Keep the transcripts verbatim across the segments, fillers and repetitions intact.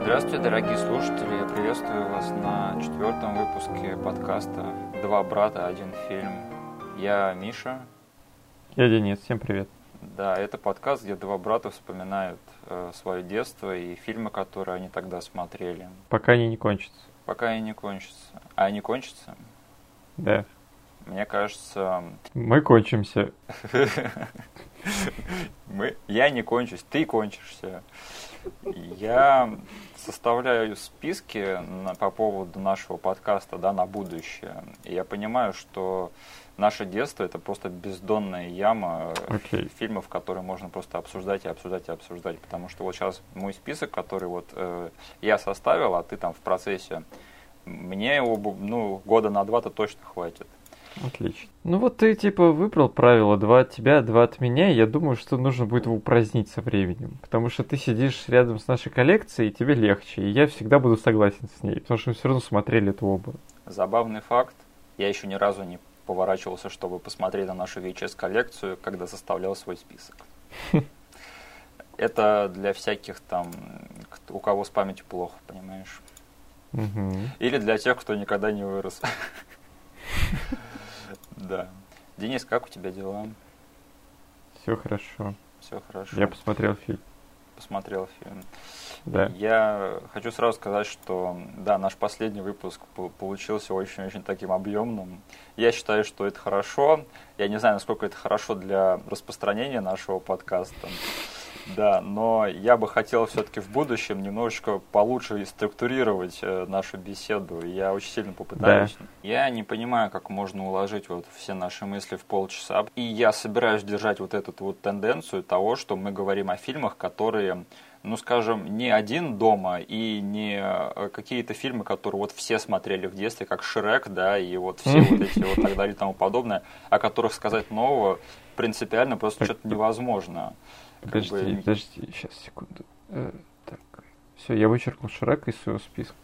Здравствуйте, дорогие слушатели! Я приветствую вас на четвертом выпуске подкаста «Два брата, один фильм». Я Миша. Я Денис. Всем привет. Да, это подкаст, где два брата вспоминают э, свое детство и фильмы, которые они тогда смотрели. Пока они не кончатся. Пока они не кончатся. А они кончатся? Да. Мне кажется... Мы кончимся. Мы... Я не кончусь, ты кончишься. Я составляю списки на, по поводу нашего подкаста, да, на будущее. И я понимаю, что наше детство — это просто бездонная яма okay. фильмов, которые можно просто обсуждать и обсуждать и обсуждать. Потому что вот сейчас мой список, который вот э, я составил, а ты там в процессе, мне его, ну, года на два-то точно хватит. Отлично. Ну вот ты типа выбрал правило два от тебя, два от меня, и я думаю, что нужно будет его упразднить со временем. Потому что ты сидишь рядом с нашей коллекцией, и тебе легче, и я всегда буду согласен с ней, потому что мы все равно смотрели это оба. Забавный факт, я еще ни разу не поворачивался, чтобы посмотреть на нашу ви эйч эс-коллекцию, когда составлял свой список. Это для всяких там, у кого с памятью плохо, понимаешь? Или для тех, кто никогда не вырос. Да. Денис, как у тебя дела? Все хорошо. Все хорошо. Я посмотрел фильм. Посмотрел фильм. Да. Я хочу сразу сказать, что да, наш последний выпуск получился очень-очень таким объемным. Я считаю, что это хорошо. Я не знаю, насколько это хорошо для распространения нашего подкаста. Да, но я бы хотел все-таки в будущем немножечко получше структурировать э, нашу беседу. Я очень сильно попытаюсь. Да. Я не понимаю, как можно уложить вот все наши мысли в полчаса. И я собираюсь держать вот эту вот тенденцию того, что мы говорим о фильмах, которые, ну скажем, не один дома и не какие-то фильмы, которые вот все смотрели в детстве, как Шрек, да, и вот все вот эти вот так далее и тому подобное, о которых сказать нового принципиально просто что-то невозможно. Подожди, бы... подожди, сейчас, секунду. Э, так, все, я вычеркнул Шрека из своего списка.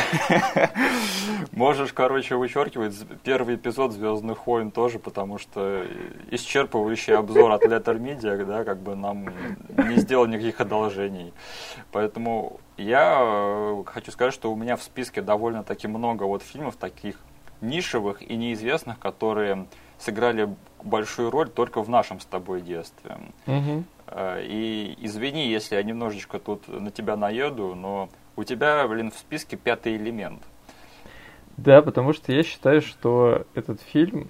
Можешь, короче, вычеркивать первый эпизод «Звездных войн» тоже, потому что исчерпывающий обзор от Letter Media, да, как бы нам не сделал никаких одолжений. Поэтому я хочу сказать, что у меня в списке довольно-таки много вот фильмов таких нишевых и неизвестных, которые сыграли большую роль только в нашем с тобой детстве. Угу. И извини, если я немножечко тут на тебя наеду, но у тебя, блин, в списке «Пятый элемент». Да, потому что я считаю, что этот фильм...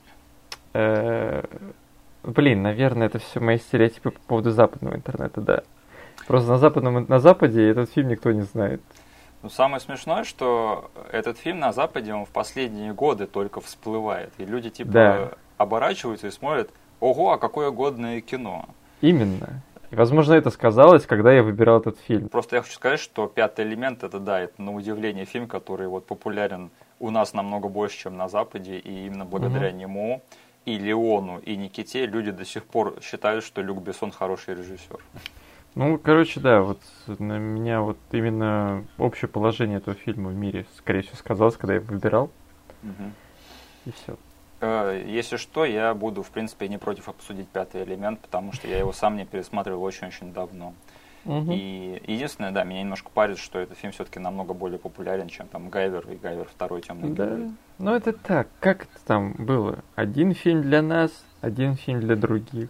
Э, блин, наверное, это все мои стереотипы по поводу западного интернета, да. Просто на, западном, на Западе этот фильм никто не знает. Ну, самое смешное, что этот фильм на Западе, он в последние годы только всплывает. И люди типа да. оборачиваются и смотрят: ого, а какое годное кино. Именно. И, возможно, это сказалось, когда я выбирал этот фильм. Просто я хочу сказать, что «Пятый элемент» — это, да, это на удивление фильм, который вот популярен у нас намного больше, чем на Западе, и именно благодаря угу. нему, и Леону, и Никите люди до сих пор считают, что Люк Бессон хороший режиссер. Ну, короче, да, вот на меня вот именно общее положение этого фильма в мире, скорее всего, сказалось, когда я выбирал. Угу. И все. Если что, я буду, в принципе, не против обсудить «Пятый элемент», потому что я его сам не пересматривал очень-очень давно. Угу. И единственное, да, меня немножко парит, что этот фильм все-таки намного более популярен, чем там «Гайвер» и «Гайвер второй. Темный да. герой». Ну, это так. Как это там было? Один фильм для нас, один фильм для других.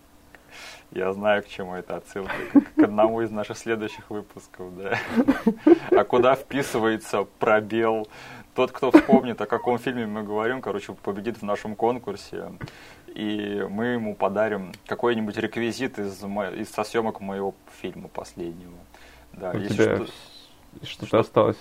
Я знаю, к чему это отсылка. К одному из наших следующих выпусков, да. А куда вписывается пробел? Тот, кто вспомнит, о каком фильме мы говорим, короче, победит в нашем конкурсе. И мы ему подарим какой-нибудь реквизит из, мо... из со съемок моего фильма последнего. Да, у тебя что... что-то что... осталось?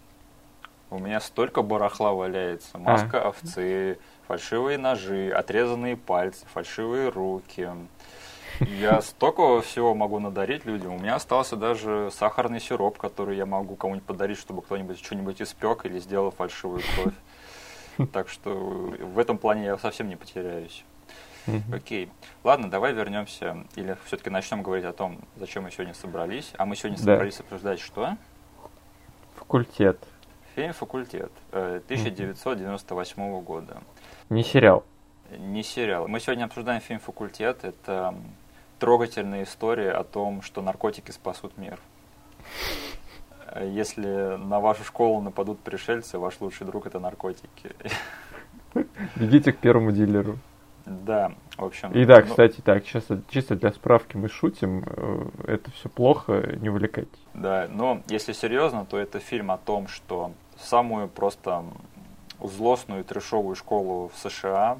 У меня столько барахла валяется. Маска а. овцы, фальшивые ножи, отрезанные пальцы, фальшивые руки. Я столько всего могу надарить людям. У меня остался даже сахарный сироп, который я могу кому-нибудь подарить, чтобы кто-нибудь что-нибудь испек или сделал фальшивую кровь. Так что в этом плане я совсем не потеряюсь. Окей. Ладно, давай вернемся, или все-таки начнем говорить о том, зачем мы сегодня собрались. А мы сегодня собрались да. обсуждать что? «Факультет». Фильм «Факультет» тысяча девятьсот девяносто восьмого года. Не сериал. Не сериал. Мы сегодня обсуждаем фильм «Факультет». Это трогательная история о том, что наркотики спасут мир. Если на вашу школу нападут пришельцы, ваш лучший друг — это наркотики. Бегите к первому дилеру. Да, в общем... И да, ну, кстати, так, чисто, чисто для справки мы шутим, э, это все плохо, не увлекайтесь. Да, но если серьезно, то это фильм о том, что самую просто злостную трешовую школу в США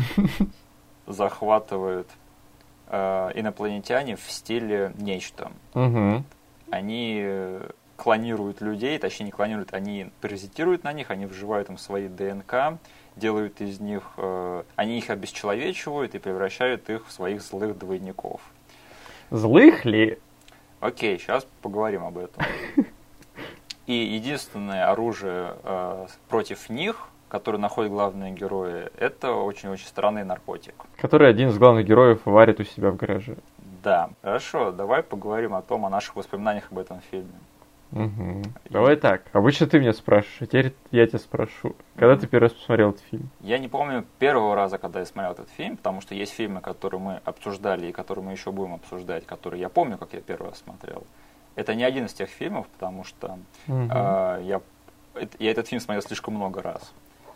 захватывают э, инопланетяне в стиле нечто. Угу. Они клонируют людей, точнее не клонируют, они паразитируют на них, они вживают им свои ДНК, делают из них, э, они их обесчеловечивают и превращают их в своих злых двойников. Злых ли? Окей, сейчас поговорим об этом. И единственное оружие э, против них, которое находят главные герои, это очень-очень странный наркотик. Который один из главных героев варит у себя в гараже. Да, хорошо, давай поговорим о том, о наших воспоминаниях об этом фильме. Угу. Давай так. Обычно ты меня спрашиваешь, а теперь я тебя спрошу. Когда ты первый раз посмотрел этот фильм? Я не помню первого раза, когда я смотрел этот фильм, потому что есть фильмы, которые мы обсуждали и которые мы еще будем обсуждать, которые я помню, как я первый раз смотрел. Это не один из тех фильмов, потому что угу. э, я, я этот фильм смотрел слишком много раз.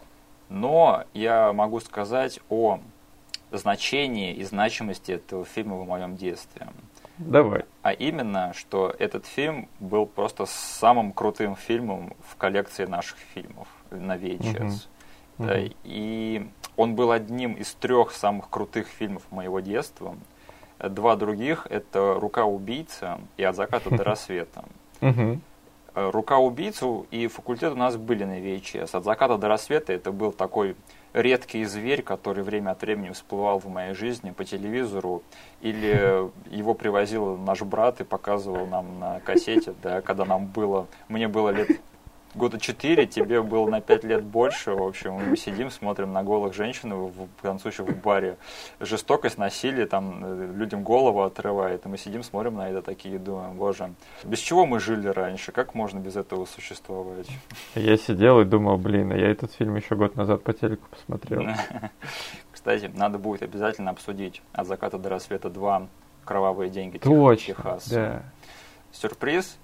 Но я могу сказать о значении и значимости этого фильма в моем детстве. Давай. А именно, что этот фильм был просто самым крутым фильмом в коллекции наших фильмов на ви эйч эс. Uh-huh. Да, uh-huh. И он был одним из трех самых крутых фильмов моего детства. Два других — это «Рука убийцы» и «От заката до рассвета». Uh-huh. «Рука убийцу» и «Факультет» у нас были на ви эйч эс. «От заката до рассвета» — это был такой редкий зверь, который время от времени всплывал в моей жизни по телевизору, или его привозил наш брат и показывал нам на кассете, да, когда нам было, мне было лет года четыре, тебе было на пять лет больше, в общем, мы сидим, смотрим на голых женщин, в, танцующих в баре, жестокость, насилие, там, людям голову отрывает, и мы сидим, смотрим на это такие, думаем, боже, без чего мы жили раньше, как можно без этого существовать? Я сидел и думал, блин, а я этот фильм еще год назад по телеку посмотрел. Кстати, надо будет обязательно обсудить «От заката до рассвета два. Кровавые деньги Техаса». Да. Сюрприз,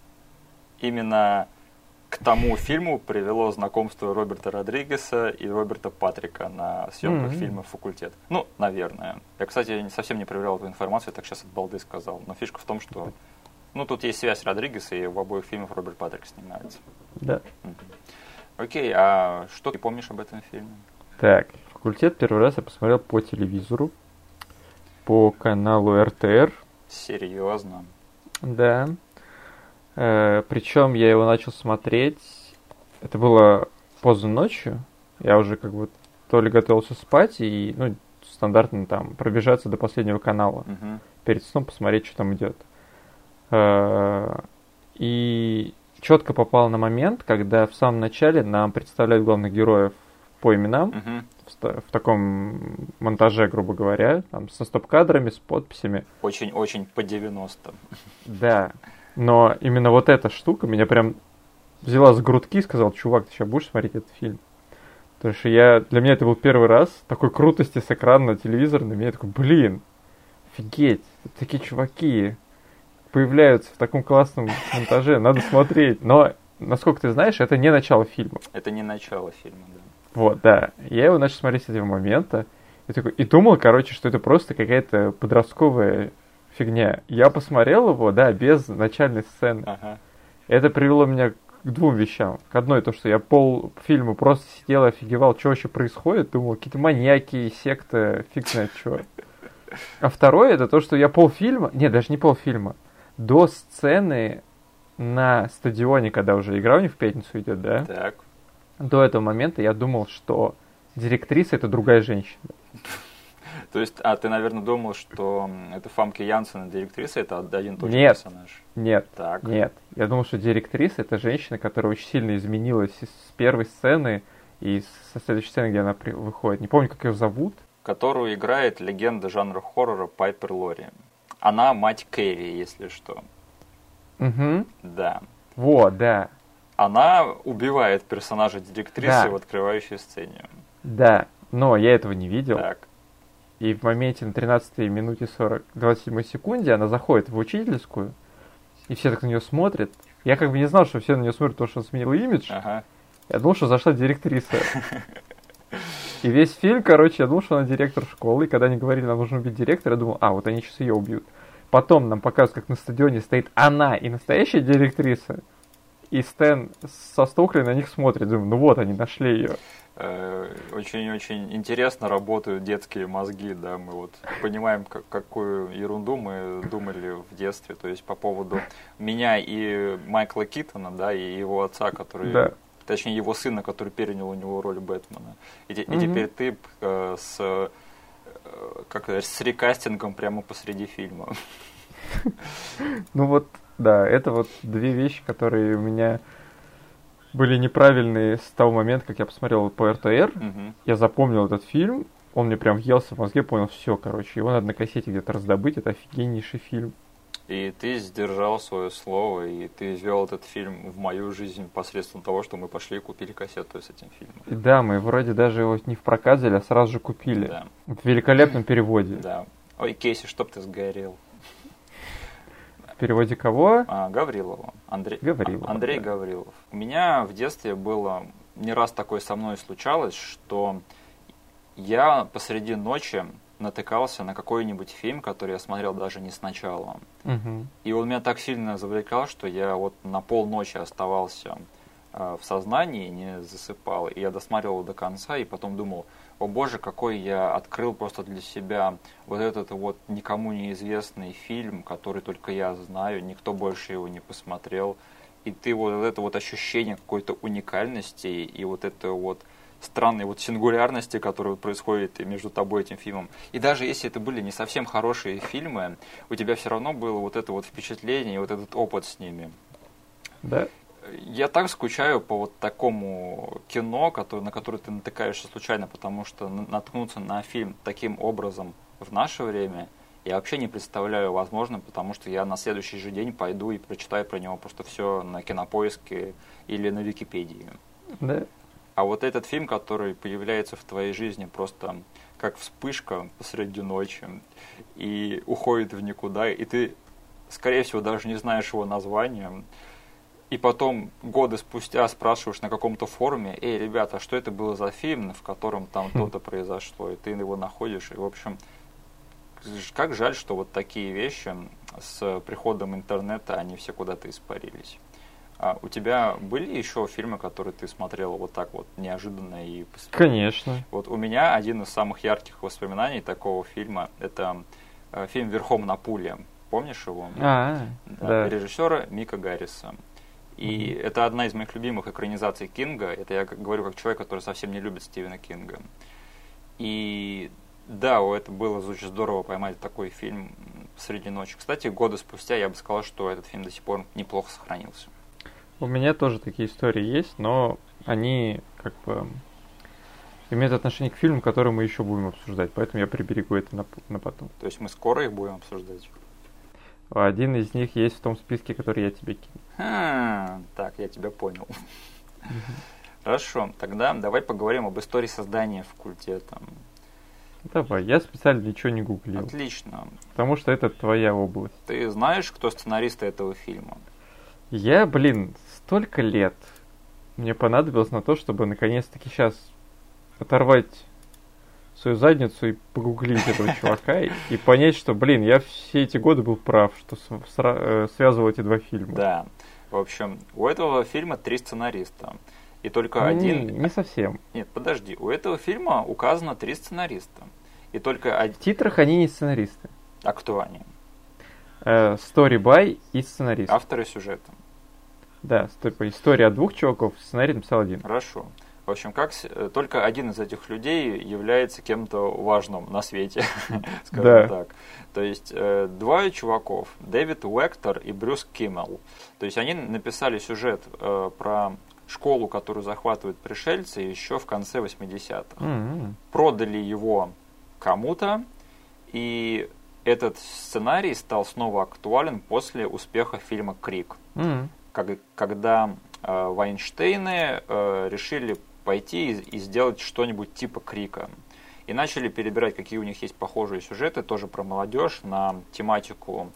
именно к тому фильму привело знакомство Роберта Родригеса и Роберта Патрика на съемках mm-hmm. фильма «Факультет». Ну, наверное. Я, кстати, совсем не проверял эту информацию, я так сейчас от балды сказал. Но фишка в том, что ну, тут есть связь Родригеса, и в обоих фильмах Роберт Патрик снимается. Да. Mm-hmm. Окей, а что ты помнишь об этом фильме? Так, «Факультет» первый раз я посмотрел по телевизору, по каналу эр тэ эр. Серьезно? Да. Э, причем я его начал смотреть, это было поздно ночью, я уже как бы то ли готовился спать и, ну, стандартно там пробежаться до последнего канала, uh-huh. перед сном посмотреть, что там идет. Э, и четко попал на момент, когда в самом начале нам представляют главных героев по именам, uh-huh. в, в таком монтаже, грубо говоря, там, со стоп-кадрами, с подписями. Очень-очень по девяностым. Да. Но именно вот эта штука меня прям взяла за грудки и сказала, чувак, ты сейчас будешь смотреть этот фильм? Потому что я, для меня это был первый раз такой крутости с экрана на телевизор, на меня такой, блин, офигеть, такие чуваки появляются в таком классном монтаже, надо смотреть. Но, насколько ты знаешь, это не начало фильма. Это не начало фильма, да. Вот, да. Я его начал смотреть с этого момента и, такой, и думал, короче, что это просто какая-то подростковая фигня. Я посмотрел его, да, без начальной сцены. Ага. Это привело меня к двум вещам. К одной, то, что я пол фильма просто сидел и офигевал, что вообще происходит. Думал, какие-то маньяки, секта, фиг знает что. А второе, это то, что я полфильма, нет, даже не полфильма, до сцены на стадионе, когда уже игра у них в пятницу идет, да? Так. До этого момента я думал, что директриса — это другая женщина. То есть, а ты, наверное, думал, что это Фамке Янсен и директриса — это один и тот же нет, персонаж? Нет, так. нет. Я думал, что директриса — это женщина, которая очень сильно изменилась с первой сцены и со следующей сцены, где она при... выходит. Не помню, как ее зовут. Которую играет легенда жанра хоррора Пайпер Лори. Она мать Кэрри, если что. Угу. Да. Вот, да. Она убивает персонажа директрисы да. в открывающей сцене. Да, но я этого не видел. Так. И в моменте на тринадцатой минуте сорок, двадцать седьмой секунде она заходит в учительскую, и все так на нее смотрят, Я как бы не знал, что все на нее смотрят, потому что он сменил имидж. Ага. Я думал, что зашла директриса. И весь фильм, короче, я думал, что она директор школы. И когда они говорили, нам нужно убить директора, я думал, а, вот они сейчас ее убьют. Потом нам показывают, как на стадионе стоит она и настоящая директриса. И Стэн со Стокли на них смотрит. Думаю, ну вот, они нашли ее. Очень-очень интересно работают детские мозги, да, мы вот понимаем, как, какую ерунду мы думали в детстве, то есть по поводу меня и Майкла Китона, да, и его отца, который, Да. точнее его сына, который перенял у него роль Бэтмена. И, Мгм. и теперь ты э, с, э, как сказать, с рекастингом прямо посреди фильма. Ну вот, да, это вот две вещи, которые у меня были неправильные с того момента, как я посмотрел по эр тэ эр. Мгм. Я запомнил этот фильм, он мне прям въелся в мозге, понял, все, короче, его надо на кассете где-то раздобыть, это офигеннейший фильм. И ты сдержал свое слово, и ты ввел этот фильм в мою жизнь посредством того, что мы пошли и купили кассету с этим фильмом. И да, мы вроде даже его не в прокат взяли, а сразу же купили. Да, В великолепном переводе. да. Ой, Кейси, чтоб ты сгорел. В переводе кого? А, Гаврилова. Андрей, Гаврилова, а, Андрей да. Гаврилов. У меня в детстве было, не раз такое со мной случалось, что я посреди ночи натыкался на какой-нибудь фильм, который я смотрел даже не сначала. Мгм. И он меня так сильно завлекал, что я вот на полночи оставался э, в сознании, не засыпал. И я досматривал его до конца, и потом думал, о боже, какой я открыл просто для себя вот этот вот никому неизвестный фильм, который только я знаю, никто больше его не посмотрел. И ты вот это вот ощущение какой-то уникальности и вот это вот странной вот сингулярности, которая вот происходит между тобой и этим фильмом. И даже если это были не совсем хорошие фильмы, у тебя все равно было вот это вот впечатление и вот этот опыт с ними. Да. Я так скучаю по вот такому кино, который, на которое ты натыкаешься случайно, потому что на- наткнуться на фильм таким образом в наше время я вообще не представляю возможным, потому что я на следующий же день пойду и прочитаю про него просто все на Кинопоиске или на Википедии. Да. А вот этот фильм, который появляется в твоей жизни просто как вспышка посреди ночи и уходит в никуда, и ты, скорее всего, даже не знаешь его названия, и потом годы спустя спрашиваешь на каком-то форуме, эй, ребята, а что это было за фильм, в котором там то-то произошло, и ты его находишь, и, в общем, как жаль, что вот такие вещи с приходом интернета, они все куда-то испарились. А у тебя были еще фильмы, которые ты смотрел вот так вот неожиданно и Конечно. Вот у меня один из самых ярких воспоминаний такого фильма – это э, фильм «Верхом на пуле». Помнишь его? А, Да, да. режиссера Мика Гарриса. И Мгм. это одна из моих любимых экранизаций Кинга. Это я как говорю как человек, который совсем не любит Стивена Кинга. И да, о, это было очень здорово поймать такой фильм среди ночи. Кстати, годы спустя я бы сказал, что этот фильм до сих пор неплохо сохранился. У меня тоже такие истории есть, но они как бы имеют отношение к фильму, который мы еще будем обсуждать, поэтому я приберегу это на, п- на потом. То есть мы скоро их будем обсуждать. Один из них есть в том списке, который я тебе кину. Хм, так, я тебя понял. Хорошо, тогда давай поговорим об истории создания факультета. Давай, я специально ничего не гуглил, Отлично. потому что это твоя область. Ты знаешь, кто сценарист этого фильма? Я, блин, столько лет мне понадобилось на то, чтобы наконец-таки сейчас оторвать свою задницу и погуглить этого чувака и, и понять, что, блин, я все эти годы был прав, что с- сра- э, связывал эти два фильма. Да. В общем, у этого фильма три сценариста. И только Ну, один... Не, не совсем. Нет, подожди. У этого фильма указано три сценариста. И только один... В титрах они не сценаристы. А кто они? Э, Story by и сценарист. Авторы сюжета. Да, типа история от двух чуваков, сценарий написал один. Хорошо. В общем, как с- э, только один из этих людей является кем-то важным на свете, скажем Да. так. То есть э, двое чуваков, Дэвид Уэктер и Брюс Киммел. То есть они написали сюжет э, про школу, которую захватывают пришельцы еще в конце восьмидесятых. М-м. Продали его кому-то, и этот сценарий стал снова актуален после успеха фильма «Крик», М-м. как- когда э, Вайнштейны э, решили пойти и, и сделать что-нибудь типа «Крика». И начали перебирать, какие у них есть похожие сюжеты, тоже про молодежь, на тематику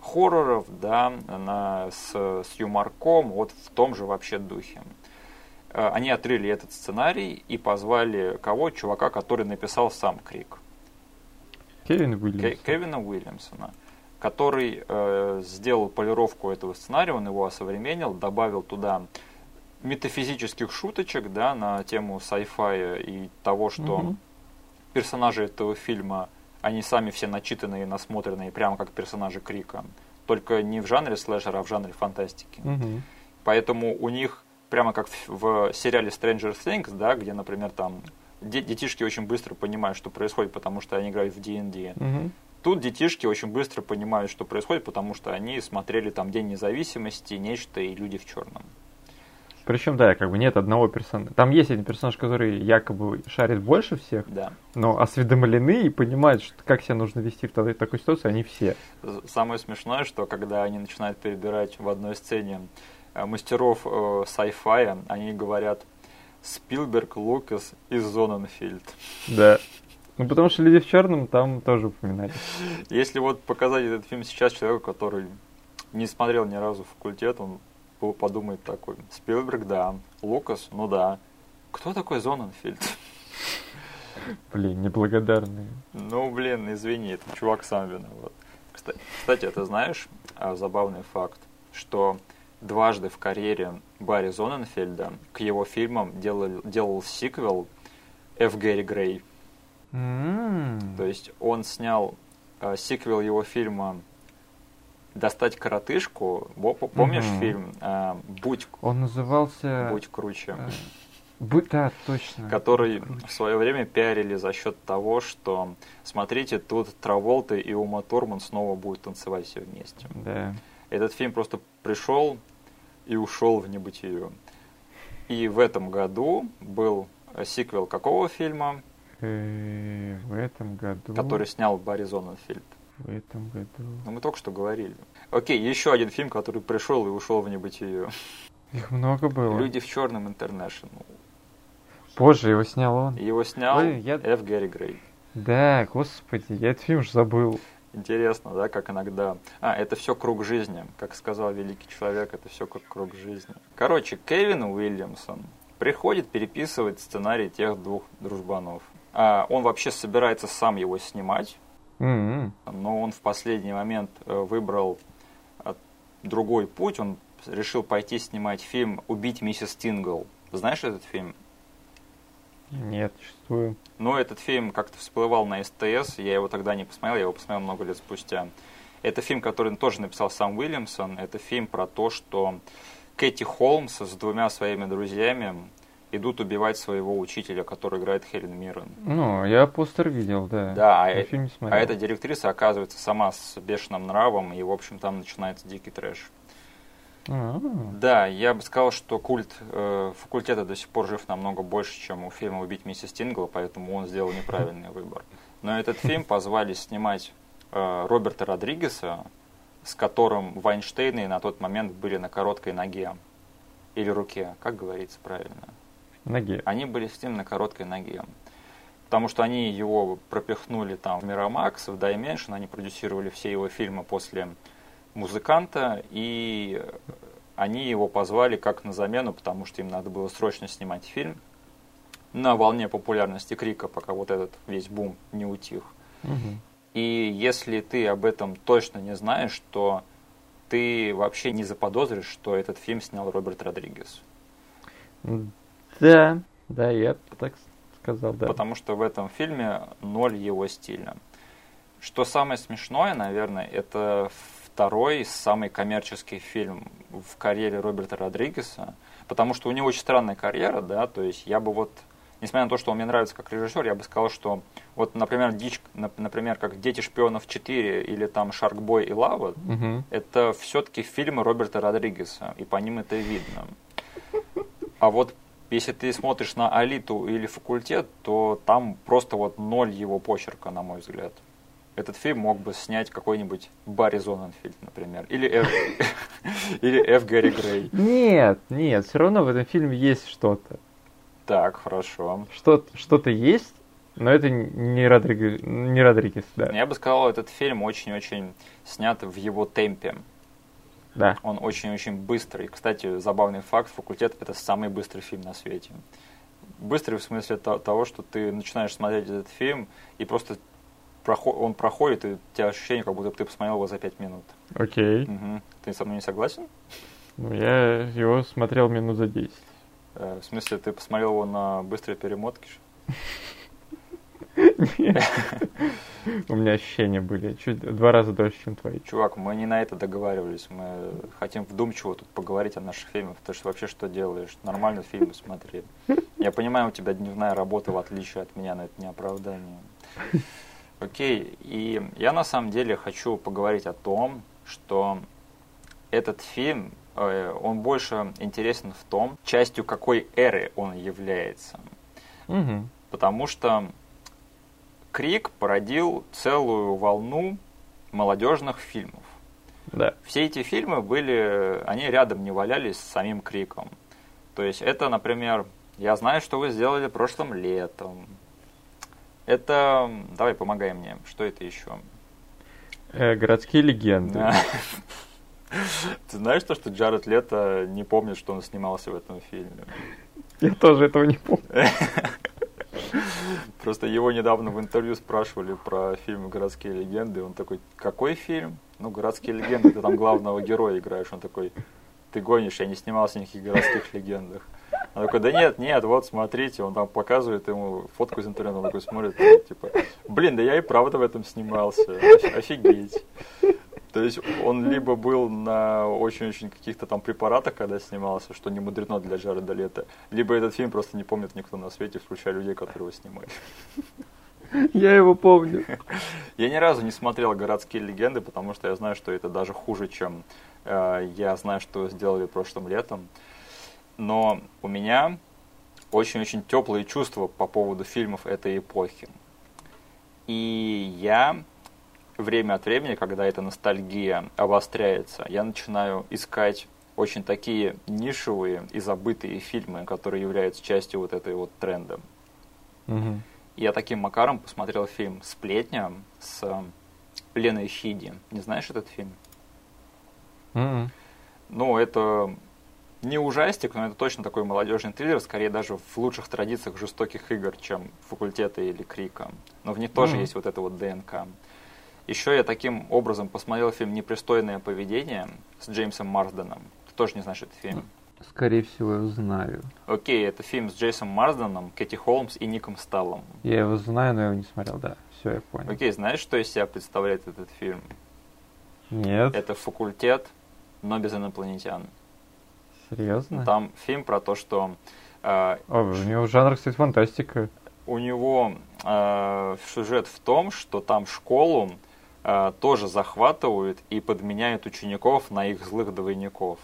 хорроров, да, на, с, с юморком, вот в том же вообще духе. Они отрыли этот сценарий и позвали кого? Чувака, который написал сам Крик. Кевин Уильямсон. Кевина Уильямсона, который э, сделал полировку этого сценария, он его осовременил, добавил туда метафизических шуточек, да, на тему sci-fi и того, что угу. персонажи этого фильма, они сами все начитанные, насмотренные, прямо как персонажи Крика, только не в жанре слэшера, а в жанре фантастики. Угу. Поэтому у них прямо как в, в сериале Stranger Things, да, где, например, там детишки очень быстро понимают, что происходит, потому что они играют в ди энд ди. Угу. Тут детишки очень быстро понимают, что происходит, потому что они смотрели там День независимости, Нечто и Люди в черном. Причем, да, как бы нет одного персонажа. Там есть один персонаж, который якобы шарит больше всех, да. но осведомлены и понимают, что, как себя нужно вести в такой, такой ситуации, они все. Самое смешное, что когда они начинают перебирать в одной сцене мастеров э, sci-fi, они говорят Спилберг, Лукас и Зоненфельд. Да. Ну, потому что «Люди в черном» там тоже упоминали. Если вот показать этот фильм сейчас человеку, который не смотрел ни разу «Факультет», он подумает такой: Спилберг, да, Лукас, ну да. Кто такой Зоненфельд? Блин, неблагодарные. Ну, блин, извини, этот чувак сам виноват. Кстати, ты знаешь забавный факт, что дважды в карьере Барри Зоненфельда к его фильмам делал, делал сиквел Ф. Гэри Грей. Mm. То есть он снял э, сиквел его фильма «Достать коротышку». Помнишь mm-hmm. фильм э, «Будь...» Он назывался... «Будь круче». Uh, будь, да, точно. Который в свое время пиарили за счет того, что, смотрите, тут Траволта и Ума Турман снова будут танцевать все вместе. Да. Этот фильм просто пришел и ушел в небытие. И в этом году был сиквел какого фильма? Э, в этом году... Который снял Барри Зоненфельд. В этом году... Ну, мы только что говорили. Окей, еще один фильм, который пришел и ушел в небытие. Их много было. «Люди в черном Интернешнл». Боже, его снял он. Его снял Ой, я... Ф. Гэри Грей. Да, господи, я этот фильм уже забыл. Интересно, да, как иногда... А, это все круг жизни. Как сказал великий человек, это все как круг жизни. Короче, Кевин Уильямсон приходит переписывать сценарий тех двух дружбанов. А, он вообще собирается сам его снимать, mm-hmm. но он в последний момент выбрал другой путь. Он решил пойти снимать фильм «Убить миссис Тингл». Знаешь этот фильм? Нет, чувствую. Но этот фильм как-то всплывал на СТС, я его тогда не посмотрел, я его посмотрел много лет спустя. Это фильм, который тоже написал сам Уильямсон. Это фильм про то, что Кэти Холмс с двумя своими друзьями идут убивать своего учителя, который играет Хелен Миррен. Ну, я постер видел, да. Да, а, фильм не смотрел. А эта директриса оказывается сама с бешеным нравом, и, в общем, там начинается дикий трэш. А-а-а. Да, я бы сказал, что культ э, факультета до сих пор жив намного больше, чем у фильма «Убить миссис Тингл», поэтому он сделал неправильный выбор. Но этот фильм позвали снимать э, Роберта Родригеса, с которым Вайнштейны на тот момент были на короткой ноге. Или руке, как говорится правильно? Ноге. Они были с ним на короткой ноге. Потому что они его пропихнули там в Miramax, в Dimension, они продюсировали все его фильмы после «Музыканта», и они его позвали как на замену, потому что им надо было срочно снимать фильм на волне популярности Крика, пока вот этот весь бум не утих. Угу. И если ты об этом точно не знаешь, то ты вообще не заподозришь, что этот фильм снял Роберт Родригес. Да, да, я так сказал, да. Потому что в этом фильме ноль его стиля. Что самое смешное, наверное, это второй самый коммерческий фильм в карьере Роберта Родригеса, потому что у него очень странная карьера, да, то есть я бы вот, несмотря на то, что он мне нравится как режиссер, я бы сказал, что вот, например, дичь, например, как «Дети шпионов четыре» или там «Шаркбой и Лава», угу. это все-таки фильмы Роберта Родригеса, и по ним это видно. А вот если ты смотришь на «Алиту» или «Факультет», то там просто вот ноль его почерка, на мой взгляд. Этот фильм мог бы снять какой-нибудь Барри Зоненфельд, например, или Ф. или Ф. Гэри Грей. Нет, нет, все равно в этом фильме есть что-то. Так, хорошо. Что-то, что-то есть, Но это не Родригес, не Родригес, да. Я бы сказал, этот фильм очень-очень снят в его темпе. Да. Он очень-очень быстрый. Кстати, забавный факт, «Факультет» — это самый быстрый фильм на свете. Быстрый в смысле того, что ты начинаешь смотреть этот фильм, и просто он проходит, и у тебя ощущение, как будто ты посмотрел его за пять минут. Окей. Угу. Ты со мной не согласен? Ну, я его смотрел минут за десять. Э, в смысле, ты посмотрел его на быстрой перемотке? У меня ощущения были чуть два раза дольше, чем твои. Чувак, мы не на это договаривались. Мы хотим вдумчиво тут поговорить о наших фильмах. Ты же вообще что делаешь? Нормально фильмы смотри. Я понимаю, у тебя дневная работа, в отличие от меня, но это не оправдание. Окей, и я на самом деле хочу поговорить о том, что этот фильм, он больше интересен в том, частью какой эры он является. Угу. Потому что «Крик» породил целую волну молодежных фильмов. Да. Все эти фильмы были, они рядом не валялись с самим «Криком». То есть это, например, «Я знаю, что вы сделали прошлым летом». Это, давай, помогай мне, что это еще? Э, городские легенды. Ты знаешь то, что Джаред Лето не помнит, что он снимался в этом фильме? Я тоже этого не помню. Просто его недавно в интервью спрашивали про фильм «Городские легенды». Он такой, какой фильм? Ну, «Городские легенды», ты там главного героя играешь. Он такой, ты гонишь, я не снимался в никаких городских легендах. Он такой, да нет, нет, вот смотрите, он там показывает ему фотку из интернета, он такой смотрит, типа, блин, да я и правда в этом снимался, офигеть. То есть он либо был на очень-очень каких-то там препаратах, когда снимался, что не мудрено для Джареда Лето, либо этот фильм просто не помнит никто на свете, включая людей, которые его снимали. Я его помню. Я ни разу не смотрел «Городские легенды», потому что я знаю, что это даже хуже, чем э, я знаю, что сделали прошлым летом. Но у меня очень-очень теплые чувства по поводу фильмов этой эпохи. И я время от времени, когда эта ностальгия обостряется, я начинаю искать очень такие нишевые и забытые фильмы, которые являются частью вот этой вот тренда. Угу. Я таким макаром посмотрел фильм «Сплетня» с Леной Хиди. Не знаешь этот фильм? Угу. Ну, это не ужастик, но это точно такой молодежный триллер, скорее даже в лучших традициях жестоких игр, чем «Факультета» или «Крика». Но в них тоже mm-hmm. есть вот это вот ДНК. Еще я таким образом посмотрел фильм «Непристойное поведение» с Джеймсом Марсденом. Ты тоже не знаешь этот фильм? Скорее всего, я знаю. Окей, это фильм с Джейсом Марсденом, Кэти Холмс и Ником Сталлом. Я его знаю, но я его не смотрел, да. Все, я понял. Окей, знаешь, что из себя представляет этот фильм? Нет. Это «Факультет», но без инопланетян. Серьезно? Там фильм про то, что... Э, О, у него жанр, кстати, фантастика. У него э, сюжет в том, что там школу э, тоже захватывают и подменяют учеников на их злых двойников.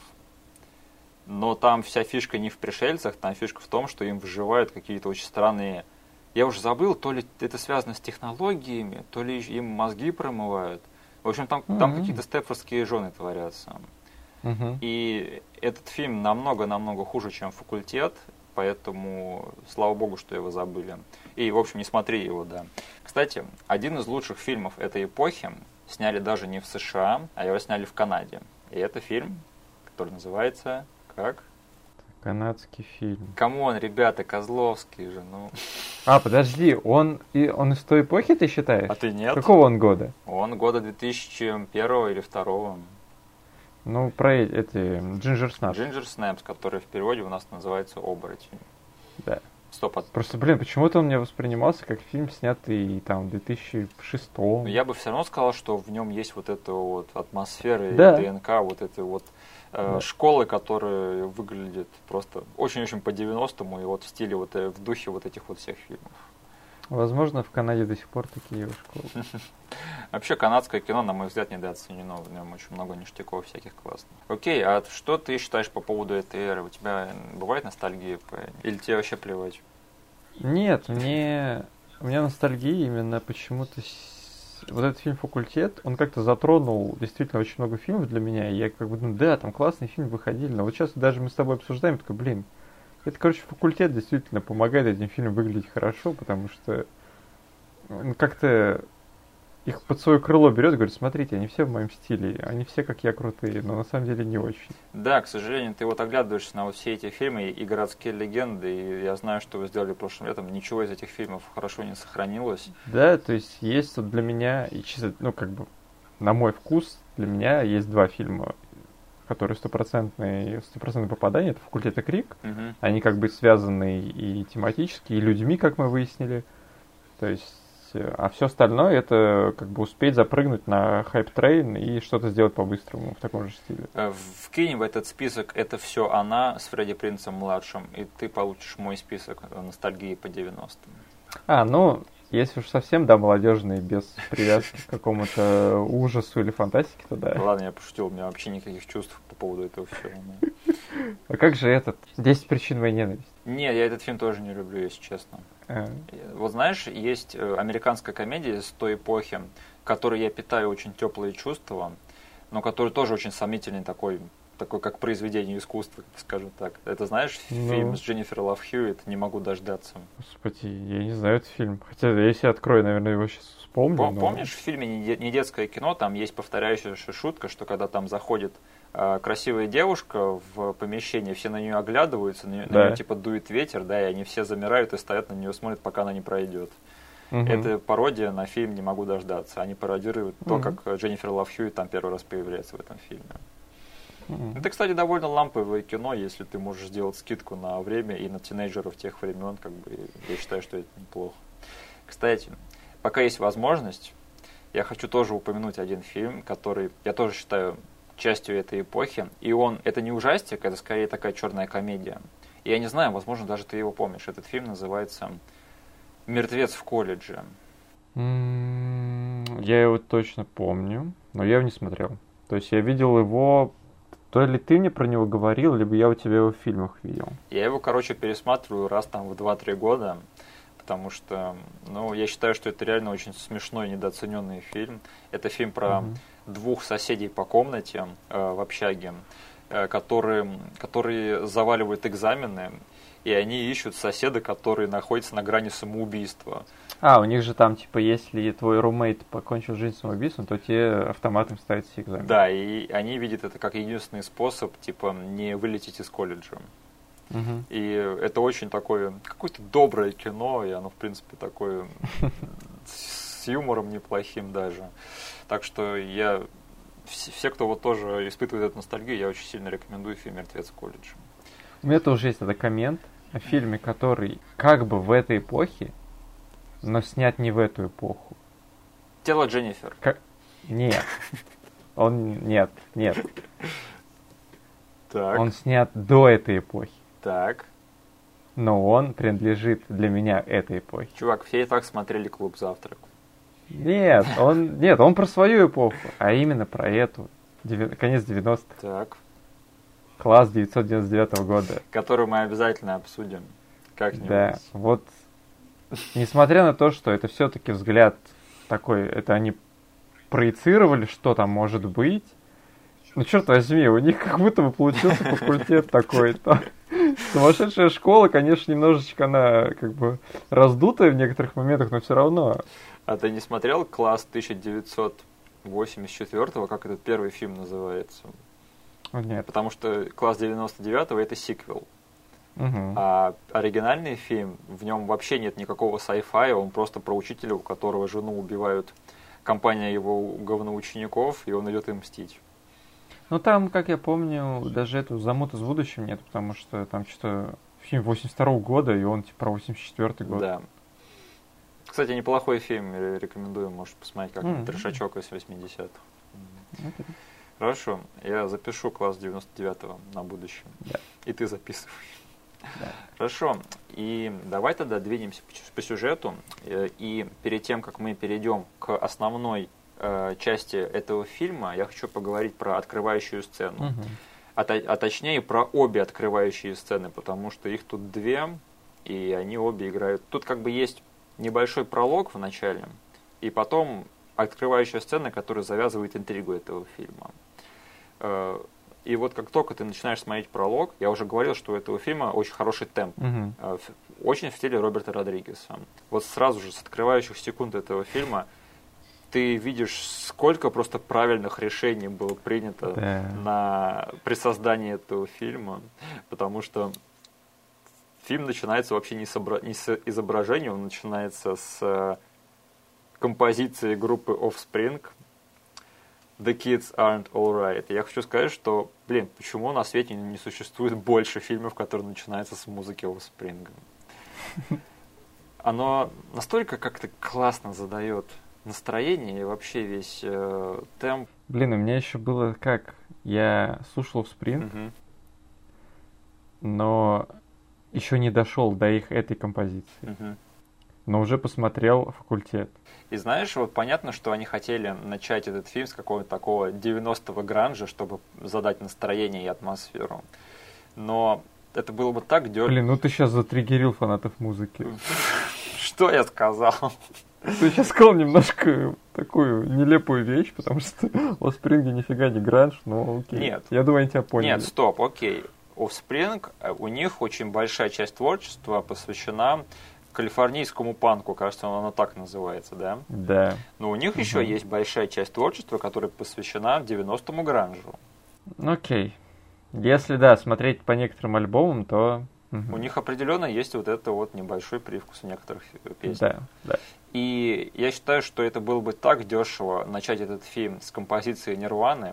Но там вся фишка не в пришельцах, там фишка в том, что им вживают какие-то очень странные... Я уже забыл, то ли это связано с технологиями, то ли им мозги промывают. В общем, там, mm-hmm. там какие-то степфордские жены творятся. Uh-huh. И этот фильм намного-намного хуже, чем «Факультет», поэтому слава богу, что его забыли. И, в общем, не смотри его, да. Кстати, один из лучших фильмов этой эпохи сняли даже не в США, а его сняли в Канаде. И это фильм, который называется как? Канадский фильм. Камон, ребята, Козловский же, ну... А, подожди, он, и, он из той эпохи, ты считаешь? А ты нет? Какого он года? Он года две тысячи первого или второго. Ну, про эти, Джинджер Снапс. Джинджер Снапс, который в переводе у нас называется «Оборотень». Да. Стоп. От... Просто, блин, почему-то он мне воспринимался как фильм, снятый там в две тысячи шестом. Я бы все равно сказал, что в нем есть вот эта вот атмосфера да. и ДНК, вот этой вот э, да. школы, которые выглядят просто очень-очень по-девяностому, и вот в стиле, вот в духе вот этих вот всех фильмов. Возможно, в Канаде до сих пор такие школы. Вообще, канадское кино, на мой взгляд, недооценено. В нем очень много ништяков всяких классных. Окей, а что ты считаешь по поводу этой эры? У тебя бывает ностальгия? Или тебе вообще плевать? Нет, мне... У меня ностальгия именно почему-то... Вот этот фильм «Факультет», он как-то затронул действительно очень много фильмов для меня. И я как бы думаю, да, там классные фильмы выходили. Но вот сейчас даже мы с тобой обсуждаем, такой, блин... Это, короче, «Факультет» действительно помогает этим фильмам выглядеть хорошо, потому что он как-то их под свое крыло берет и говорит, смотрите, они все в моем стиле, они все как я крутые, но на самом деле не очень. Да, к сожалению, ты вот оглядываешься на вот все эти фильмы и городские легенды, и я знаю, что вы сделали прошлым летом, ничего из этих фильмов хорошо не сохранилось. Да, то есть есть вот для меня, и чисто, ну как бы, на мой вкус, для меня есть два фильма, которые стопроцентные, стопроцентное попадание, это «Факультет» и «Крик». Угу. Они как бы связаны и тематически, и людьми, как мы выяснили. То есть, а все остальное это как бы успеть запрыгнуть на хайп-трейн и что-то сделать по-быстрому в таком же стиле. Вкинь в этот список «Это все она» с Фредди Принцем младшим, и ты получишь мой список ностальгии по девяностым. А, ну, если уж совсем, да, молодежный, без привязки к какому-то ужасу или фантастике, то да. Ладно, я пошутил, у меня вообще никаких чувств по поводу этого всего. А как же этот «десять причин моей ненависти»? Нет, я этот фильм тоже не люблю, если честно. А. Вот знаешь, есть американская комедия с той эпохи, к которой я питаю очень теплые чувства, но который тоже очень сомнительный такой, такой как произведение искусства, скажем так. Это знаешь, Ну. фильм с Дженнифер Лав Хьюитт «Не могу дождаться». Господи, я не знаю этот фильм. Хотя, если открою, наверное, его сейчас вспомню. Пом- но... Помнишь, в фильме «Не детское кино» там есть повторяющаяся шутка, что когда там заходит э, красивая девушка в помещение, все на нее оглядываются, на нее, Да. на нее типа дует ветер, да, и они все замирают и стоят на нее, смотрят, пока она не пройдет. Мгм. Это пародия на фильм «Не могу дождаться». Они пародируют то, Мгм. как Дженнифер Лав Хьюитт там первый раз появляется в этом фильме. Мгм. Это, кстати, довольно ламповое кино, если ты можешь сделать скидку на время и на тинейджеров тех времен, как бы, я считаю, что это неплохо. Кстати, пока есть возможность, я хочу тоже упомянуть один фильм, который я тоже считаю частью этой эпохи. И он, это не ужастик, это скорее такая черная комедия. И я не знаю, возможно, даже ты его помнишь. Этот фильм называется «Мертвец в колледже». М, Я его точно помню, но я его не смотрел. То есть я видел его, то ли ты мне про него говорил, либо я у тебя его в фильмах видел. Я его, короче, пересматриваю раз там в два-три года, потому что, ну, я считаю, что это реально очень смешной, недооцененный фильм. Это фильм про Мгм. двух соседей по комнате э, в общаге, э, которые, которые заваливают экзамены, и они ищут соседа, который находится на грани самоубийства. А, у них же там, типа, если твой румейт покончил жизнь самоубийством, то тебе автоматом ставят все экзамены. Да, и они видят это как единственный способ, типа, не вылететь из колледжа. Мгм. И это очень такое, какое-то доброе кино, и оно, в принципе, такое с юмором неплохим даже. Так что я, все, все, кто вот тоже испытывает эту ностальгию, я очень сильно рекомендую фильм «Мертвец в колледже». У меня тоже есть этот коммент о фильме, который как бы в этой эпохе, но снят не в эту эпоху. «Тело Дженнифер». Как... Нет. Он... Нет, нет. Так, Он снят до этой эпохи. так. Но он принадлежит для меня этой эпохе. Чувак, все и так смотрели «Клуб завтрак». Нет, он, нет, он про свою эпоху, а именно про эту. Деви- Конец девяностых. Так. Класс девятьсот девяносто девятого года. Которую мы обязательно обсудим как-нибудь. Да, вот, несмотря на то, что это все-таки взгляд такой, это они проецировали, что там может быть. Ну, черт возьми, у них как будто бы получился факультет такой-то. Сумасшедшая школа, конечно, немножечко она как бы раздутая в некоторых моментах, но все равно. А ты не смотрел «Класс тысяча девятьсот восемьдесят четвёртого», как этот первый фильм называется? Нет. Потому что «Класс девяносто девятого» — это сиквел. Мгм. А оригинальный фильм, в нем вообще нет никакого sci-fi, он просто про учителя, у которого жену убивают компания его говноучеников, и он идет им мстить. Ну, там, как я помню, даже эту замут из будущего нет, потому что там что-то фильм восемьдесят второго года, и он типа про восемьдесят четвёртый год. Да. Кстати, неплохой фильм, рекомендую, может посмотреть как Мгм. трешачок из восьмидесятых. Окей. Хорошо, я запишу «Класс девяносто девятого» на будущее. Да. И ты записывай. Да. Хорошо, и давай тогда двинемся по- по сюжету. Э, И перед тем, как мы перейдем к основной э, части этого фильма, я хочу поговорить про открывающую сцену. Мгм. А, то- а точнее про обе открывающие сцены, потому что их тут две, и они обе играют. Тут как бы есть небольшой пролог в начале, и потом открывающая сцена, которая завязывает интригу этого фильма. Э, И вот как только ты начинаешь смотреть пролог, я уже говорил, что у этого фильма очень хороший темп. Мгм. Э, ф- очень в стиле Роберта Родригеса. Вот сразу же с открывающих секунд этого фильма ты видишь, сколько просто правильных решений было принято да. на, при создании этого фильма, потому что фильм начинается вообще не с, обра... не с изображения, он начинается с композиции группы Offspring «The Kids Aren't Alright». Я хочу сказать, что, блин, почему на свете не существует больше фильмов, которые начинаются с музыки Offspring? Оно настолько как-то классно задает настроение и вообще весь э, темп. Блин, у меня еще было как? Я слушал Offspring, Угу. но еще не дошел до их этой композиции. Угу. Но уже посмотрел «Факультет». И знаешь, вот понятно, что они хотели начать этот фильм с какого-то такого девяностого гранжа, чтобы задать настроение и атмосферу. Но это было бы так дёрно. Блин, ну ты сейчас затриггерил фанатов музыки. Что я сказал? Ты сейчас сказал немножко такую нелепую вещь, потому что Offspring нифига не гранж, но окей. Нет. Я думаю, они тебя поняли. Нет, стоп, окей. Offspring, у них очень большая часть творчества посвящена калифорнийскому панку, кажется, оно так называется, да? Да. Но у них угу. еще есть большая часть творчества, которая посвящена девяностому гранжу. Окей. Если, да, смотреть по некоторым альбомам, то... У них определенно есть вот это вот небольшой привкус у некоторых песен. Да, да. И я считаю, что это было бы так дешево начать этот фильм с композиции Нирваны.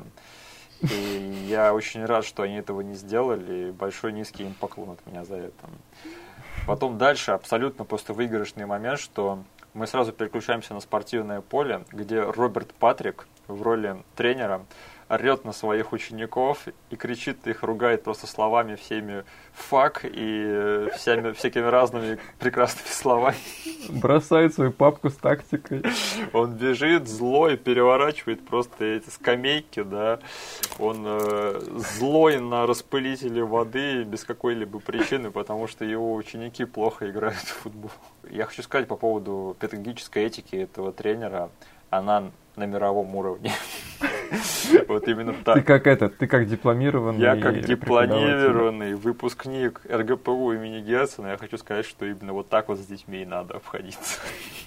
И я очень рад, что они этого не сделали. И большой низкий им поклон от меня за это. Потом дальше абсолютно просто выигрышный момент, что мы сразу переключаемся на спортивное поле, где Роберт Патрик в роли тренера орет на своих учеников и кричит, их ругает просто словами всеми «фак» и всеми, всякими разными прекрасными словами. Бросает свою папку с тактикой. Он бежит злой, переворачивает просто эти скамейки, да. Он э, злой на распылители воды без какой-либо причины, потому что его ученики плохо играют в футбол. Я хочу сказать по поводу педагогической этики этого тренера. Она на мировом уровне. Вот именно так. Ты как этот, ты как дипломированный Я как дипломированный выпускник эр гэ пэ у имени Герцена, я хочу сказать, что именно вот так вот с детьми и надо обходиться.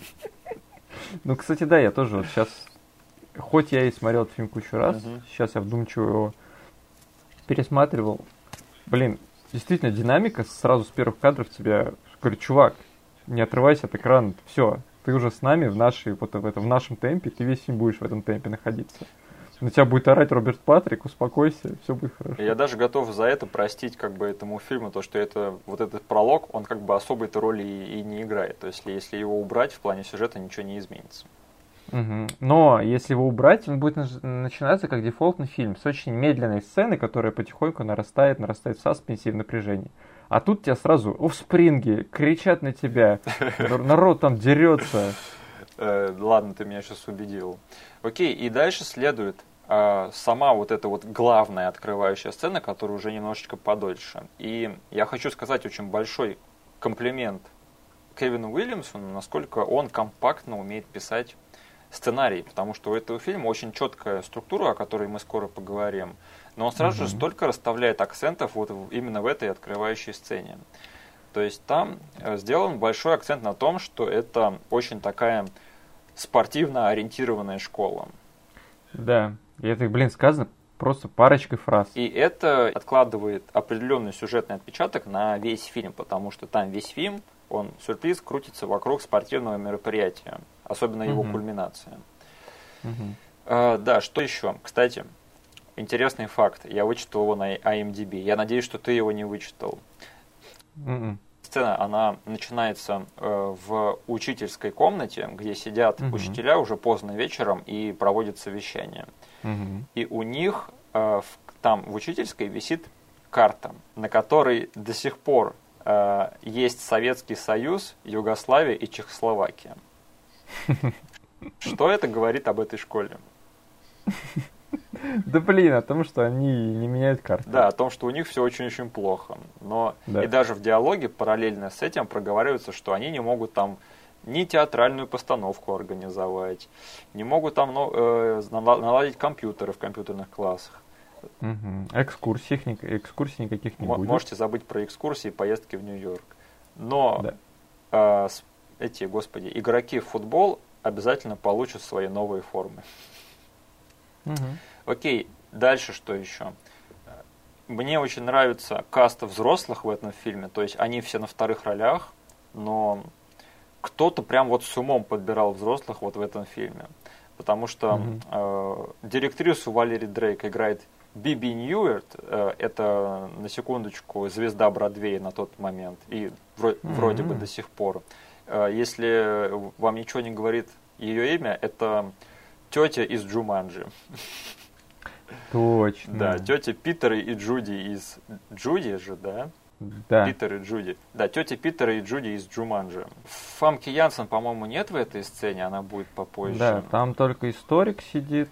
Ну, кстати, да, я тоже вот сейчас, хоть я и смотрел этот фильм кучу раз, uh-huh. сейчас я вдумчиво его пересматривал. Блин, действительно, динамика сразу с первых кадров тебя, говорю, чувак, не отрывайся от экрана, все, ты уже с нами в, нашей, вот в, этом, в нашем темпе, ты весь фильм будешь в этом темпе находиться. На тебя будет орать Роберт Патрик, успокойся, все будет хорошо. Я даже готов за это простить как бы этому фильму, то, что это, вот этот пролог, он как бы особой-то роли и, и не играет. То есть, если его убрать, в плане сюжета ничего не изменится. Угу. Но если его убрать, он будет начинаться как дефолтный фильм с очень медленной сцены, которая потихоньку нарастает, нарастает в саспенсе и в напряжении. А тут тебя сразу офспринги кричат на тебя, народ там дерется. Ладно, ты меня сейчас убедил. Окей, и дальше следует сама вот эта вот главная открывающая сцена, которая уже немножечко подольше. И я хочу сказать очень большой комплимент Кевину Уильямсону, насколько он компактно умеет писать сценарий, потому что у этого фильма очень четкая структура, о которой мы скоро поговорим, но он сразу mm-hmm. же столько расставляет акцентов вот именно в этой открывающей сцене. То есть там сделан большой акцент на том, что это очень такая спортивно ориентированная школа. Да, и это, блин, сказано просто парочкой фраз. И это откладывает определенный сюжетный отпечаток на весь фильм, потому что там весь фильм, он, сюрприз, крутится вокруг спортивного мероприятия, особенно его uh-huh. кульминация. Uh-huh. А, да, что еще? Кстати, интересный факт, я вычитал его на ай эм ди би, я надеюсь, что ты его не вычитал. Uh-uh. Сцена, она начинается э, в учительской комнате, где сидят uh-huh. учителя уже поздно вечером и проводят совещание. Uh-huh. И у них э, в, там в учительской висит карта, на которой до сих пор э, есть Советский Союз, Югославия и Чехословакия. Что это говорит об этой школе? Да блин, о том, что они не меняют карты. Да, о том, что у них все очень-очень плохо. Но да. И даже в диалоге параллельно с этим проговаривается, что они не могут там ни театральную постановку организовать, не могут там ну, э, наладить компьютеры в компьютерных классах. Угу. Экскурсий, экскурсий никаких не М- будет. Можете забыть про экскурсии и поездки в Нью-Йорк. Но Да. э, с- эти, господи, игроки в футбол обязательно получат свои новые формы. Мгм. Окей, дальше что еще? Мне очень нравится каст взрослых в этом фильме, то есть они все на вторых ролях, но кто-то прям вот с умом подбирал взрослых вот в этом фильме. Потому что Мгм. э, директрису Валери Дрейк играет Биби Ньюэрт, э, это, на секундочку, звезда Бродвея на тот момент, и вро- вроде бы М. до сих пор. Э, если вам ничего не говорит ее имя, это тетя из Джуманджи. Точно. Да, тетя Питера и Джуди из... Джуди же, да? Да. Питер и Джуди. Да, тетя Питера и Джуди из Джуманджи. Фамки Янсен, по-моему, нет в этой сцене, она будет попозже. Да, там только историк сидит,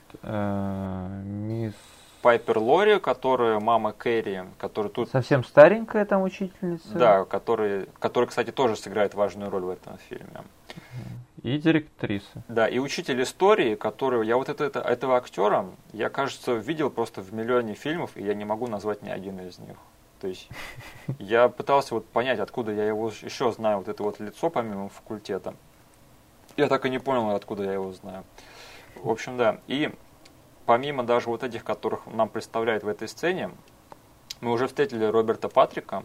э, мисс... Пайпер Лори, которая мама Кэрри, которая тут... Совсем старенькая там учительница. Да, который, который, кстати, тоже сыграет важную роль в этом фильме. И директриса. Да, и учитель истории, который... Я вот это, это, этого актера, я, кажется, видел просто в миллионе фильмов, и я не могу назвать ни один из них. То есть я пытался вот понять, откуда я его еще знаю, вот это вот лицо, помимо факультета. Я так и не понял, откуда я его знаю. В общем, да. И помимо даже вот этих, которых нам представляют в этой сцене, мы уже встретили Роберта Патрика,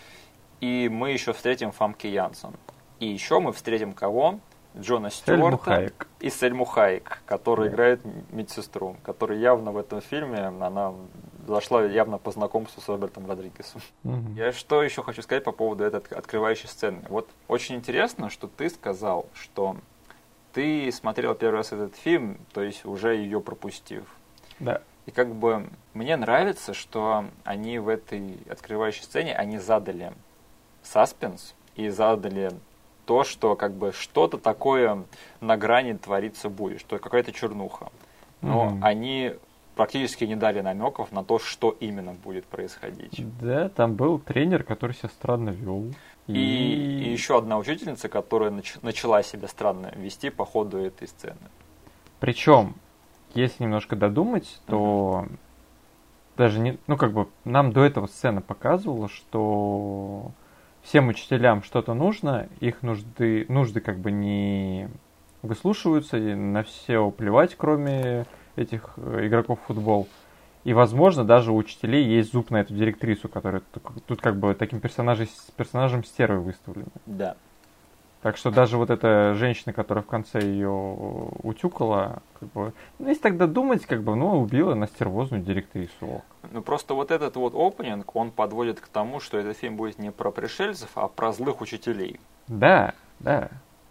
и мы еще встретим Фамки Янсен. И еще мы встретим кого? Джона Сельму Стюарта Хайек. и Сельму Хайек, которая Да. играет медсестру, которая явно в этом фильме, она зашла явно по знакомству с Робертом Родригесом. Мгм. Я что еще хочу сказать по поводу этой открывающей сцены. Вот очень интересно, что ты сказал, что ты смотрел первый раз этот фильм, то есть уже ее пропустив. Да. И как бы мне нравится, что они в этой открывающей сцене, они задали саспенс и задали то, что как бы что-то такое на грани твориться будет, что какая-то чернуха. Но Мгм. они практически не дали намеков на то, что именно будет происходить. Да, там был тренер, который себя странно вел. И, и еще одна учительница, которая нач- начала себя странно вести по ходу этой сцены. Причем, если немножко додумать, то даже не, ну как бы нам до этого сцена показывала, что всем учителям что-то нужно, их нужды, нужды как бы не выслушиваются, и на все плевать, кроме этих э, игроков в футбол. И, возможно, даже у учителей есть зуб на эту директрису, которая тут, тут как бы таким персонажем, персонажем стервы выставлена. Да. Так что даже вот эта женщина, которая в конце ее утюкала, как бы, ну, если тогда думать, как бы, ну, убила на стервозную директрису. Ну просто вот этот вот опенинг, он подводит к тому, что этот фильм будет не про пришельцев, а про злых учителей. Да, да.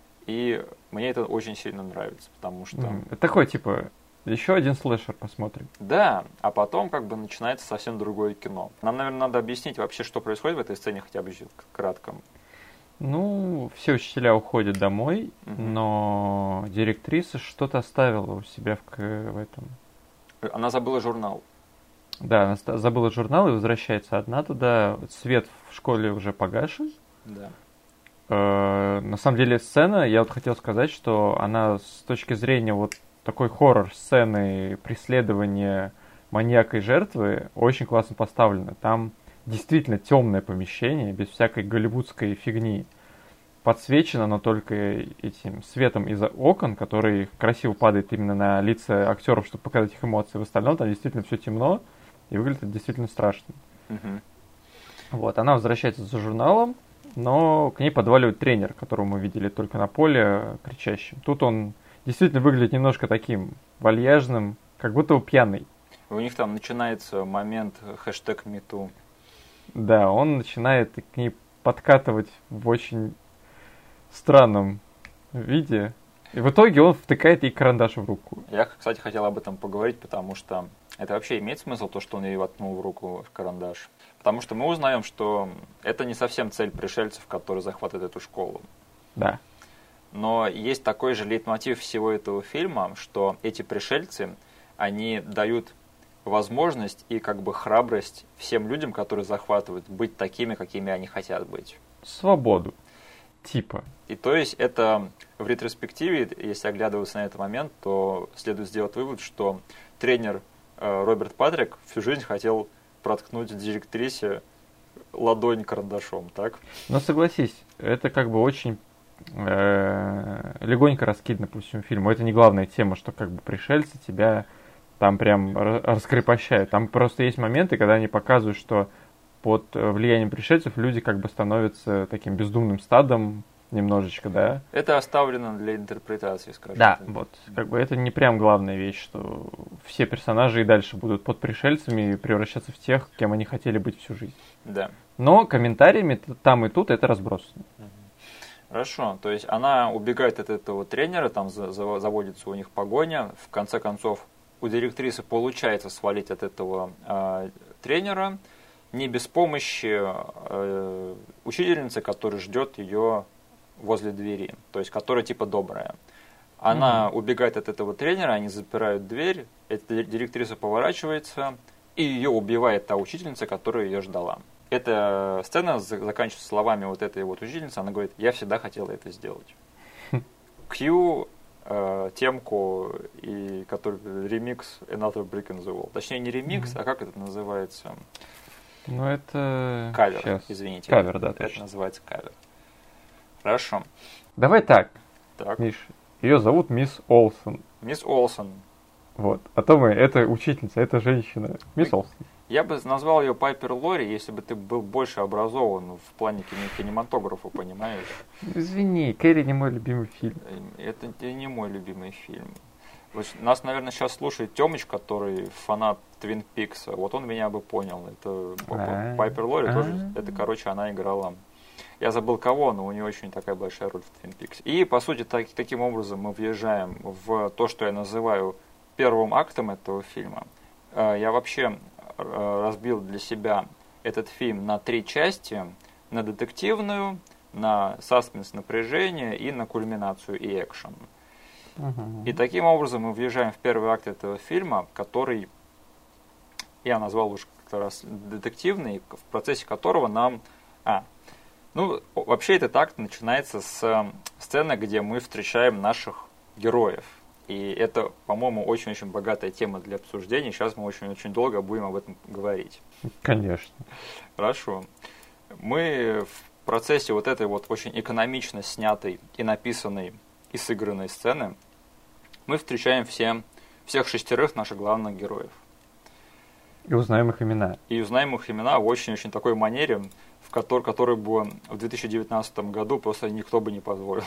И мне это очень сильно нравится, потому что... Мгм. Это такой, типа, еще один слэшер посмотрим. Да, а потом как бы начинается совсем другое кино. Нам, наверное, надо объяснить вообще, что происходит в этой сцене, хотя бы чуть кратко. Ну, все учителя уходят домой, Мгм. но директриса что-то оставила у себя в, к- в этом. Она забыла журнал. Да, она ста- забыла журнал и возвращается одна туда. Свет в школе уже погашен. Да. Э, на самом деле сцена, я вот хотел сказать, что она с точки зрения вот такой хоррор-сцены преследования маньяка и жертвы очень классно поставлена. Там действительно темное помещение, без всякой голливудской фигни. Подсвечено оно только этим светом из окон, который красиво падает именно на лица актеров, чтобы показать их эмоции. В остальном там действительно все темно и выглядит действительно страшно. Мгм. Вот, она возвращается за журналом, но к ней подваливает тренер, которого мы видели только на поле, кричащим. Тут он действительно выглядит немножко таким вальяжным, как будто бы пьяный. У них там начинается момент хэштег #MeToo. Да, он начинает к ней подкатывать в очень странном виде. И в итоге он втыкает ей карандаш в руку. Я, кстати, хотел об этом поговорить, потому что это вообще имеет смысл, то, что он ей воткнул в руку карандаш. Потому что мы узнаем, что это не совсем цель пришельцев, которые захватывают эту школу. Да. Но есть такой же лейтмотив всего этого фильма, что эти пришельцы, они дают возможность и как бы храбрость всем людям, которые захватывают, быть такими, какими они хотят быть. Свободу. Типа. И то есть это в ретроспективе, если оглядываться на этот момент, то следует сделать вывод, что тренер э, Роберт Патрик всю жизнь хотел проткнуть директрисе ладонь карандашом, так? Но согласись, это как бы очень э, легонько раскидано по всему фильму. Это не главная тема, что как бы пришельцы тебя там прям раскрепощают. Там просто есть моменты, когда они показывают, что под влиянием пришельцев люди как бы становятся таким бездумным стадом немножечко, да? Это оставлено для интерпретации, скажем да, так. Вот. Как бы это не прям главная вещь, что все персонажи и дальше будут под пришельцами и превращаться в тех, кем они хотели быть всю жизнь. Да. Но комментариями там и тут это разбросано. Хорошо, то есть она убегает от этого тренера, там заводится у них погоня, в конце концов у директрисы получается свалить от этого э, тренера, не без помощи э, учительницы, которая ждет ее возле двери, то есть которая типа добрая. Она mm-hmm. убегает от этого тренера, они запирают дверь, эта директриса поворачивается, и ее убивает та учительница, которая ее ждала. Эта сцена заканчивается словами вот этой вот учительницы, она говорит: я всегда хотела это сделать. Кью э, темку, и который ремикс Another Brick in the Wall. Точнее, не ремикс, mm-hmm. а как это называется? Ну, это... Кавер, Сейчас. извините. Кавер, да, это точно. называется кавер. Хорошо. Давай так, так. Миш, ее зовут мисс Олсен. Мисс Олсен. Вот, а то мы, это учительница, это женщина, мисс Олсен. Я бы назвал ее Пайпер Лори, если бы ты был больше образован в плане кинематографа, понимаешь? Извини, Кэрри не мой любимый фильм. Это не мой любимый фильм. Нас, наверное, сейчас слушает Тёмыч, который фанат Твин Пикса. Вот он меня бы понял. Это Пайпер Лори тоже. Это, короче, она играла. Я забыл кого, но у нее очень такая большая роль в Твин Пиксе. И, по сути, так, таким образом мы въезжаем в то, что я называю первым актом этого фильма. Я вообще разбил для себя этот фильм на три части. На детективную, на саспенс, напряжение и на кульминацию и экшен. Uh-huh. И таким образом мы въезжаем в первый акт этого фильма, который я назвал уже как-то раз детективный, в процессе которого нам... А, ну, вообще этот акт начинается с сцены, где мы встречаем наших героев. И это, по-моему, очень-очень богатая тема для обсуждения. Сейчас мы очень-очень долго будем об этом говорить. Конечно. Хорошо. Мы в процессе вот этой вот очень экономично снятой и написанной и сыгранной сцены мы встречаем все, всех шестерых наших главных героев. И узнаем их имена. И узнаем их имена в очень-очень такой манере, в которой, которой бы в две тысячи девятнадцатом году просто никто бы не позволил.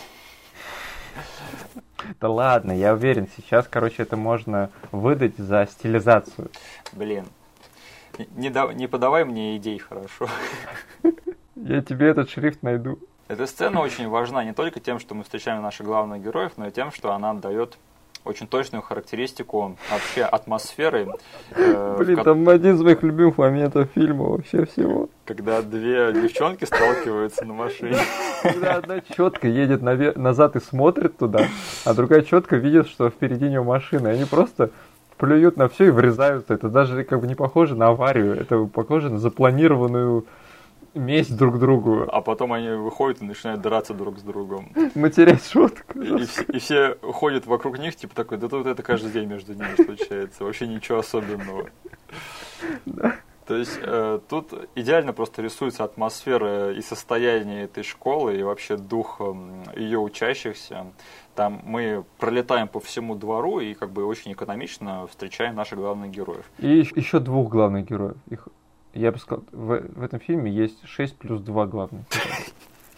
Да ладно, я уверен, сейчас, короче, это можно выдать за стилизацию. Блин, не, да, не подавай мне идей, хорошо? Я тебе этот шрифт найду. Эта сцена очень важна не только тем, что мы встречаем наших главных героев, но и тем, что она дает очень точную характеристику вообще атмосферы. Э, Блин, ко... там один из моих любимых моментов фильма вообще всего. Когда две девчонки сталкиваются на машине. Когда одна четко едет навер... назад и смотрит туда, а другая четко видит, что впереди нее машина. И они просто плюют на все и врезаются. Это даже как бы не похоже на аварию, это похоже на запланированную месть друг другу. А потом они выходят и начинают драться друг с другом. Матерять шутку. И, и, и все ходят вокруг них, типа такой, да тут это каждый день между ними случается. Вообще ничего особенного. Да. То есть э, тут идеально просто рисуется атмосфера и состояние этой школы, и вообще дух э, ее учащихся. Там мы пролетаем по всему двору и как бы очень экономично встречаем наших главных героев. И еще двух главных героев. Их, я бы сказал, в, в этом фильме есть шесть плюс два главных героя.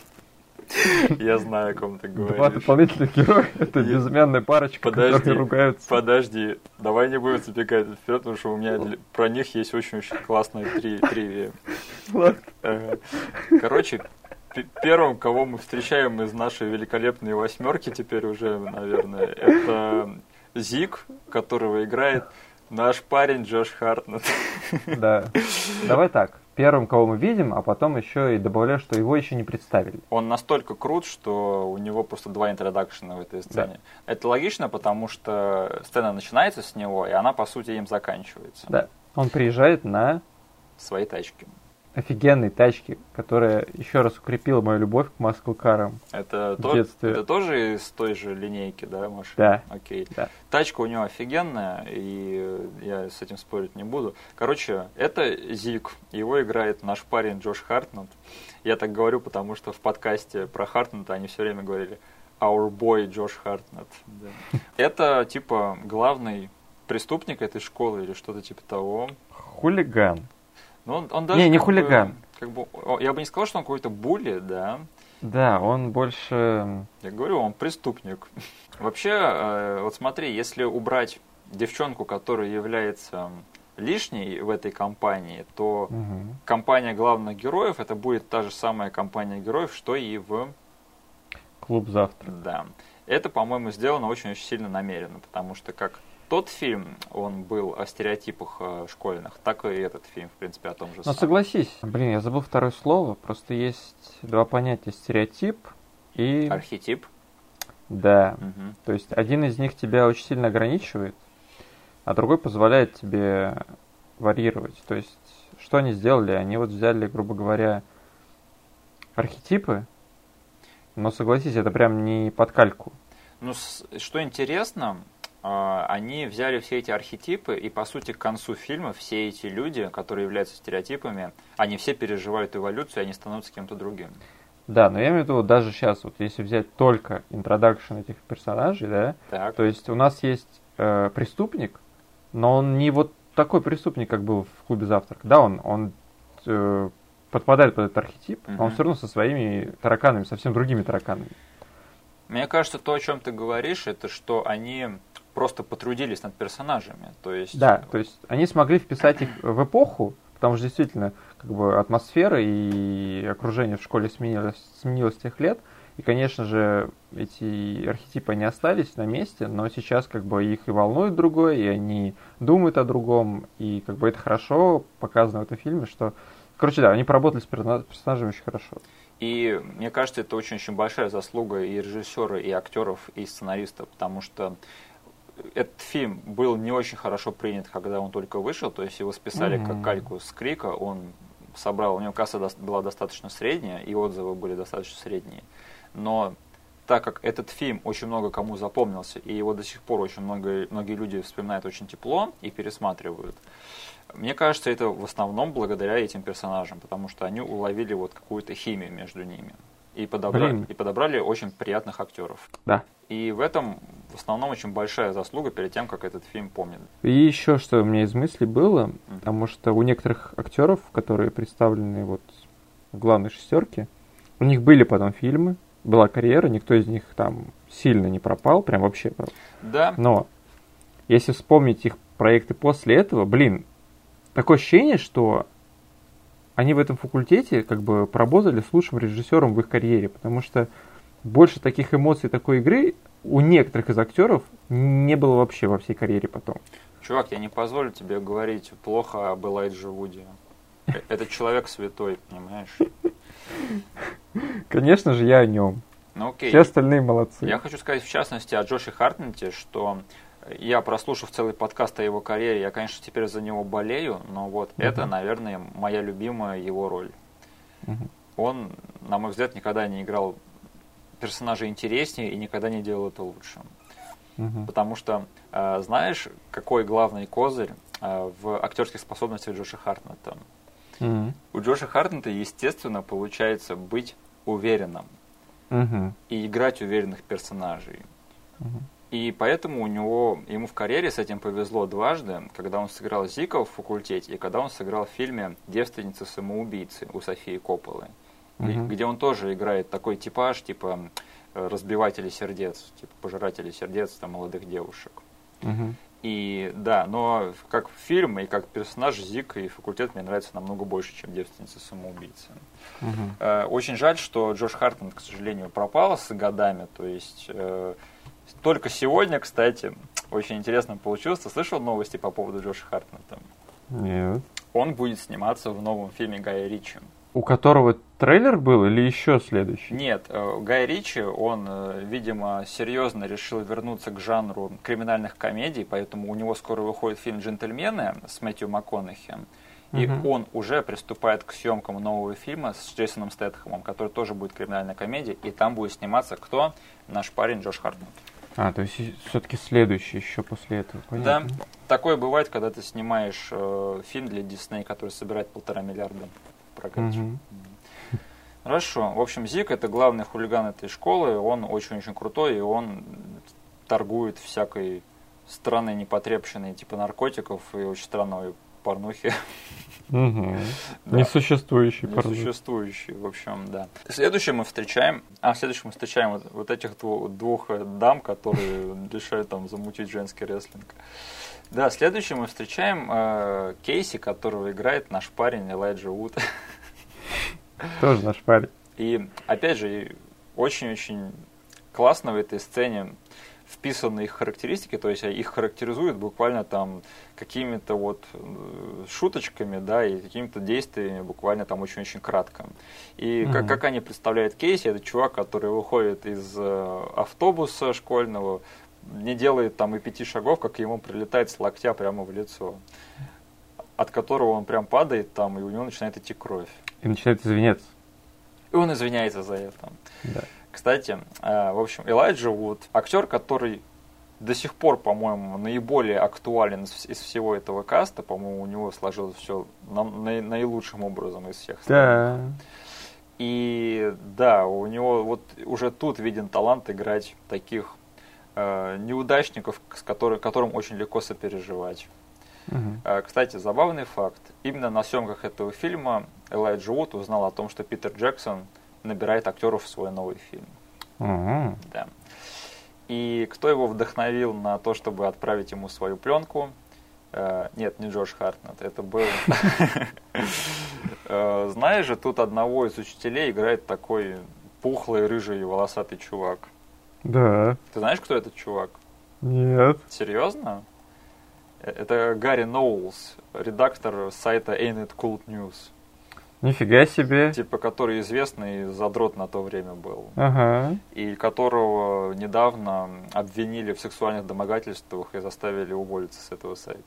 Я знаю, о ком ты говоришь. Два дополнительных героя, это безымянная парочка, подожди, которые ругаются. Подожди, давай не будем забегать вперед, потому что у меня для... про них есть очень-очень классная три... тривия. Ладно. Короче, первым, кого мы встречаем из нашей великолепной восьмерки теперь уже, наверное, это Зик, которого играет наш парень Джош Хартнетт. Да. Давай так. Первым, кого мы видим, а потом еще и добавляю, что его еще не представили. Он настолько крут, что у него просто два интродакшена в этой сцене. Да. Это логично, потому что сцена начинается с него, и она, по сути, им заканчивается. Да. Он приезжает на... своей тачке. офигенной тачки, которая еще раз укрепила мою любовь к маскл-карам. Это, в то, детстве. это тоже из той же линейки, да, машин? Да. Окей. Да. Тачка у него офигенная, и я с этим спорить не буду. Короче, это Зик, его играет наш парень Джош Хартнетт. Я так говорю, потому что в подкасте про Хартнетта они все время говорили «Our boy Джош Хартнетт». Да. Это типа главный преступник этой школы или что-то типа того. Хулиган. Но он, он даже не, не как хулиган. Бы, как бы, я бы не сказал, что он какой-то булли, да. Да, он больше... Я говорю, он преступник. Вообще, вот смотри, если убрать девчонку, которая является лишней в этой компании, то угу. компания главных героев, это будет та же самая компания героев, что и в... Клуб завтра. Да. Это, по-моему, сделано очень-очень сильно намеренно, потому что как тот фильм, он был о стереотипах э, школьных, так и этот фильм, в принципе, о том же Но самом. согласись, блин, я забыл второе слово, просто есть два понятия: стереотип и... Архетип. Да, угу. То есть один из них тебя очень сильно ограничивает, а другой позволяет тебе варьировать. То есть что они сделали? Они вот взяли, грубо говоря, архетипы, но согласись, это прям не под кальку. Ну, что интересно... Они взяли все эти архетипы, и, по сути, к концу фильма все эти люди, которые являются стереотипами, они все переживают эволюцию, и они становятся кем-то другим. Да, но я имею в виду, даже сейчас, вот если взять только интродакшн этих персонажей, да, так. то есть у нас есть э, преступник, но он не вот такой преступник, как был в «Клубе завтрак». Да, он, он э, подпадает под этот архетип, uh-huh. но он все равно со своими тараканами, совсем другими тараканами. Мне кажется, то, о чем ты говоришь, это что они... просто потрудились над персонажами, то есть... Да, то есть они смогли вписать их в эпоху, потому что действительно как бы атмосфера и окружение в школе сменилось, сменилось с тех лет, и, конечно же, эти архетипы не остались на месте, но сейчас как бы их и волнует другое, и они думают о другом, и как бы это хорошо показано в этом фильме, что... Короче, да, они поработали с персонажами очень хорошо. И мне кажется, это очень-очень большая заслуга и режиссера, и актеров, и сценариста, потому что этот фильм был не очень хорошо принят, когда он только вышел, то есть его списали mm-hmm. как кальку с Крика, он собрал, у него касса была достаточно средняя, и отзывы были достаточно средние. Но так как этот фильм очень много кому запомнился, и его до сих пор очень много, многие люди вспоминают очень тепло и пересматривают, мне кажется, это в основном благодаря этим персонажам, потому что они уловили вот какую-то химию между ними. И подобрали, и подобрали очень приятных актеров. Да. И в этом в основном очень большая заслуга перед тем, как этот фильм помнят. И еще что у меня из мыслей было, mm-hmm. потому что у некоторых актеров, которые представлены вот в главной шестерке, у них были потом фильмы, была карьера, никто из них там сильно не пропал, прям вообще пропал. Да. Но если вспомнить их проекты после этого, блин, такое ощущение, что они в этом факультете как бы поработали с лучшим режиссером в их карьере, потому что больше таких эмоций, такой игры у некоторых из актеров не было вообще во всей карьере потом. Чувак, я не позволю тебе говорить плохо об Элайджа Вуди. Это человек святой, понимаешь? Конечно же, я о нем. Ну, окей. Все остальные молодцы. Я хочу сказать, в частности, о Джоше Хартнетте, что я, прослушав целый подкаст о его карьере, я, конечно, теперь за него болею, но вот uh-huh. это, наверное, моя любимая его роль. Uh-huh. Он, на мой взгляд, никогда не играл персонажей интереснее и никогда не делал это лучше. Uh-huh. Потому что, э, знаешь, какой главный козырь э, в актерских способностях Джоша Хартнетта? Uh-huh. У Джоша Хартнетта, естественно, получается быть уверенным uh-huh. и играть уверенных персонажей. Uh-huh. И поэтому у него, ему в карьере с этим повезло дважды, когда он сыграл Зика в факультете, и когда он сыграл в фильме «Девственница-самоубийцы» у Софии Копполы, uh-huh. где он тоже играет такой типаж, типа разбиватели сердец, типа пожиратели сердец там, молодых девушек. Uh-huh. И да, но как фильм и как персонаж Зик и факультет мне нравится намного больше, чем «Девственница-самоубийца». Uh-huh. Очень жаль, что Джош Хартнетт, к сожалению, пропал с годами, то есть... Только сегодня, кстати, очень интересно получилось. Ты слышал новости по поводу Джоша Хартнетта? Нет. Он будет сниматься в новом фильме Гая Ричи. У которого трейлер был или еще следующий? Нет, Гай Ричи, он, видимо, серьезно решил вернуться к жанру криминальных комедий, поэтому у него скоро выходит фильм «Джентльмены» с Мэтью МакКонахи. И Мгм. он уже приступает к съемкам нового фильма с Джейсоном Стэтхэмом, который тоже будет криминальная комедия, и там будет сниматься кто? Наш парень Джош Хартнетт. А, то есть все-таки следующий еще после этого, Да, понятно. такое бывает, когда ты снимаешь э, фильм для Дисней, который собирает полтора миллиарда в прокате. Мгм. Хорошо. В общем, Зик — это главный хулиган этой школы, он очень-очень крутой, и он торгует всякой странной непотребщиной, типа наркотиков и очень странной порнухи. Мгм. Да. Несуществующий, пардон. Несуществующий, в общем, да. Следующее мы встречаем, а следующее мы встречаем вот, вот этих двух, двух э, дам, которые решают там замутить женский рестлинг. Да, следующее мы встречаем э, Кейси, которого играет наш парень Элайджа Вуд. Тоже наш парень. И, опять же, очень-очень классно в этой сцене вписаны их характеристики, то есть их характеризуют буквально там какими-то вот э, шуточками, да, и какими-то действиями буквально там очень-очень кратко. И Мгм. как, как они представляют Кейси, это чувак, который выходит из э, автобуса школьного, не делает там и пяти шагов, как ему прилетает с локтя прямо в лицо, от которого он прям падает там, и у него начинает идти кровь. И начинает извиняться. И он извиняется за это. Да. Кстати, э, в общем, Элайджа Вуд, актер, который до сих пор, по-моему, наиболее актуален из, из всего этого каста, по-моему, у него сложилось все на, на- наилучшим образом из всех Да. И да, у него вот уже тут виден талант играть таких э, неудачников, с которым, которым очень легко сопереживать. Мгм. Э, Кстати, забавный факт. Именно на съемках этого фильма Элайджа Вуд узнал о том, что Питер Джексон набирает актеров в свой новый фильм. Ага. Да. И кто его вдохновил на то, чтобы отправить ему свою пленку? Э, Нет, не Джош Хартнетт, это был... Э, Знаешь же, тут одного из учителей играет такой пухлый, рыжий, волосатый чувак. Да. Ты знаешь, кто этот чувак? Нет. Серьезно? Э, Это Гарри Ноулс, редактор сайта Ain't It Cool News. Нифига себе. Типа, который известный задрот на то время был. Ага. И которого недавно обвинили в сексуальных домогательствах и заставили уволиться с этого сайта.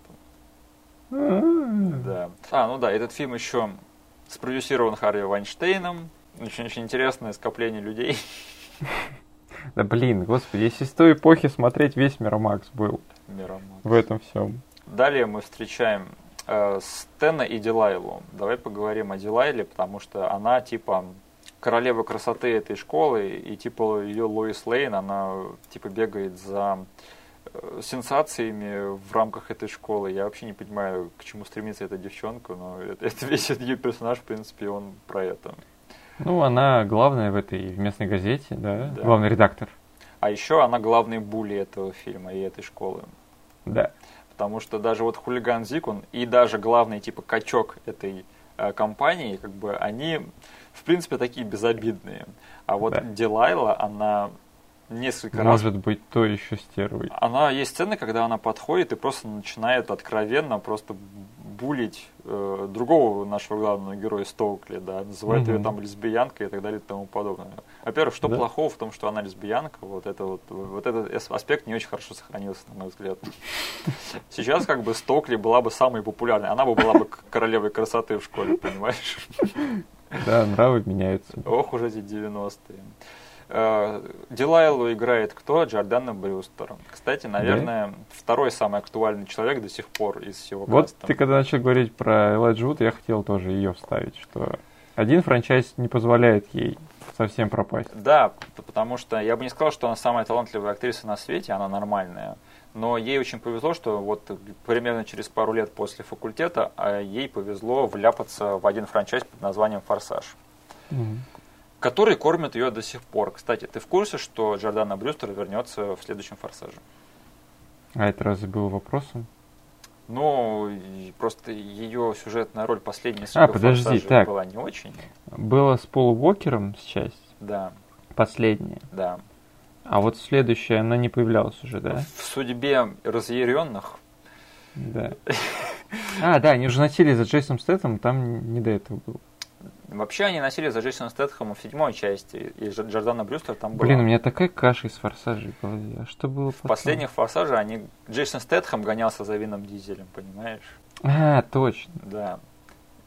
А. Да. А, ну да, этот фильм еще спродюсирован Харви Вайнштейном. Очень-очень интересное скопление людей. Да блин, господи, если с той эпохи смотреть, весь Миромакс был Миром. в этом всем. Далее мы встречаем э, Стэна и Дилайлу. Давай поговорим о Дилайле, потому что она типа королева красоты этой школы, и типа ее Лоис Лейн, она типа бегает за э, сенсациями в рамках этой школы. Я вообще не понимаю, к чему стремится эта девчонка, но это, это весь этот ее персонаж, в принципе, он про это. Ну, она главная в этой в местной газете, да? Да. Главный редактор. А еще она главный булли этого фильма и этой школы. Да. Потому что даже вот хулиган Зик, он и даже главный типа качок этой э, компании, как бы они, в принципе, такие безобидные. А вот Да. Дилайла, она несколько раз... Может быть, то еще стервой. Она есть сцены, когда она подходит и просто начинает откровенно просто булить э, другого нашего главного героя Стоукли, да, называет Мгм. ее там лесбиянкой и так далее и тому подобное. Во-первых, что Да. плохого в том, что она лесбиянка, вот это вот, вот этот ас- аспект не очень хорошо сохранился, на мой взгляд. Сейчас как бы Стоукли была бы самой популярной, она бы была бы к- королевой красоты в школе, понимаешь? Да, нравы меняются. Ох уж эти девяностые. Э, Дилайлу играет кто? Джордана Брюстер. Кстати, наверное, второй самый актуальный человек до сих пор из всего Вот каста. ты когда начал говорить про Элайджу Вуд, я хотел тоже ее вставить, что один франчайз не позволяет ей совсем пропасть. Да, п- потому что я бы не сказал, что она самая талантливая актриса на свете, она нормальная. Но ей очень повезло, что вот примерно через пару лет после факультета а, ей повезло вляпаться в один франчайз под названием «Форсаж», Мгм. который кормит ее до сих пор. Кстати, ты в курсе, что Джордана Брюстер вернется в следующем «Форсаже»? А это разве было вопросом? Ну, и просто ее сюжетная роль последней А, судьбы подожди, «Форсаже» так. была не очень. Было с Полу Уокером часть, Да, последняя. да. А вот следующая, она не появлялась уже, да? В судьбе разъяренных. Да. А, да, они уже носили за Джейсоном Стэттем, там не до этого было. Вообще они носили за Джейсона Стэтхэмом в седьмой части, и Дж- Джордана Брюстер там была. Блин, у меня такая каша из форсажей в голове. А что было В потом? последних «Форсаже» они... Джейсон Стэтхэм гонялся за Вином Дизелем, понимаешь? А, точно. Да.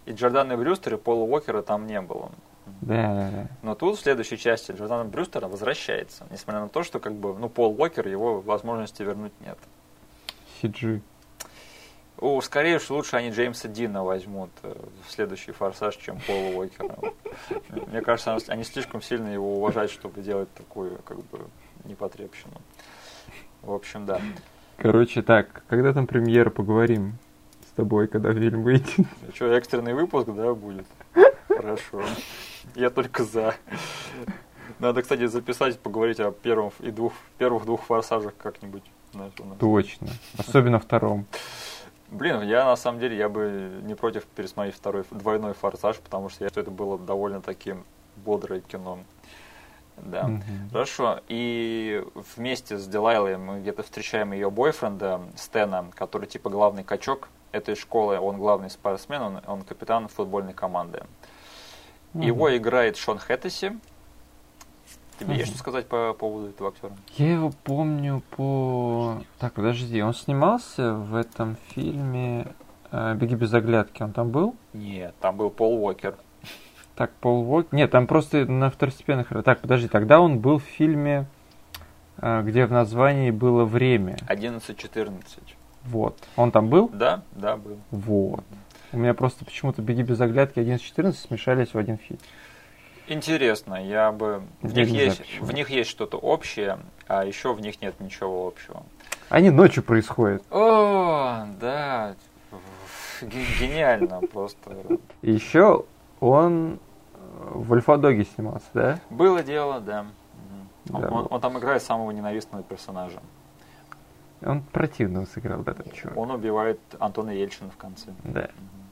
И Джорданы Брюстера, и Пола Уокера там не было. Да, да, да. Но тут в следующей части Джордана Брюстера возвращается, несмотря на то, что как бы, ну, Пол Уокер, его возможности вернуть нет. си джи. О, скорее уж лучше они Джеймса Дина возьмут в следующий «Форсаж», чем Пола Уокера. Мне кажется, они слишком сильно его уважают, чтобы делать такую, как бы, непотребщину. В общем, да. Короче, так, когда там премьера, поговорим с тобой, когда фильм выйдет. Что, экстренный выпуск, да, будет? Хорошо. Я только за. Надо, кстати, записать, поговорить о первом и двух, первых двух «Форсажах» как-нибудь. Точно. Особенно втором. Блин, я на самом деле, я бы не против пересмотреть второй двойной «Форсаж», потому что я, что это было довольно-таки бодрое кино. Да. Угу. Хорошо. И вместе с Делайлой мы где-то встречаем ее бойфренда Стэна, который типа главный качок этой школы. Он главный спортсмен, он, он капитан футбольной команды. Угу. Его играет Шон Хэттеси. Тебе угу. есть что сказать по поводу этого актера? Я его помню по... Так, подожди, он снимался в этом фильме «Беги без оглядки». Он там был? Нет, там был Пол Уокер. Так, Пол Уокер... Нет, там просто на второстепенных... Так, подожди, тогда он был в фильме, где в названии было «Время». одиннадцать четырнадцать. Вот. Он там был? Да, да, был. Вот. У меня просто почему-то «Беги без оглядки» одиннадцать четырнадцать смешались в один фильм. Интересно, я бы... В них, есть, в них есть что-то общее, а еще в них нет ничего общего. Они ночью происходят. О, да. Гениально просто. И еще он в «Альфа-Доге» снимался, да? Было дело, да. да он, он, он там играет самого ненавистного персонажа. Он противного сыграл, да, там чувак. Он убивает Антона Ельчина в конце. Да.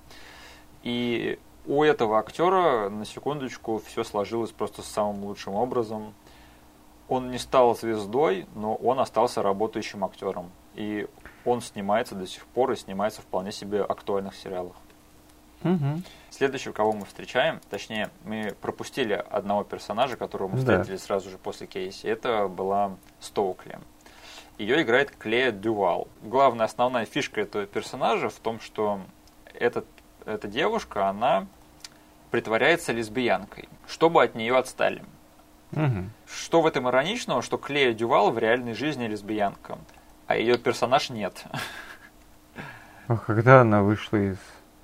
И у этого актера, на секундочку, все сложилось просто самым лучшим образом. Он не стал звездой, но он остался работающим актером. И он снимается до сих пор и снимается в вполне себе актуальных сериалах. Угу. Следующего, кого мы встречаем, точнее, мы пропустили одного персонажа, которого мы встретили да. сразу же после Кейси. Это была Стоукли. Ее играет Клея Дювал. Главная, основная фишка этого персонажа в том, что этот эта девушка, она притворяется лесбиянкой, чтобы от нее отстали. Угу. Что в этом ироничного, что Клея Дювал в реальной жизни лесбиянка, а ее персонаж нет. А когда она вышла из...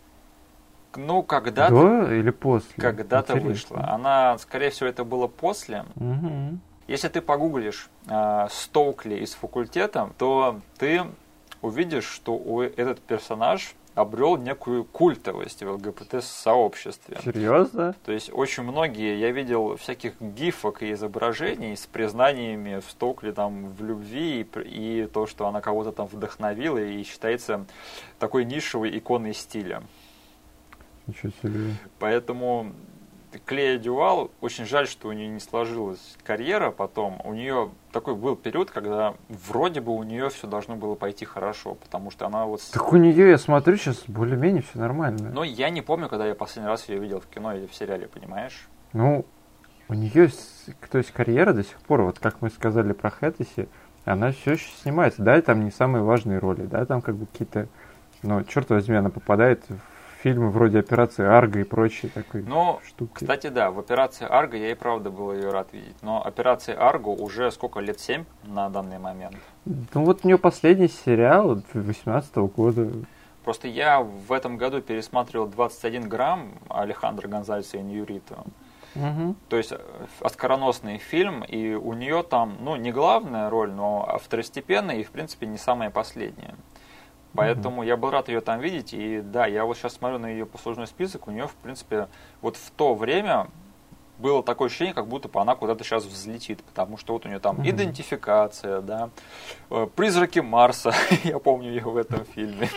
Ну, когда-то... До или после? Когда-то Интересно. Вышла. Она, скорее всего, это было после. Угу. Если ты погуглишь э, Стоукли из факультета, то ты увидишь, что у этот персонаж обрел некую культовость в ЛГБТ-сообществе. Серьезно? То есть очень многие, я видел всяких гифок и изображений с признаниями в Стоукли там в любви и, и то, что она кого-то там вдохновила и считается такой нишевой иконой стиля. Ничего себе. Поэтому Клея Дювал, очень жаль, что у нее не сложилась карьера потом. У нее такой был период, когда вроде бы у нее все должно было пойти хорошо, потому что она вот... Так у нее, я смотрю, сейчас более-менее все нормально. Но я не помню, когда я последний раз ее видел в кино или в сериале, понимаешь? Ну, у нее, то есть карьера до сих пор, вот как мы сказали про Хэттеси, она все еще снимается. Да, там не самые важные роли, да, там как бы какие-то... Ну, черт возьми, она попадает в фильмы вроде «Операции Арго» и прочие такой ну, штуки. Кстати, да, в «Операции Арго» я и правда был ее рад видеть. Но «Операция Арго» уже сколько, лет семь на данный момент? Ну вот у нее последний сериал две тысячи восемнадцатого года. Просто я в этом году пересматривал «двадцать один грамм» Алехандро Гонсальеса Иньярриту. Угу. То есть оскароносный фильм, и у нее там, ну, не главная роль, но второстепенная и, в принципе, не самая последняя. Поэтому mm-hmm. я был рад ее там видеть, и да, я вот сейчас смотрю на ее послужной список, у нее, в принципе, вот в то время было такое ощущение, как будто бы она куда-то сейчас взлетит, потому что вот у нее там mm-hmm. идентификация, да, «Призраки Марса», я помню ее в этом фильме.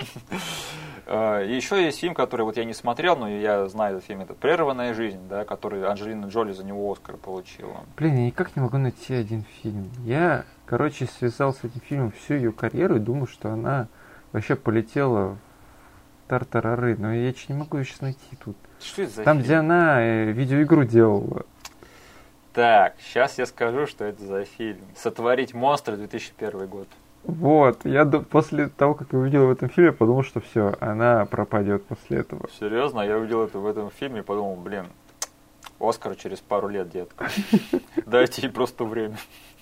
Еще есть фильм, который вот я не смотрел, но я знаю этот фильм, это «Прерванная жизнь», да, который Анджелина Джоли за него Оскар получила. Блин, я никак не могу найти один фильм. Я, короче, связал с этим фильмом всю ее карьеру и думаю, что она вообще полетела в тартарары, но я не могу ее сейчас найти тут. Что это за Там, фильм? где она э, видеоигру делала. Так, сейчас я скажу, что это за фильм. «Сотворить монстра», две тысячи первый год. Вот, я до- после того, как я увидел в этом фильме, подумал, что все, она пропадет после этого. Серьезно, я увидел это в этом фильме и подумал, блин, Оскар через пару лет, детка. Дайте ей просто время.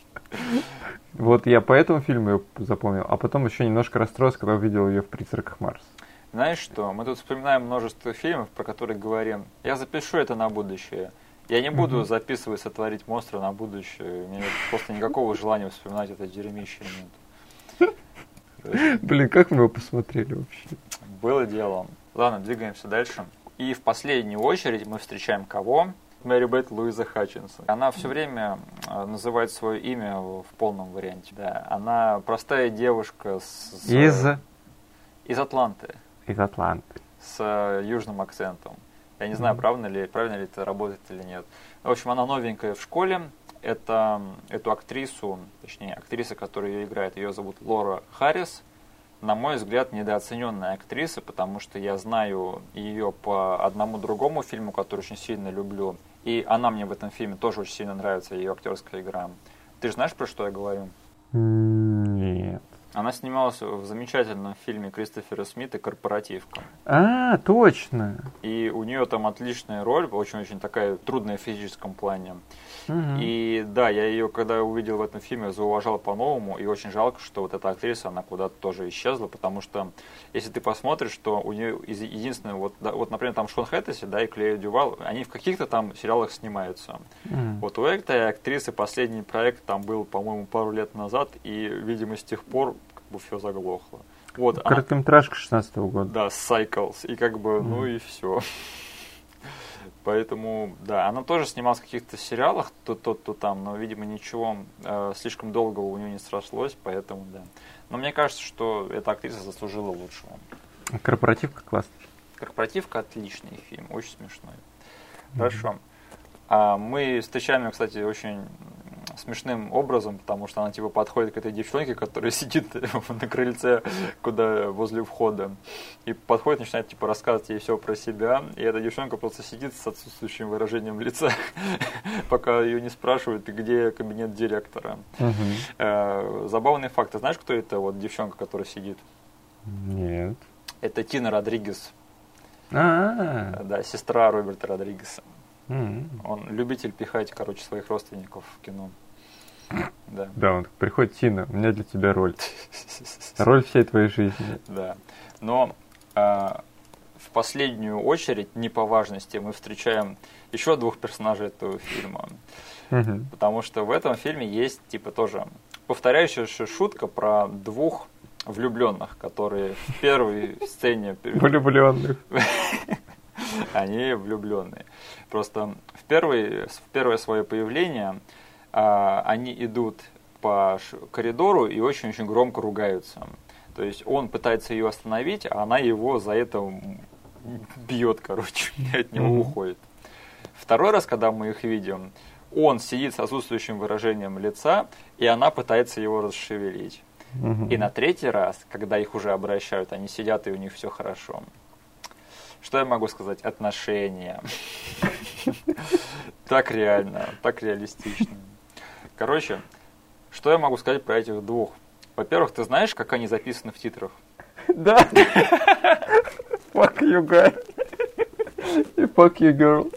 Вот я по этому фильму ее запомнил, а потом еще немножко расстроился, когда увидел ее в «Призраках Марса». Знаешь что, мы тут вспоминаем множество фильмов, про которые говорим, я запишу это на будущее. Я не буду записывать, сотворить монстра на будущее. У меня просто никакого желания вспоминать это дерьмище нет. Блин, как мы его посмотрели вообще? Было дело. Ладно, двигаемся дальше. И в последнюю очередь мы встречаем кого? Мэри Бет Луиза Хатчинсон. Она все время называет свое имя в полном варианте. Да. Она простая девушка с... Из... Из Атланты. Из Атланты. С южным акцентом. Я не знаю, mm-hmm. правильно ли, правильно ли это работает или нет. В общем, она новенькая в школе. Это, эту актрису, точнее, актриса, которая ее играет, ее зовут Лора Харрис. На мой взгляд, недооцененная актриса, потому что я знаю ее по одному другому фильму, который очень сильно люблю. И она мне в этом фильме тоже очень сильно нравится, ее актерская игра. Ты же знаешь, про что я говорю? Нет. Она снималась в замечательном фильме Кристофера Смита «Корпоративка». А, точно. И у нее там отличная роль, очень-очень такая трудная в физическом плане. Угу. И да, я ее, когда увидел в этом фильме, зауважал по-новому, и очень жалко, что вот эта актриса, она куда-то тоже исчезла, потому что, если ты посмотришь, что у нее единственное, вот, да, вот например, там Шон Хэттеси, да, и Клея Дювал, они в каких-то там сериалах снимаются. Угу. Вот у этой актрисы последний проект там был, по-моему, пару лет назад, и, видимо, с тех пор как бы все заглохло. Вот, короткометражка шестнадцатого года. Да, Cycles, и как бы, mm. ну и все. Поэтому, да, она тоже снималась в каких-то сериалах, то тут, то там, но, видимо, ничего э, слишком долго у нее не срослось, поэтому, да. Но мне кажется, что эта актриса заслужила лучшего. «Корпоративка» классный. «Корпоративка» отличный фильм, очень смешной. Mm-hmm. Хорошо. А мы встречаем ее, кстати, очень смешным образом, потому что она типа подходит к этой девчонке, которая сидит на крыльце, куда возле входа, и подходит, начинает типа рассказывать ей все про себя, и эта девчонка просто сидит с отсутствующим выражением лица, пока ее не спрашивают, где кабинет директора. Uh-huh. Забавный факт. Ты знаешь, кто это вот девчонка, которая сидит? Нет. Это Тина Родригес. А-а-а. Да, сестра Роберта Родригеса. Mm-hmm. Он любитель пихать, короче, своих родственников в кино. Да. Да, он приходит: Тина, у меня для тебя роль. Роль всей твоей жизни. Да. Но а, в последнюю очередь, не по важности, мы встречаем еще двух персонажей этого фильма. Mm-hmm. Потому что в этом фильме есть, типа, тоже повторяющаяся шутка про двух влюбленных, которые в первой сцене... Влюбленных. Они влюбленные. Просто в, первый, в первое свое появление а, они идут по коридору и очень-очень громко ругаются. То есть он пытается ее остановить, а она его за это бьет, короче, от него mm-hmm. уходит. Второй раз, когда мы их видим, он сидит с отсутствующим выражением лица, и она пытается его расшевелить. Mm-hmm. И на третий раз, когда их уже обращают, они сидят, и у них все хорошо. Что я могу сказать? Отношения. Так реально, так реалистично. Короче, что я могу сказать про этих двух? Во-первых, ты знаешь, как они записаны в титрах? Да. Fuck you, guy. И fuck you, girl.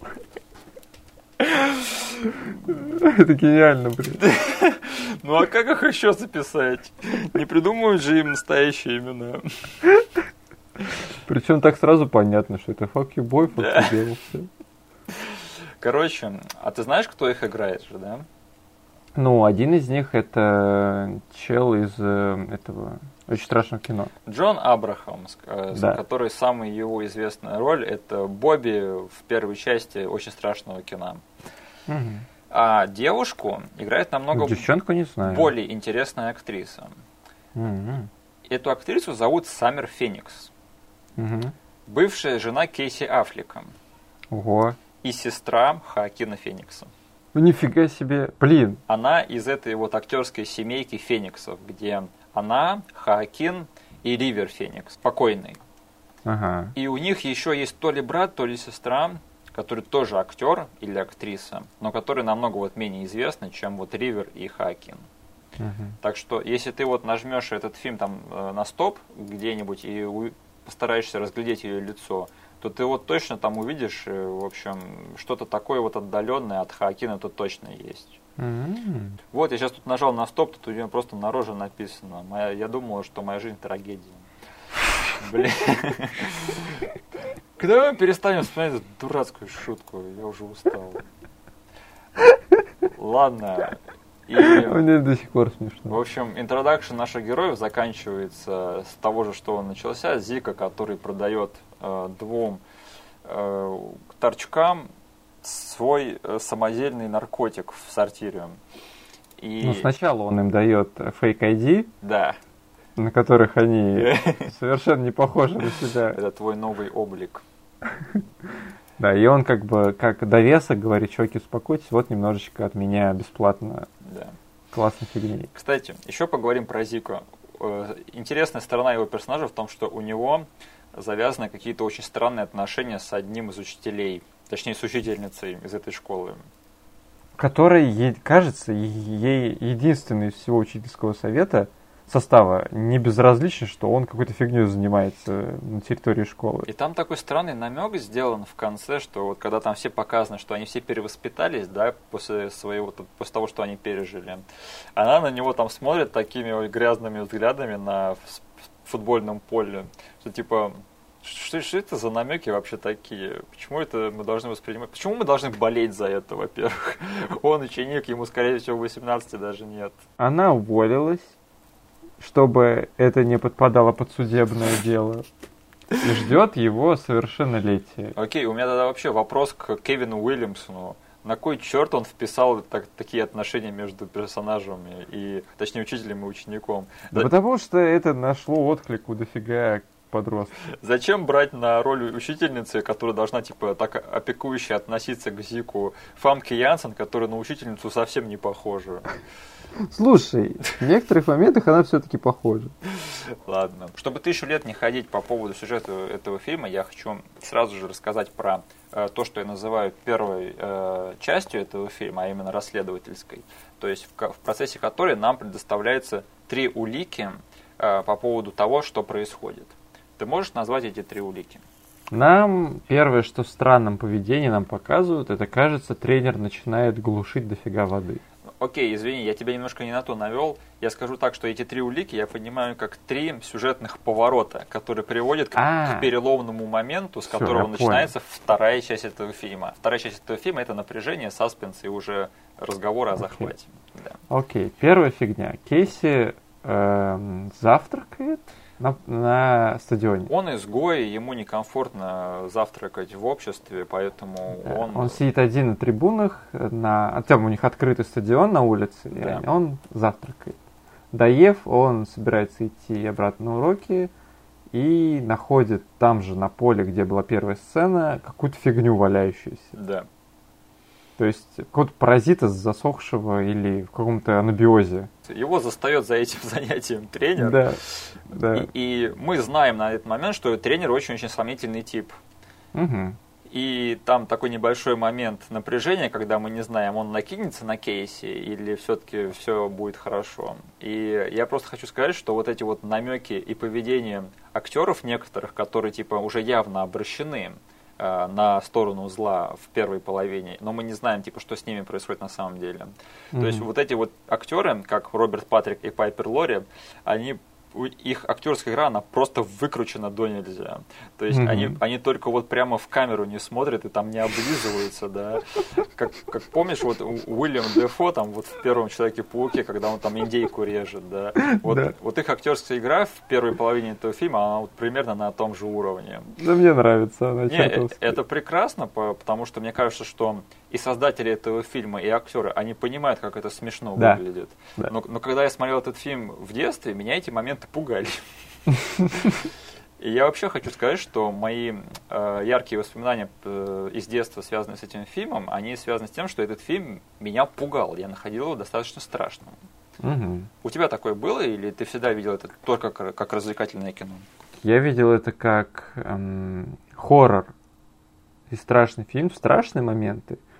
Это гениально, блин. Ну а как их еще записать? Не придумывают же им настоящие имена. Причем так сразу понятно, что это fuck you boy, fuck you girl. Все. Короче, а ты знаешь, кто их играет же, да? Ну, один из них это чел из э, этого очень страшного кино. Джон Абрахам, э, да. который самая его известная роль, это Бобби в первой части очень страшного кино. Угу. А девушку играет намного Девчонку не знаю. более интересная актриса. Угу. Эту актрису зовут Саммер Феникс. Угу. Бывшая жена Кейси Аффлека. Ого. И сестра Хоакина Феникса. Ну нифига себе, блин. Она из этой вот актерской семейки Фениксов, где она, Хоакин и Ривер Феникс, покойный. Ага. И у них еще есть то ли брат, то ли сестра, который тоже актер или актриса, но который намного вот менее известный, чем вот Ривер и Хоакин. Угу. Так что, если ты вот нажмешь этот фильм там на стоп где-нибудь и у... постараешься разглядеть ее лицо, то ты вот точно там увидишь, в общем, что-то такое вот отдаленное от Хоакина тут точно есть. Mm-hmm. Вот, я сейчас тут нажал на стоп, тут у него просто на роже написано. Моя, я думал, что моя жизнь трагедия. Блин. Когда мы перестанем вспоминать эту дурацкую шутку? Я уже устал. Ладно. И, мне до сих пор смешно. В общем, интродакшн наших героев заканчивается с того же, что он начался. Зика, который продает э, двум э, торчкам свой э, самодельный наркотик в сортире. И... Ну, сначала он им дает фейк-ай ди, да. на которых они совершенно не похожи на себя. Это твой новый облик. Да, и он как бы, как довесок говорит: чуваки, успокойтесь, вот немножечко от меня бесплатно. Да. Классной фигни. Кстати, еще поговорим про Зику. Интересная сторона его персонажа в том, что у него завязаны какие-то очень странные отношения с одним из учителей, точнее, с учительницей из этой школы. Которая, ей, кажется, ей единственный из всего учительского совета состава не безразличен, что он какой-то фигней занимается на территории школы. И там такой странный намек сделан в конце, что вот когда там все показано, что они все перевоспитались, да, после своего, после того, что они пережили, она на него там смотрит такими вот грязными взглядами на футбольном поле, что типа, что, что это за намеки вообще такие? Почему это мы должны воспринимать? Почему мы должны болеть за это, во-первых? Он ученик, ему, скорее всего, восемнадцати даже нет. Она уволилась, чтобы это не подпадало под судебное дело, и ждет его совершеннолетие. Окей, у меня тогда вообще вопрос к Кевину Уильямсону. На кой черт он вписал так, такие отношения между персонажами, и, точнее, учителем и учеником? Да, да потому что это нашло отклик у дофига подростков. Зачем брать на роль учительницы, которая должна, типа, так опекующе относиться к Зику, Фамке Янсен, которая на учительницу совсем не похожа? Слушай, в некоторых моментах она все-таки похожа. Ладно. Чтобы тысячу лет не ходить по поводу сюжета этого фильма, я хочу сразу же рассказать про э, то, что я называю первой э, частью этого фильма, а именно расследовательской. То есть в, в процессе которой нам предоставляется три улики э, по поводу того, что происходит. Ты можешь назвать эти три улики? Нам первое, что в странном поведении нам показывают, это, кажется, тренер начинает глушить дофига воды. Окей, извини, я тебя немножко не на то навел. Я скажу так, что эти три улики я понимаю как три сюжетных поворота, которые приводят к, к переломному моменту, с которого начинается вторая часть этого фильма. Вторая часть этого фильма — это напряжение, саспенс и уже разговоры о захвате. Да. Окей, первая фигня. Кейси э, завтракает на, на стадионе. Он изгой, ему некомфортно завтракать в обществе, поэтому да, он... Он сидит один на трибунах, на... там у них открытый стадион на улице, да. И он завтракает. Доев, он собирается идти обратно на уроки и находит там же на поле, где была первая сцена, какую-то фигню валяющуюся. Да. То есть какого-то паразита засохшего или в каком-то анабиозе. Его застает за этим занятием тренер. Да, да. И, и мы знаем на этот момент, что тренер очень-очень сомнительный тип. Угу. И там такой небольшой момент напряжения, когда мы не знаем, он накинется на Кейси или все-таки все будет хорошо. И я просто хочу сказать, что вот эти вот намеки и поведение актеров некоторых, которые типа уже явно обращены на сторону зла в первой половине, но мы не знаем, типа, что с ними происходит на самом деле. Mm-hmm. То есть вот эти вот актеры, как Роберт Патрик и Пайпер Лори, они, их актерская игра, она просто выкручена до нельзя. То есть mm-hmm. они, они только вот прямо в камеру не смотрят и там не облизываются, да. Как, как помнишь, вот Уильям Дефо там вот в первом Человеке-пауке, когда он там индейку режет, да. Вот, да. Вот их актерская игра в первой половине этого фильма, она вот примерно на том же уровне. Да мне нравится она. Не, это, это прекрасно, потому что мне кажется, что и создатели этого фильма, и актеры, они понимают, как это смешно да. выглядит. Да. Но, но когда я смотрел этот фильм в детстве, меня эти моменты пугали. И я вообще хочу сказать, что мои э, яркие воспоминания э, из детства, связанные с этим фильмом, они связаны с тем, что этот фильм меня пугал. Я находил его достаточно страшным. Угу. У тебя такое было, или ты всегда видел это только как, как развлекательное кино? Я видел это как эм, хоррор и страшный фильм, страшные моменты.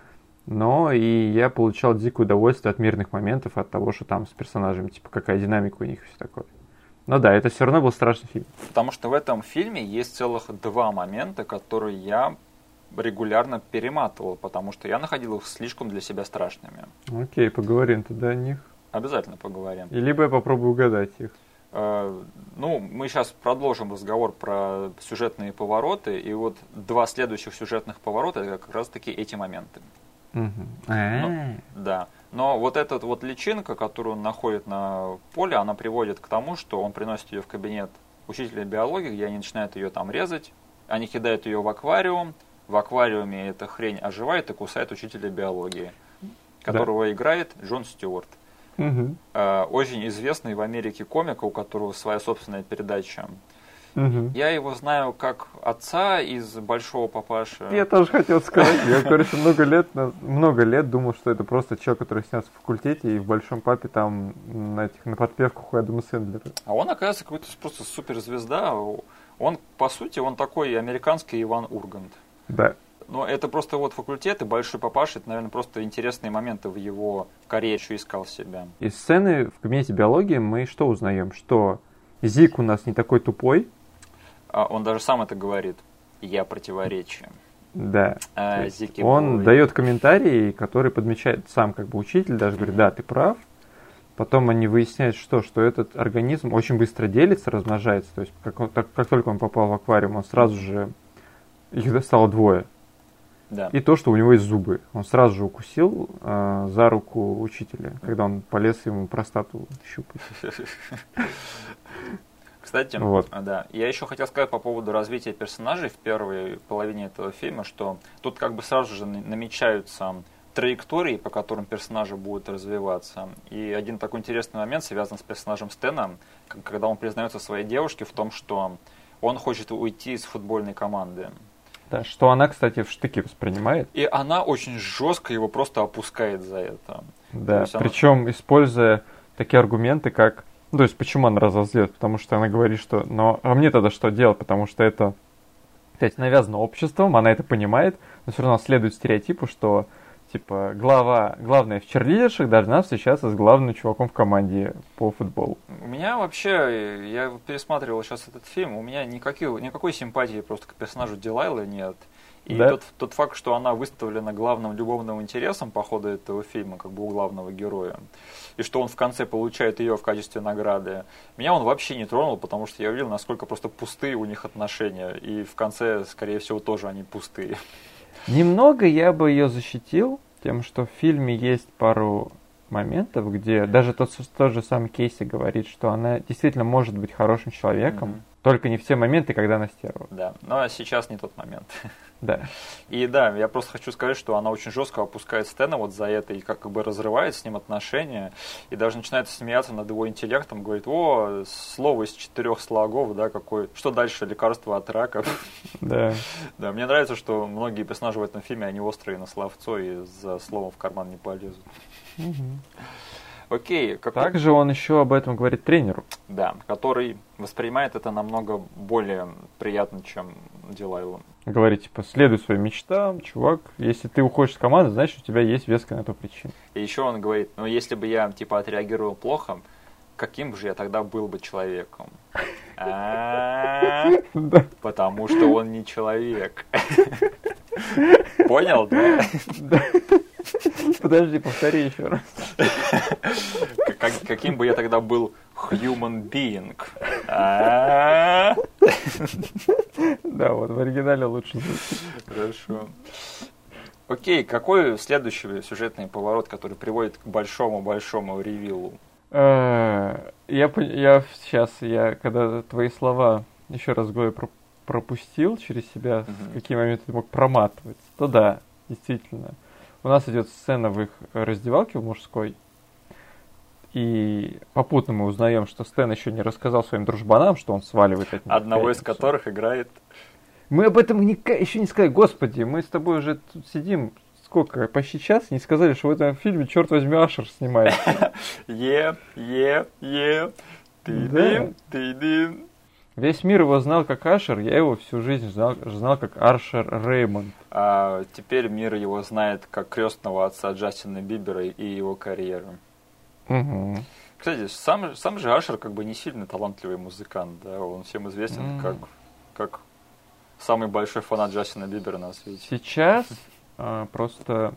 но и я получал дикое удовольствие от мирных моментов, от того, что там с персонажами, типа, какая динамика у них и все такое. Но да, это все равно был страшный фильм. Потому что в этом фильме есть целых два момента, которые я регулярно перематывал, потому что я находил их слишком для себя страшными. Окей, поговорим тогда о них. Обязательно поговорим. И либо я попробую угадать их. Э, ну, мы сейчас продолжим разговор про сюжетные повороты, и вот два следующих сюжетных поворота это как раз-таки эти моменты. Угу. Ну, да. Но вот эта вот личинка, которую он находит на поле, она приводит к тому, что он приносит ее в кабинет учителя биологии, где они начинают ее там резать, они кидают ее в аквариум, в аквариуме эта хрень оживает и кусает учителя биологии, которого да. играет Джон Стюарт. Угу. Э, очень известный в Америке комик, у которого своя собственная передача. Угу. Я его знаю как отца из «Большого папаши». Я тоже хотел сказать. Я, короче, много лет, много лет думал, что это просто человек, который снялся в «Факультете», и в «Большом папе» там на, этих, на подпевках у Адама Сэндлера. А он, оказывается, какой-то просто суперзвезда. Он, по сути, он такой американский Иван Ургант. Да. Но это просто вот «Факультет» и «Большой папаша», это, наверное, просто интересные моменты в его карьере, что искал себя. Из сцены в кабинете биологии мы что узнаем? Что Зик у нас не такой тупой. А он даже сам это говорит. Я противоречие. Да. А, Зики он Бой. дает комментарии, которые подмечает сам как бы учитель, даже говорит, да, ты прав. Потом они выясняют, что, что этот организм очень быстро делится, размножается. То есть как, он, так, как только он попал в аквариум, он сразу же, их стало двое. Да. И то, что у него есть зубы. Он сразу же укусил э, за руку учителя, когда он полез ему простату щупать. Кстати, вот. да, я еще хотел сказать по поводу развития персонажей в первой половине этого фильма, что тут как бы сразу же намечаются траектории, по которым персонажи будут развиваться. И один такой интересный момент связан с персонажем Стэна, когда он признается своей девушке в том, что он хочет уйти из футбольной команды. Да, что она, кстати, в штыки воспринимает. И она очень жестко его просто опускает за это. Да, причем она... используя такие аргументы, как... Ну, то есть, почему она разозлилась? Потому что она говорит, что... Но, а мне тогда что делать? Потому что это, кстати, навязано обществом, она это понимает, но все равно следует стереотипу, что, типа, глава, главная в черлидерших должна встречаться с главным чуваком в команде по футболу. У меня вообще, я пересматривал сейчас этот фильм, у меня никаких, никакой симпатии просто к персонажу Дилайлы нет. И да? тот, тот факт, что она выставлена главным любовным интересом по ходу этого фильма, как бы у главного героя, и что он в конце получает ее в качестве награды, меня он вообще не тронул, потому что я увидел, насколько просто пустые у них отношения, и в конце, скорее всего, тоже они пустые. Немного я бы ее защитил тем, что в фильме есть пару моментов, где даже тот, тот же самый Кейси говорит, что она действительно может быть хорошим человеком, mm-hmm. только не в те моменты, когда она стерва. Да, но сейчас не тот момент. Да. И да, я просто хочу сказать, что она очень жестко опускает Стэна вот за это и как бы разрывает с ним отношения, и даже начинает смеяться над его интеллектом, говорит, о, слово из четырех слогов, да, какое, что дальше, лекарство от рака. Да. Да, мне нравится, что многие персонажи в этом фильме, они острые на словцо и за словом в карман не полезут. Угу. Окей. Как... Также он еще об этом говорит тренеру. Да, который воспринимает это намного более приятно, чем Дилайла. Говорит, типа, следуй своим мечтам, чувак. Если ты уходишь с команды, значит, у тебя есть веская на то причина. И еще он говорит, ну, если бы я, типа, отреагировал плохо, каким же я тогда был бы человеком? Потому что он не человек. Понял, да? Подожди, повтори еще раз. Как, каким бы я тогда был human being? Да, вот в оригинале лучше звучит. Хорошо. Окей, какой следующий сюжетный поворот, который приводит к большому-большому ревилу? Я, я сейчас, я когда твои слова еще раз говорю, пропустил через себя, в какие моменты ты мог проматывать, то да, действительно. У нас идет сцена в их раздевалке в мужской, и попутно мы узнаем, что Стэн еще не рассказал своим дружбанам, что он сваливает от них. Одного из которых играет... Мы об этом не, еще не сказали. Господи, мы с тобой уже тут сидим, сколько, почти час, не сказали, что в этом фильме, черт возьми, Ашер снимает. Е, е, е, ты-дым, ты-дым. Весь мир его знал как Ашер, я его всю жизнь знал, знал как Ашер Реймонд. А теперь мир его знает как крестного отца Джастина Бибера и его карьеру. Угу. Кстати, сам, сам же Ашер как бы не сильно талантливый музыкант, да, он всем известен mm. как, как самый большой фанат Джастина Бибера на свете. Сейчас а, просто,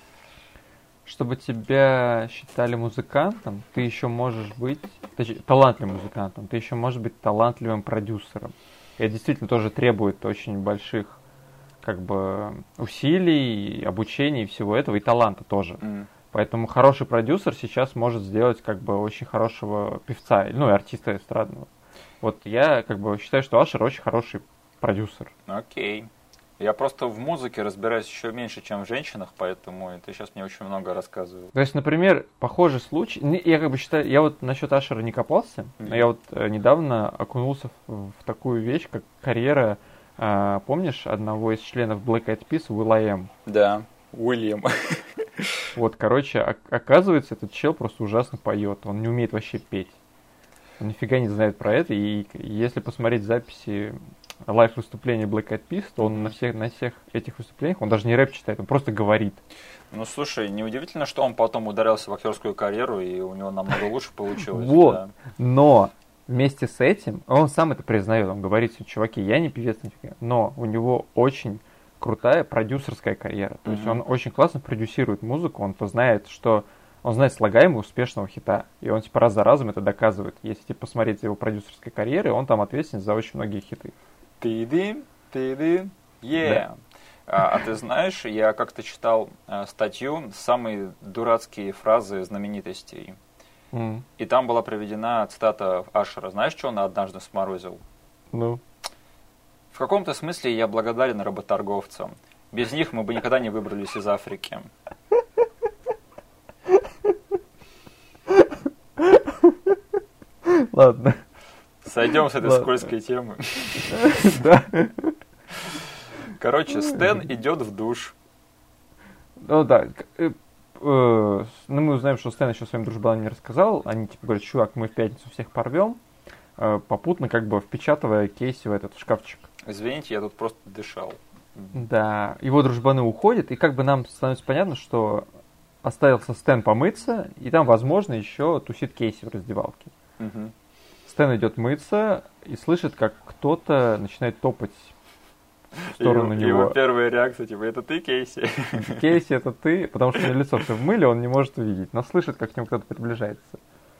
чтобы тебя считали музыкантом, ты еще можешь быть, точнее, талантливым музыкантом, ты еще можешь быть талантливым продюсером. И это действительно тоже требует очень больших как бы усилий, обучения и всего этого, и таланта тоже. Mm. Поэтому хороший продюсер сейчас может сделать как бы очень хорошего певца, ну и артиста эстрадного. Вот я как бы считаю, что Ашер очень хороший продюсер. Окей. Я просто в музыке разбираюсь еще меньше, чем в женщинах, поэтому ты сейчас мне очень много рассказываешь. То есть, например, похожий случай, я как бы считаю, я вот насчет Ашера не копался, mm-hmm. но я вот э, недавно окунулся в, в такую вещь, как карьера, э, помнишь, одного из членов Black Eyed Peas, Will.i.am? Да, Уильям. Вот, короче, оказывается, этот чел просто ужасно поет. Он не умеет вообще петь. Он нифига не знает про это. И если посмотреть записи лайв-выступления Black Eyed Peas, то он на всех, на всех этих выступлениях, он даже не рэп читает, он просто говорит. Ну, слушай, неудивительно, что он потом ударился в актерскую карьеру, и у него намного лучше получилось. Вот, да. Но вместе с этим, он сам это признает, он говорит, чуваки, я не певец, нифига, но у него очень крутая продюсерская карьера. То mm-hmm. есть он очень классно продюсирует музыку, он-то знает, что он знает слагаемые успешного хита, и он типа раз за разом это доказывает. Если типа посмотреть за его продюсерской карьерой, он там ответственен за очень многие хиты. Ты-ды, ты-ды, yeah. А, а ты знаешь, я как-то читал а, статью «Самые дурацкие фразы знаменитостей». Mm. И там была приведена цитата Ашера. Знаешь, что он однажды сморозил? Ну? В каком-то смысле я благодарен работорговцам. Без них мы бы никогда не выбрались из Африки. Ладно. Сойдем с этой Ладно. скользкой темы. Да. Короче, Стэн идет в душ. Ну да. Ну мы узнаем, что Стэн еще своим дружбанам не рассказал. Они типа говорят, чувак, мы в пятницу всех порвем. Попутно как бы впечатывая Кейси в этот шкафчик. Извините, я тут просто дышал. Да, его дружбаны уходят, и как бы нам становится понятно, что оставился Стэн помыться, и там, возможно, еще тусит Кейси в раздевалке. Угу. Стэн идет мыться и слышит, как кто-то начинает топать в сторону его, него. Его первая реакция, типа, это ты, Кейси? Кейси, это ты, потому что у него лицо все в мыле, он не может увидеть, но слышит, как к нему кто-то приближается.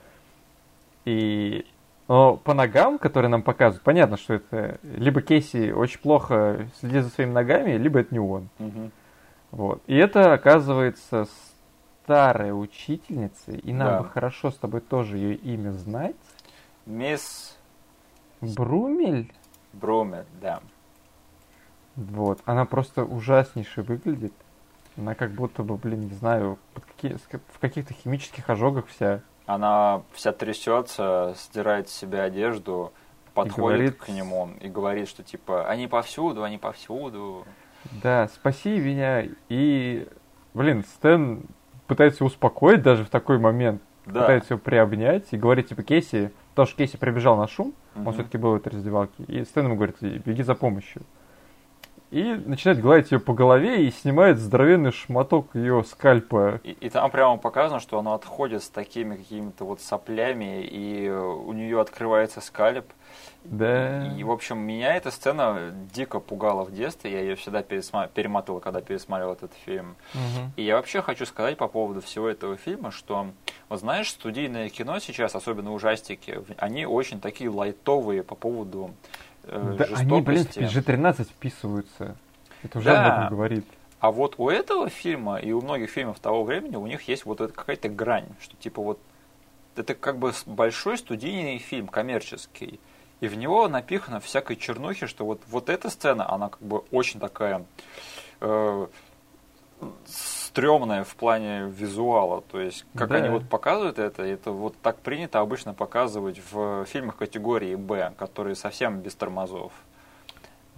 И... Но по ногам, которые нам показывают, понятно, что это либо Кейси очень плохо следит за своими ногами, либо это не он. Угу. Вот. И это, оказывается, старая учительница, и нам да. бы хорошо с тобой тоже ее имя знать. Мисс... Брумель? Брумель, да. Вот. Она просто ужаснейше выглядит. Она как будто бы, блин, не знаю, под какие, в каких-то химических ожогах вся. Она вся трясется, стирает с себя одежду, подходит говорит... к нему и говорит, что типа, они повсюду, они повсюду. Да, спаси меня. И, блин, Стэн пытается успокоить даже в такой момент. Да. Пытается его приобнять и говорит, типа, Кейси, потому что Кейси прибежал на шум, угу. он все-таки был в этой раздевалке, и Стэн ему говорит, беги за помощью. И начинает гладить ее по голове и снимает здоровенный шматок ее скальпа. И, и там прямо показано, что она отходит с такими какими-то вот соплями, и у нее открывается скальп. Да. И, в общем, меня эта сцена дико пугала в детстве. Я ее всегда пересма... перематывал, когда пересматривал этот фильм. Угу. И я вообще хочу сказать по поводу всего этого фильма, что, вот знаешь, студийное кино сейчас, особенно ужастики, они очень такие лайтовые по поводу... Да, они, блин, в пи джи тринадцать вписываются. Это уже да. об этом говорит. А вот у этого фильма и у многих фильмов того времени у них есть вот эта какая-то грань, что типа вот это как бы большой студийный фильм, коммерческий, и в него напихано всякой чернухи, что вот, вот эта сцена, она как бы очень такая э, стрёмная в плане визуала, то есть как да. они вот показывают это, это вот так принято обычно показывать в фильмах категории Б, которые совсем без тормозов.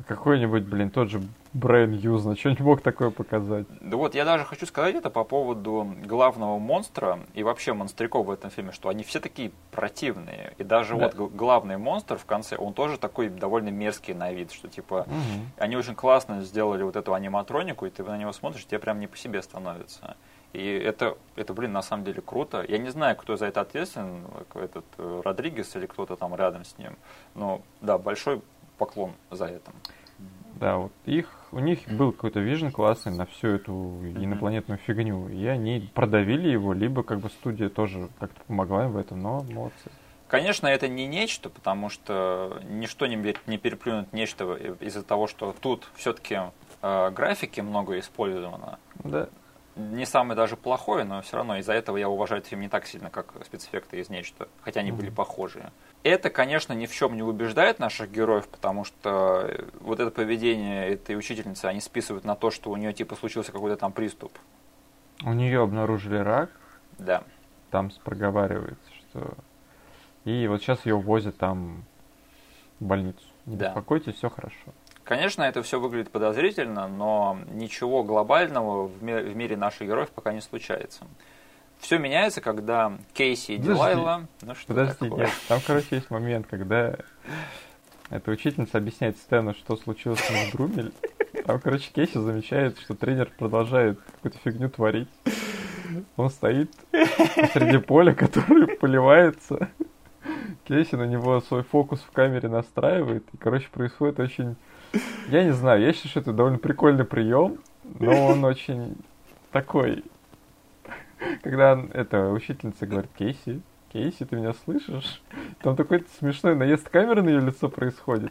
Какой-нибудь, блин, тот же Брайан Юзна, что-нибудь мог такое показать. Да вот, я даже хочу сказать это по поводу главного монстра и вообще монстряков в этом фильме, что они все такие противные. И даже да. вот главный монстр в конце, он тоже такой довольно мерзкий на вид, что типа угу. они очень классно сделали вот эту аниматронику, и ты на него смотришь, тебе прям не по себе становится. И это, это, блин, на самом деле круто. Я не знаю, кто за это ответственен, этот Родригес или кто-то там рядом с ним, но да, большой поклон за это. Да, вот их, у них был какой-то вижен классный на всю эту инопланетную mm-hmm. фигню, и они продавили его, либо как бы студия тоже как-то помогла им в этом, но молодцы. Конечно, это не нечто, потому что ничто не, не переплюнет нечто из-за того, что тут все-таки э, графики много использовано. Да. Не самое даже плохое, но все равно из-за этого я уважаю этот фильм не так сильно, как спецэффекты из нечто, хотя они mm-hmm. были похожие. Это, конечно, ни в чем не убеждает наших героев, потому что вот это поведение этой учительницы они списывают на то, что у нее типа случился какой-то там приступ. У нее обнаружили рак. Да. Там проговаривается, что... И вот сейчас ее возят там в больницу. Не да. беспокойтесь, все хорошо. Конечно, это все выглядит подозрительно, но ничего глобального в, ми- в мире наших героев пока не случается. Все меняется, когда Кейси и Дилайла... Ну, что Подожди, такое? нет, там, короче, есть момент, когда эта учительница объясняет Стэну, что случилось с ним в Брумель. Там, короче, Кейси замечает, что тренер продолжает какую-то фигню творить. Он стоит посреди поля, которое поливается. Кейси на него свой фокус в камере настраивает. И, короче, происходит очень... Я не знаю, я считаю, что это довольно прикольный прием, но он очень такой... Когда эта учительница говорит: Кейси, Кейси, ты меня слышишь? Там такой смешной наезд камеры на ее лицо происходит.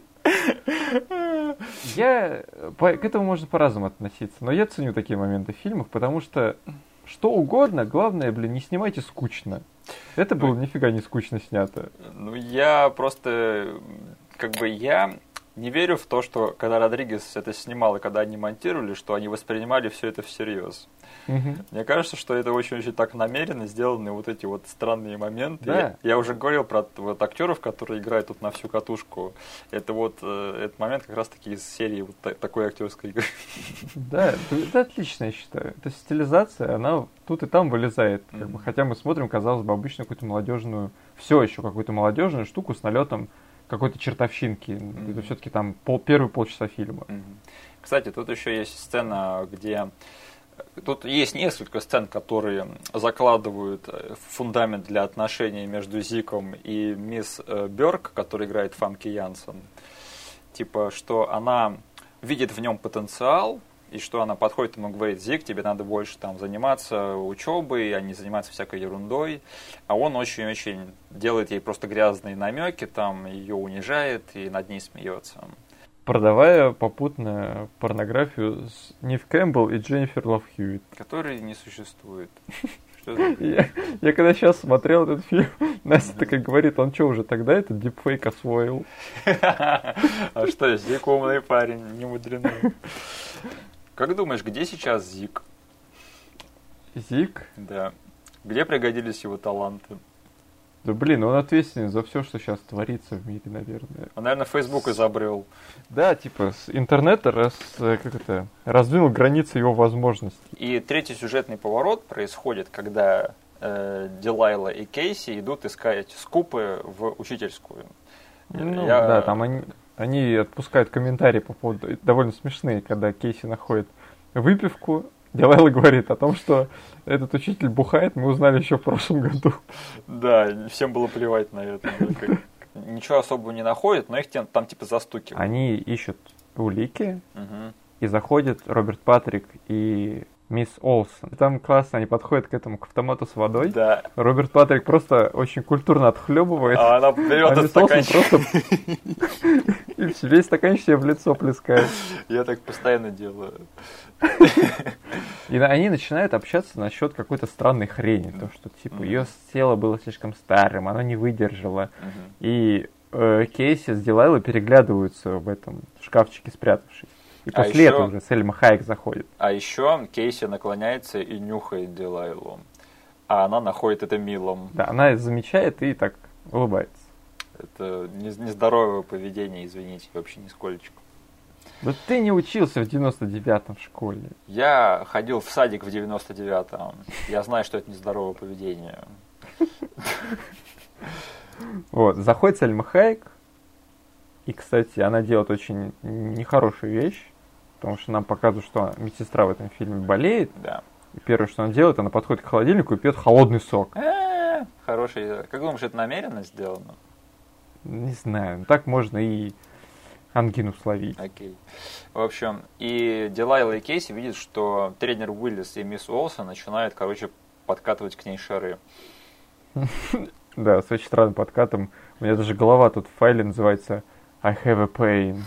Я... По... К этому можно по-разному относиться, но я ценю такие моменты в фильмах, потому что что угодно, главное, блин, не снимайте скучно. Это было нифига не скучно снято. Ну, я просто... Как бы я... Не верю в то, что когда Родригес это снимал и когда они монтировали, что они воспринимали все это всерьез. Угу. Мне кажется, что это очень-очень так намеренно сделаны вот эти вот странные моменты. Да. Я, я уже говорил про вот актеров, которые играют тут на всю катушку. Это вот э, этот момент как раз-таки из серии вот та- такой актерской игры. Да, это, это отлично, я считаю. Эта стилизация, она тут и там вылезает. Как mm-hmm. бы, хотя мы смотрим, казалось бы, обычную какую-то молодежную, все еще какую-то молодежную штуку с налетом какой-то чертовщинки. Mm-hmm. Это все-таки там пол, первые полчаса фильма. Mm-hmm. Кстати, тут еще есть сцена, где... Тут есть несколько сцен, которые закладывают фундамент для отношений между Зиком и мисс Бёрк, которая играет Фамке Янсен. Типа, что она видит в нем потенциал, и что она подходит ему и говорит: Зик, тебе надо больше там заниматься учебой, а не заниматься всякой ерундой. А он очень-очень делает ей просто грязные намеки, там ее унижает и над ней смеется. Продавая попутно порнографию с Нив Кэмпбелл и Дженнифер Лав Хьюитт. Который не существует. Что за... я, я когда сейчас смотрел этот фильм, Настя такая говорит: он что, уже тогда этот дипфейк освоил? А что, Зик умный парень, не мудрено. Как думаешь, где сейчас Зик? Зик? Да. Где пригодились его таланты? Да блин, он ответственен за все, что сейчас творится в мире, наверное. Он, наверное, Facebook изобрел. Да, типа с интернета раз, как это, раздвинул границы его возможностей. И третий сюжетный поворот происходит, когда э, Дилайла и Кейси идут искать скупы в учительскую. Ну Я... да, там они, они отпускают комментарии по поводу, довольно смешные, когда Кейси находит выпивку. Дилайла говорит о том, что этот учитель бухает, мы узнали еще в прошлом году. Да, всем было плевать на это. Ничего особого не находят, но их там, там типа застукивают. Они ищут улики, угу. и заходит Роберт Патрик и мисс Олсен. Там классно, они подходят к этому, к автомату с водой. Да. Роберт Патрик просто очень культурно отхлебывает. А она берет а этот стаканчик. Просто... И весь стаканчик себе в лицо плескает. Я так постоянно делаю. И они начинают общаться насчет какой-то странной хрени. То, что типа mm-hmm. ее тело было слишком старым, оно не выдержало. Mm-hmm. И э, Кейси с Дилайлой переглядываются в этом шкафчике, спрятавшись. И а после еще... этого уже Сельма Хайек заходит. А еще Кейси наклоняется и нюхает Дилайлу. А она находит это милым. Да, она замечает и так улыбается. Это нездоровое поведение, извините, вообще нисколечко. Да ты не учился в девяносто девятом в школе. Я ходил в садик в девяносто девятом. Я знаю, что это нездоровое поведение. Вот, заходит Сальма Хайек. И, кстати, она делает очень нехорошую вещь. Потому что нам показывают, что медсестра в этом фильме болеет. Да. И первое, что она делает, она подходит к холодильнику и пьет холодный сок. Э-э-э, хороший. Как думаешь, это намеренно сделано? Не знаю. Так можно и ангину словить. Окей. В общем, и Делайла и Кейси видят, что тренер Уиллис и мисс Уолсон начинают, короче, подкатывать к ней шары. Да, с очень странным подкатом. У меня даже голова тут в файле называется I have a pain.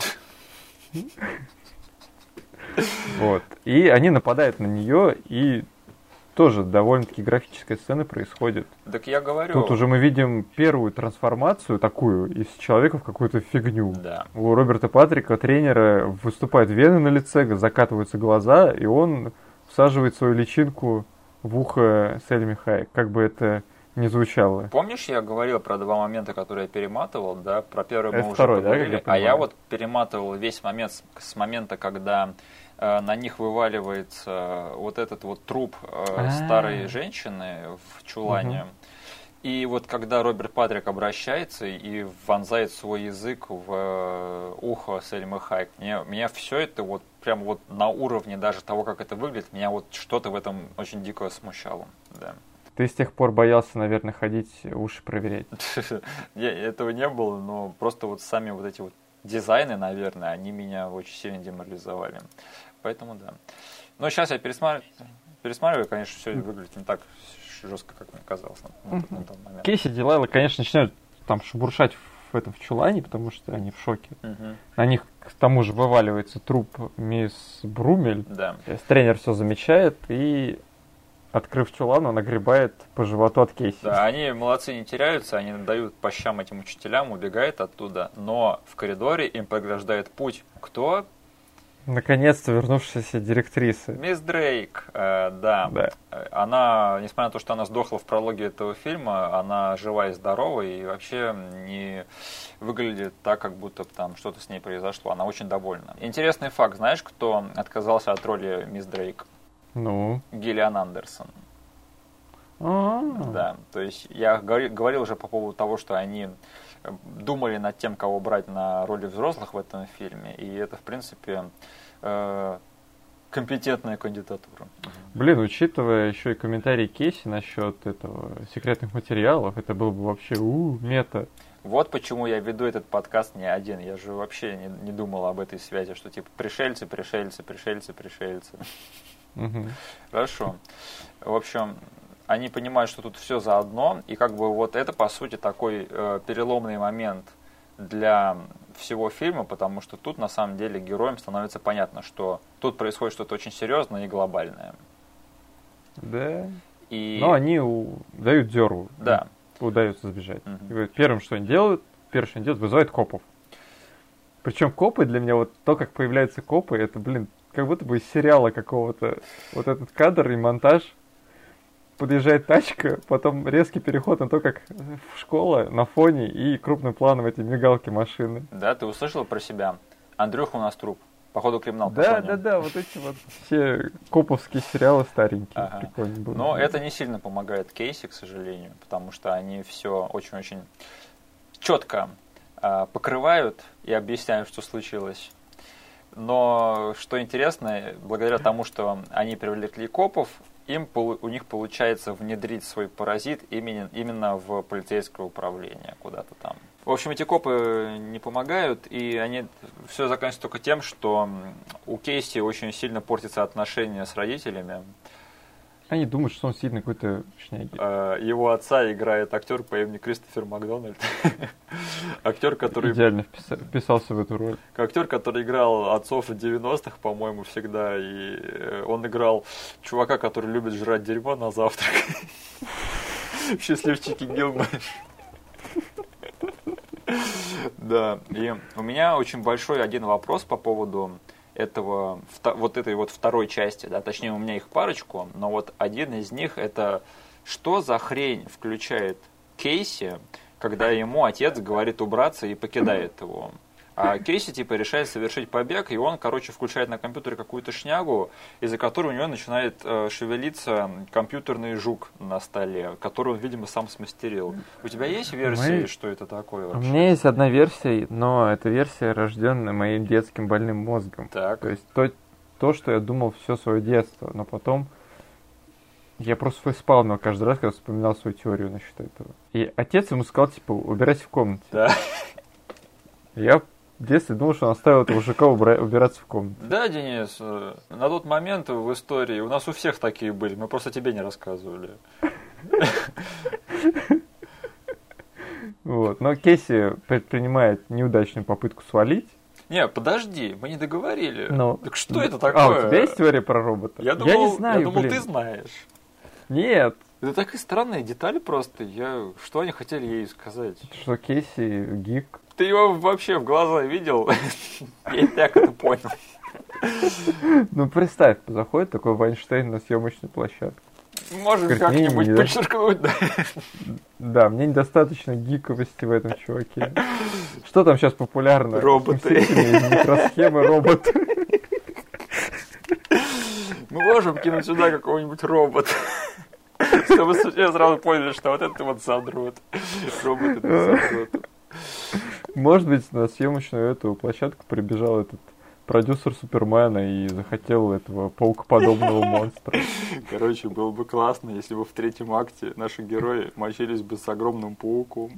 Вот. И они нападают на нее, и тоже довольно-таки графическая сцена происходит. Так я говорю. Тут уже мы видим первую трансформацию такую из человека в какую-то фигню. Да. У Роберта Патрика, тренера, выступают вены на лице, закатываются глаза, и он всаживает свою личинку в ухо Сальме Хайек, как бы это ни звучало. Помнишь, я говорил про два момента, которые я перематывал, да? Про первый мы Это уже второй, да, поговорили, как я а я понимаю? вот перематывал весь момент с, с момента, когда э, на них вываливается вот этот вот труп э, А-а-а. старой женщины в чулане. Угу. И вот когда Роберт Патрик обращается и вонзает свой язык в э, ухо Сальмы Хайек, мне, меня все это вот прям вот на уровне даже того, как это выглядит, меня вот что-то в этом очень дико смущало, да. Ты с тех пор боялся, наверное, ходить уши проверять. Этого не было, но просто вот сами вот эти вот дизайны, наверное, они меня очень сильно деморализовали. Поэтому да. Но сейчас я пересматриваю, пересматриваю, конечно, все выглядит не так жестко, как мне казалось на, на, на тот момент. Кейси и Делайла, конечно, начинают там шебуршать в этом в чулане, потому что они в шоке. Угу. На них к тому же вываливается труп мисс Брумель. Да. То есть тренер все замечает и, открыв чулан, он огребает по животу от Кейси. Да, они молодцы, не теряются, они дают по щам этим учителям, убегают оттуда, но в коридоре им преграждает путь кто? Наконец-то вернувшаяся директриса. Мисс Дрейк, э, да. Да. Она, несмотря на то, что она сдохла в прологе этого фильма, она жива и здорова и вообще не выглядит так, как будто там что-то с ней произошло. Она очень довольна. Интересный факт, знаешь, кто отказался от роли мисс Дрейк? Ну? Гиллиан Андерсон. А-а-а. Да, то есть я говорил, говорил уже по поводу того, что они думали над тем, кого брать на роли взрослых в этом фильме, и это, в принципе, э, компетентная кандидатура. Блин, учитывая еще и комментарий Кейси насчет этого секретных материалов, это было бы вообще у мета. Вот почему я веду этот подкаст не один. Я же вообще не, не думал об этой связи, что типа пришельцы, пришельцы, пришельцы, пришельцы. Угу. Хорошо. В общем, они понимают, что тут все заодно, и как бы вот это, по сути, такой э, переломный момент для всего фильма, потому что тут, на самом деле, героям становится понятно, что тут происходит что-то очень серьезное и глобальное. Да. И... Но они у... дают дёру. Да. Удается сбежать. Угу. И говорят, первым, что они делают, первое, что они делают, вызывают копов. Причем копы для меня, вот то, как появляются копы, это, блин, как будто бы из сериала какого-то. Вот этот кадр и монтаж. Подъезжает тачка, потом резкий переход на то, как школа на фоне и крупным планом эти мигалки машины. Да, ты услышал про себя? Андрюха у нас труп. Походу криминал. Да, да, да, вот эти вот все коповские сериалы старенькие. Ага. Прикольно было. Но это не сильно помогает Кейси, к сожалению, потому что они все очень-очень четко э, покрывают и объясняют, что случилось. Но что интересно, благодаря тому, что они привлекли копов, им, у них получается внедрить свой паразит именно, именно в полицейское управление куда-то там. В общем, эти копы не помогают, и они все заканчивается только тем, что у Кейси очень сильно портятся отношения с родителями. Они думают, что он сильно какой-то шняги. Его отца играет актер по имени Кристофер Макдональд. Актер, который... Идеально вписался в эту роль. Актер, который играл отцов в девяностых, по-моему, всегда. И он играл чувака, который любит жрать дерьмо на завтрак. В «Счастливчике Гилмор». Да, и у меня очень большой один вопрос по поводу этого, вот этой вот второй части, да, точнее у меня их парочку, но вот один из них это что за хрень включает Кейси, когда ему отец говорит убраться и покидает его. А Кейси, типа, решает совершить побег, и он, короче, включает на компьютере какую-то шнягу, из-за которой у него начинает э, шевелиться компьютерный жук на столе, который он, видимо, сам смастерил. У тебя есть версия, Мы... что это такое вообще? У меня есть одна версия, но эта версия рожденная моим детским больным мозгом. Так. То есть то, то, что я думал все свое детство, но потом я просто спал, но каждый раз, когда вспоминал свою теорию насчет этого. И отец ему сказал, типа, убирайся в комнате. Да. Я в детстве думал, что он оставил этого мужика убираться в комнате. Да, Денис, на тот момент в истории у нас у всех такие были, мы просто тебе не рассказывали. Вот. Но Кейси предпринимает неудачную попытку свалить. Не, подожди, мы не договорили. Но... Так что это такое? А, у тебя есть теория про робота? Я, думал, я не знаю, я думал, блин. ты знаешь. Нет. Это такие странные детали просто. Я... Что они хотели ей сказать? Что Кейси гик. Ты его вообще в глаза видел? Я и так это понял. Ну, представь, заходит такой Вайнштейн на съемочную площадку. Можешь как-нибудь подчеркнуть, да? Да, мне недостаточно гиковости в этом чуваке. Что там сейчас популярно? Роботы. Микросхемы, роботы. Мы можем кинуть сюда какого-нибудь робота. Чтобы все сразу поняли, что вот это вот задрот. Робот это задрот. Может быть, на съемочную эту площадку прибежал этот продюсер Супермена и захотел этого паукоподобного монстра. Короче, было бы классно, если бы в третьем акте наши герои мочились бы с огромным пауком.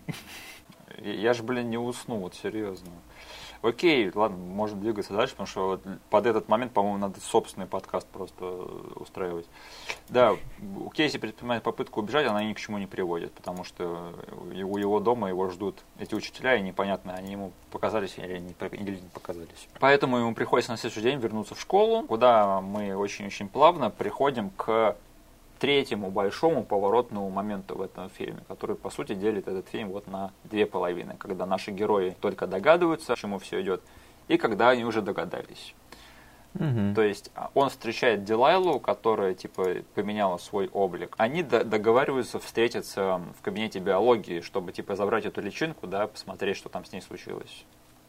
Я же, блин, не усну, вот серьезно. Окей, ладно, можем двигаться дальше, потому что вот под этот момент, по-моему, надо собственный подкаст просто устраивать. Да, у Кейси предпринимает попытку убежать, она ни к чему не приводит, потому что у его дома его ждут эти учителя, и непонятно, они ему показались или не, или не показались. Поэтому ему приходится на следующий день вернуться в школу, куда мы очень-очень плавно приходим к третьему большому поворотному моменту в этом фильме, который, по сути, делит этот фильм вот на две половины, когда наши герои только догадываются, к чему все идет, и когда они уже догадались. Mm-hmm. То есть он встречает Дилайлу, которая типа поменяла свой облик. Они д- договариваются встретиться в кабинете биологии, чтобы типа забрать эту личинку, да, посмотреть, что там с ней случилось.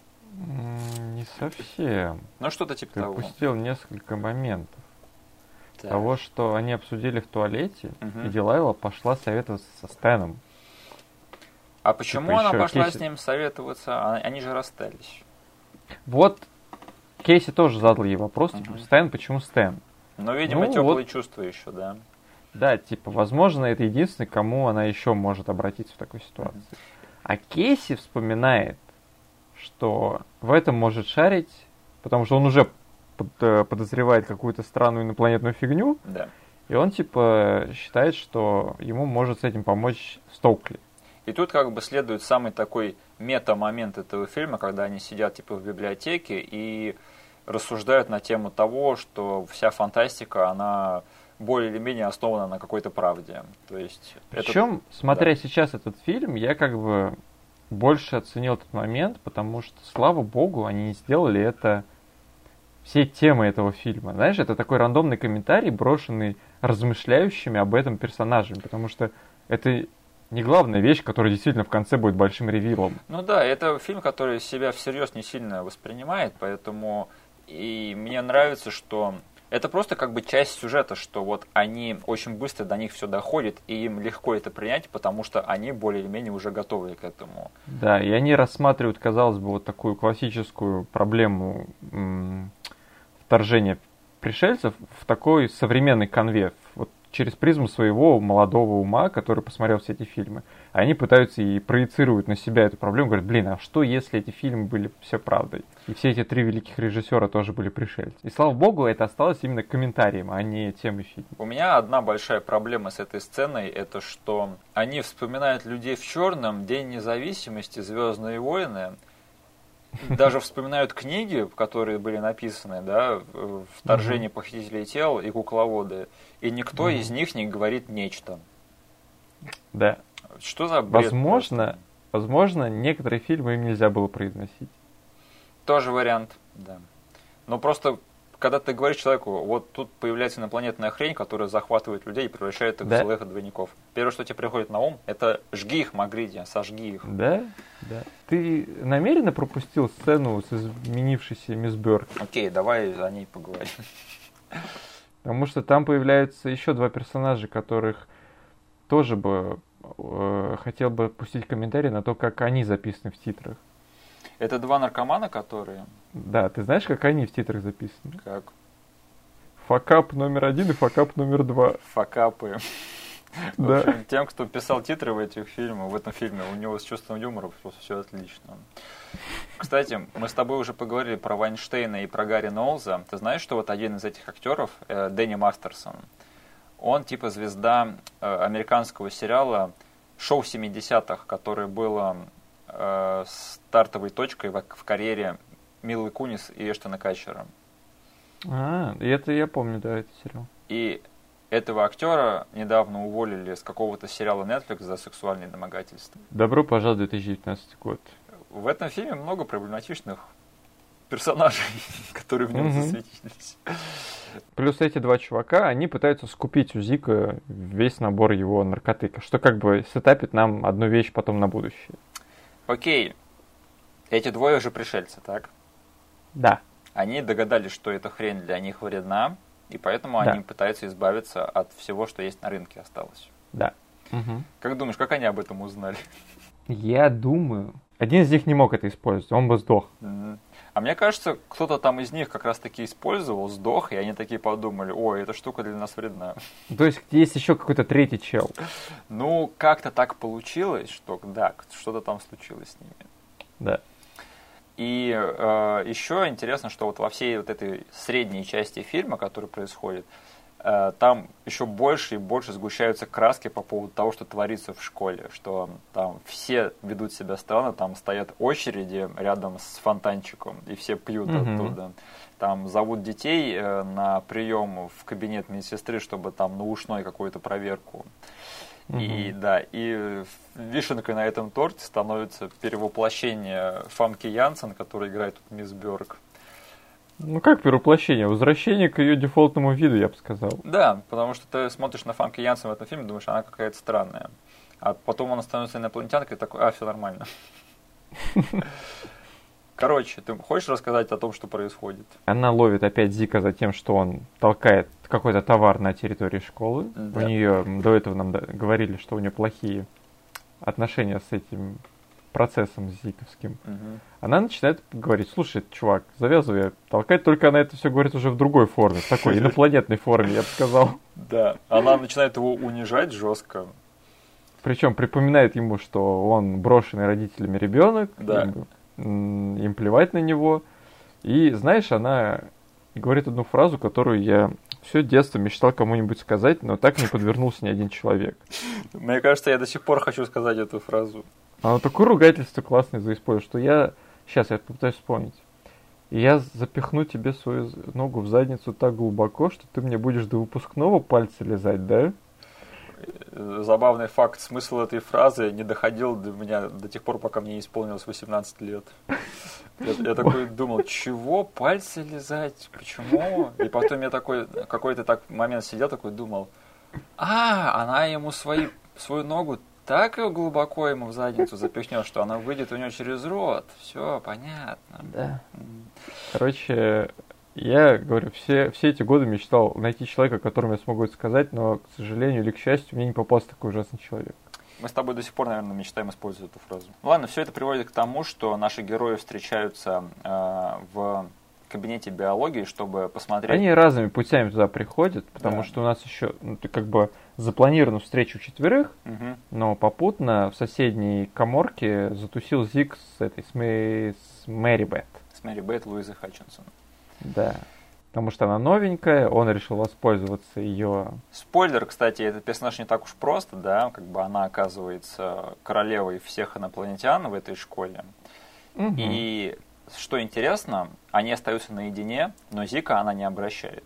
Mm, не совсем. Ну что-то типа Ты того. упустил несколько моментов. Так. Того, что они обсудили в туалете, угу. и Дилайла пошла советоваться со Стэном. А почему типа она пошла Кейси... с ним советоваться? Они же расстались. Вот Кейси тоже задал ей вопрос, угу. типа, Стэн, почему Стэн? Ну, видимо, ну, теплые вот... чувства еще, да. Да, типа, возможно, это единственный, к кому она еще может обратиться в такой ситуации. Угу. А Кейси вспоминает, что в этом может шарить, потому что он уже подозревает какую-то странную инопланетную фигню, да. И он, типа, считает, что ему может с этим помочь Стоукли. И тут как бы следует самый такой мета-момент этого фильма, когда они сидят, типа, в библиотеке и рассуждают на тему того, что вся фантастика, она более или менее основана на какой-то правде. То есть Причем, этот... смотря да. сейчас этот фильм, я как бы больше оценил этот момент, потому что, слава богу, они не сделали это всей темой этого фильма. Знаешь, это такой рандомный комментарий, брошенный размышляющими об этом персонажами, потому что это не главная вещь, которая действительно в конце будет большим ревилом. Ну да, это фильм, который себя всерьез не сильно воспринимает, поэтому и мне нравится, что это просто как бы часть сюжета, что вот они очень быстро до них все доходит, и им легко это принять, потому что они более или менее уже готовы к этому. Да, и они рассматривают, казалось бы, вот такую классическую проблему м- вторжения пришельцев в такой современный конве, вот через призму своего молодого ума, который посмотрел все эти фильмы. Они пытаются и проецируют на себя эту проблему, говорят, блин, а что если эти фильмы были все правдой? И все эти три великих режиссера тоже были пришельцы. И слава богу, это осталось именно комментарием, а не темой фильма. У меня одна большая проблема с этой сценой, это что они вспоминают людей в черном, День независимости, Звездные войны, даже вспоминают книги, которые были написаны, да, «Вторжение угу. похитителей тел» и «Кукловоды», и никто угу. из них не говорит нечто. Да. Что за бред? Возможно, возможно, некоторые фильмы им нельзя было произносить. Тоже вариант, да. Но просто когда ты говоришь человеку, вот тут появляется инопланетная хрень, которая захватывает людей и превращает их Да. в злых двойников. Первое, что тебе приходит на ум, это жги их, Магриди, сожги их. Да, да. Ты намеренно пропустил сцену с изменившейся мисс Бёрк? Окей, давай о ней поговорим. Потому что там появляются еще два персонажа, которых тоже бы э, хотел бы пустить комментарий на то, как они записаны в титрах. Это два наркомана, которые... Да, ты знаешь, как они в титрах записаны? Как Факап номер один и факап номер два. факапы. В Да. общем, тем, кто писал титры в этих фильмах, в этом фильме, у него с чувством юмора просто все отлично. Кстати, мы с тобой уже поговорили про Вайнштейна и про Гарри Ноуза. Ты знаешь, что вот один из этих актеров, э, Дэнни Мастерсон, он типа звезда э, американского сериала «Шоу семидесятых», которое было э, стартовой точкой в, в карьере Милы Кунис и Эштона Катчера. А, и это я помню, да, этот сериал. И этого актера недавно уволили с какого-то сериала Netflix за сексуальные домогательства. Добро пожаловать в две тысячи девятнадцатый год. В этом фильме много проблематичных персонажей, которые в нем Мгм. засветились. Плюс эти два чувака, они пытаются скупить у Зика весь набор его наркотыка, что как бы сетапит нам одну вещь потом на будущее. Окей, эти двое же пришельцы, так? Да. Они догадались, что эта хрень для них вредна, и поэтому Да. они пытаются избавиться от всего, что есть на рынке осталось. Да. Мгм. Как думаешь, как они об этом узнали? Я думаю, один из них не мог это использовать, он бы сдох. Мгм. А мне кажется, кто-то там из них как раз таки использовал, сдох, и они такие подумали, ой, эта штука для нас вредна. То есть есть еще какой-то третий чел. Ну, как-то так получилось, что да, что-то там случилось с ними. Да. И э, еще интересно, что вот во всей вот этой средней части фильма, который происходит, э, там еще больше и больше сгущаются краски по поводу того, что творится в школе, что там все ведут себя странно, там стоят очереди рядом с фонтанчиком, и все пьют Мгм. оттуда. Там зовут детей э, на прием в кабинет медсестры, чтобы там на ушной какую-то проверку. И Мгм. да, и вишенкой на этом торте становится перевоплощение Фамки Янсен, которая играет тут мисс Бёрк. Ну как перевоплощение? Возвращение к ее дефолтному виду, я бы сказал. Да, потому что ты смотришь на Фамки Янсен в этом фильме, думаешь, она какая-то странная. А потом она становится инопланетянкой, и такой, а, все нормально. Короче, ты хочешь рассказать о том, что происходит? Она ловит опять Зика за тем, что он толкает какой-то товар на территории школы. Да. У нее до этого нам да- говорили, что у нее плохие отношения с этим процессом зиковским. Мгм. Она начинает говорить, слушай, чувак, завязывай, толкать, только она это все говорит уже в другой форме, в такой инопланетной форме, я бы сказал. Да, она начинает его унижать жестко. Причем припоминает ему, что он брошенный родителями ребенок, Да. им, м, им плевать на него. И знаешь, она говорит одну фразу, которую я все детство мечтал кому-нибудь сказать, но так не подвернулся ни один человек. Мне кажется, я до сих пор хочу сказать эту фразу. Она такое ругательство классное заиспользует, что я... Сейчас я попытаюсь вспомнить. Я запихну тебе свою з- ногу в задницу так глубоко, что ты мне будешь до выпускного пальца лизать, да? Э, Забавный факт, смысл этой фразы не доходил до меня до тех пор, пока мне не исполнилось восемнадцать лет. Я, я такой думал, чего, пальцы лизать, почему? И потом я такой, какой-то так момент сидел, такой думал, а, она ему свои, свою ногу так и глубоко ему в задницу запихнет, что она выйдет у него через рот. Все, понятно. Да. М. Короче, я говорю, все, все эти годы мечтал найти человека, которому я смогу это сказать, но, к сожалению или к счастью, мне не попался такой ужасный человек. Мы с тобой до сих пор, наверное, мечтаем использовать эту фразу. Ну ладно, все это приводит к тому, что наши герои встречаются э, в кабинете биологии, чтобы посмотреть... Они разными путями туда приходят, потому Да. что у нас еще ну, ты как бы запланирована встреча у четверых, Мгм. но попутно в соседней каморке затусил Зик с этой, с, Мэ- с Мэри Бет. С Мэри Бет Луизы Хатчинсон. Да. Потому что она новенькая, он решил воспользоваться ее... Спойлер, кстати, этот персонаж не так уж просто, да, как бы она оказывается королевой всех инопланетян в этой школе. И что интересно, они остаются наедине, но Зика она не обращает.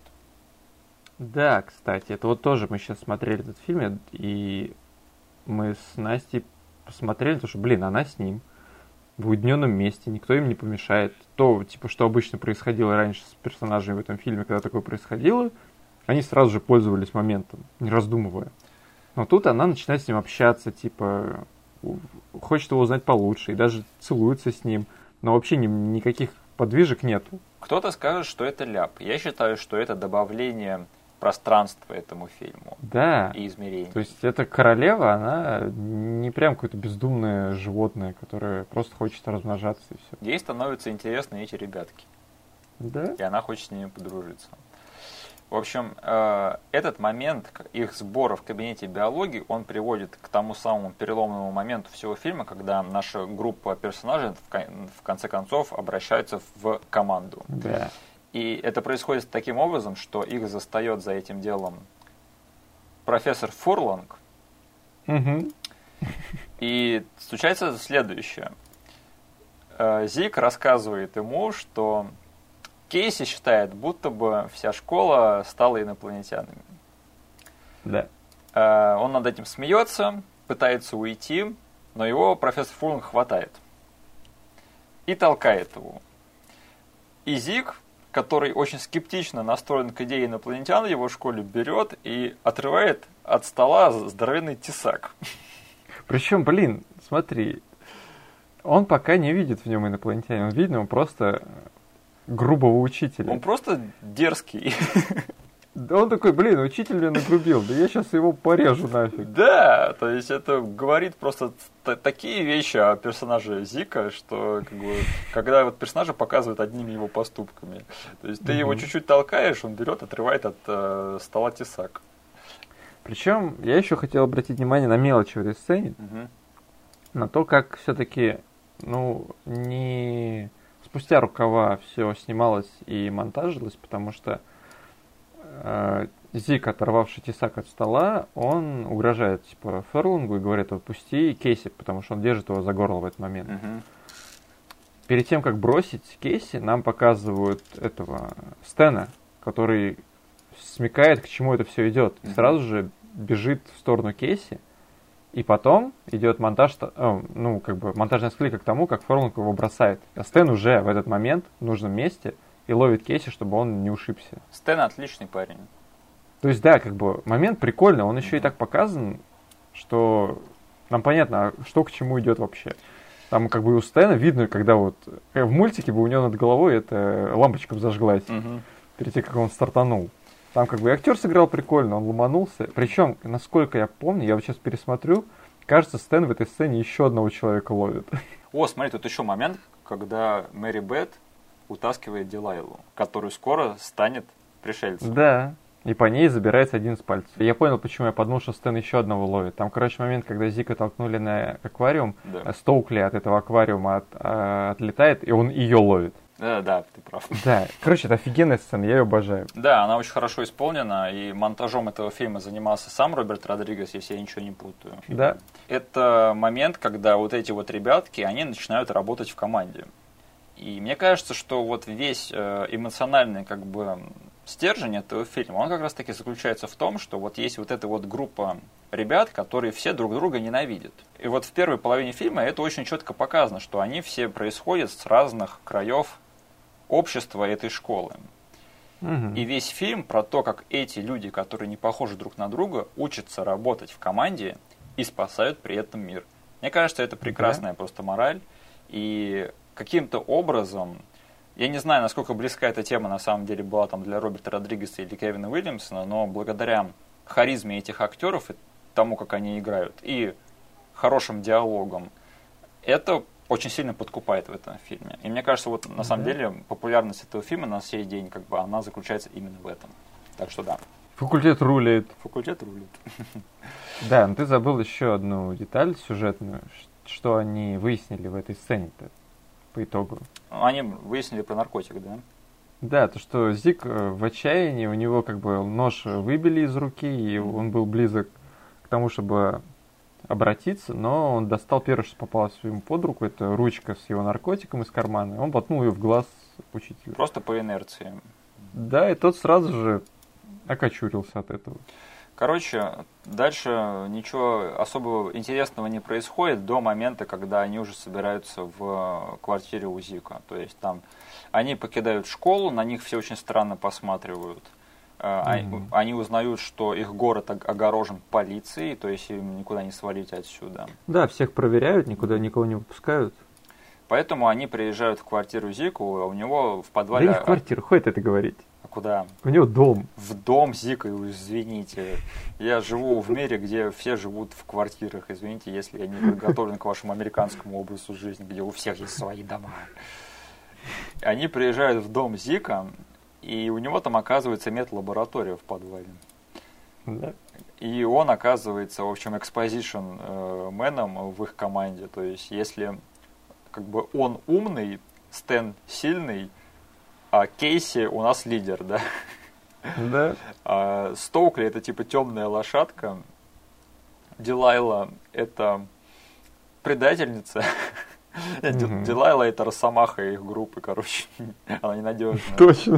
Да, кстати, это вот тоже мы сейчас смотрели этот фильм, и мы с Настей посмотрели, потому что, блин, она с ним. в уединенном месте, никто им не помешает. То, типа, что обычно происходило раньше с персонажами в этом фильме, когда такое происходило, они сразу же пользовались моментом, не раздумывая. Но тут она начинает с ним общаться, типа, хочет его узнать получше, и даже целуется с ним, но вообще ни, никаких подвижек нету. Кто-то скажет, что это ляп. Я считаю, что это добавление пространства этому фильму. Да. И измерений. То есть эта королева, она не прям какое-то бездумное животное, которое просто хочет размножаться и все. Ей становятся интересны эти ребятки. Да. И она хочет с ними подружиться. В общем, этот момент их сбора в кабинете биологии, он приводит к тому самому переломному моменту всего фильма, когда наша группа персонажей в конце концов обращается в команду. Да. И это происходит таким образом, что их застает за этим делом профессор Фурланг. Угу. И случается следующее. Зик рассказывает ему, что Кейси считает, будто бы вся школа стала инопланетянами. Да. Он над этим смеется, пытается уйти, но его профессор Фурланг хватает и толкает его. И Зик, который очень скептично настроен к идее инопланетян в его школе, берет и отрывает от стола здоровенный тесак. Причем, блин, смотри, он пока не видит в нем инопланетянина, он видит в нем просто грубого учителя. Он просто дерзкий. Да он такой, блин, учитель меня нагрубил, да я сейчас его порежу нафиг. Да, то есть это говорит просто т- такие вещи о персонаже Зика, что как бы, когда вот персонажа показывают одними его поступками. То есть ты mm-hmm. его чуть-чуть толкаешь, он берет, отрывает от э, стола тесак. Причем я еще хотел обратить внимание на мелочи в этой сцене, mm-hmm. на то, как все-таки, ну, не спустя рукава все снималось и монтажилось, потому что Зик, оторвавший тесак от стола, он угрожает типа Ферлангу и говорит: отпусти Кейси, потому что он держит его за горло в этот момент. Uh-huh. Перед тем, как бросить Кейси, нам показывают этого Стэна, который смекает, к чему это все идет. И uh-huh. сразу же бежит в сторону Кейси. И потом идет монтаж, ну, как бы монтажная склейка к тому, как Ферланг его бросает. А Стэн уже в этот момент в нужном месте и ловит Кейси, чтобы он не ушибся. Стэн отличный парень. То есть, да, как бы момент прикольный, он еще mm-hmm. и так показан, что нам понятно, что к чему идет вообще. Там как бы у Стэна видно, когда вот в мультике бы у него над головой эта лампочка зажглась, mm-hmm. перед тем, как он стартанул. Там как бы и актер сыграл прикольно, он ломанулся. Причем, насколько я помню, я вот сейчас пересмотрю, кажется, Стэн в этой сцене еще одного человека ловит. О, смотри, тут еще момент, когда Мэри Бет утаскивает Дилайлу, которую скоро станет пришельцем. Да, и по ней забирается один из пальцев. Я понял, почему я подумал, что Стэн еще одного ловит. Там, короче, момент, когда Зика толкнули на аквариум, да. Стоукли от этого аквариума от, а, отлетает, и он ее ловит. Да, да, ты прав. Да, короче, это офигенная сцена, я ее обожаю. Да, она очень хорошо исполнена, и монтажом этого фильма занимался сам Роберт Родригес, если я ничего не путаю. Да. Это момент, когда вот эти вот ребятки, они начинают работать в команде. И мне кажется, что вот весь эмоциональный как бы стержень этого фильма, он как раз таки заключается в том, что вот есть вот эта вот группа ребят, которые все друг друга ненавидят. И вот в первой половине фильма это очень четко показано, что они все происходят с разных краев общества этой школы. Угу. И весь фильм про то, как эти люди, которые не похожи друг на друга, учатся работать в команде и спасают при этом мир. Мне кажется, это прекрасная да. просто мораль. И каким-то образом, я не знаю, насколько близка эта тема на самом деле была там для Роберта Родригеса или Кевина Уильямсона, но благодаря харизме этих актеров и тому, как они играют, и хорошим диалогам, это очень сильно подкупает в этом фильме. И мне кажется, вот на самом деле популярность этого фильма на сей день, как бы, она заключается именно в этом. Так что да. Факультет рулит. Факультет рулит. Да, но ты забыл еще одну деталь сюжетную, что они выяснили в этой сцене-то по итогу. Они выяснили про наркотик, да? Да, то что Зик в отчаянии, у него как бы нож выбили из руки, и он был близок к тому, чтобы обратиться, но он достал первое, что попалось ему под руку, это ручка с его наркотиком из кармана, и он воткнул ее в глаз учителю. Просто по инерции. Да, и тот сразу же окочурился от этого. Короче, дальше ничего особого интересного не происходит до момента, когда они уже собираются в квартире у Зика. То есть там они покидают школу, на них все очень странно посматривают. Mm-hmm. Они узнают, что их город огорожен полицией, то есть им никуда не свалить отсюда. Да, всех проверяют, никуда никого не выпускают. Поэтому они приезжают в квартиру Зику, а у него в подвале... Да не в квартиру, хватит это говорить. А куда? У него дом. В дом Зика, извините. Я живу в мире, где все живут в квартирах. Извините, если я не подготовлен к вашему американскому образу жизни, где у всех есть свои дома. Они приезжают в дом Зика, и у него там оказывается медлаборатория в подвале. Да. И он оказывается, в общем, экспозишн мэном в их команде. То есть, если как бы он умный, Стэн сильный, а Кейси у нас лидер, да? Да. А Стоукли это типа темная лошадка. Дилайла это предательница. Mm-hmm. Дилайла это росомаха их группы, короче. Она ненадежная. Точно.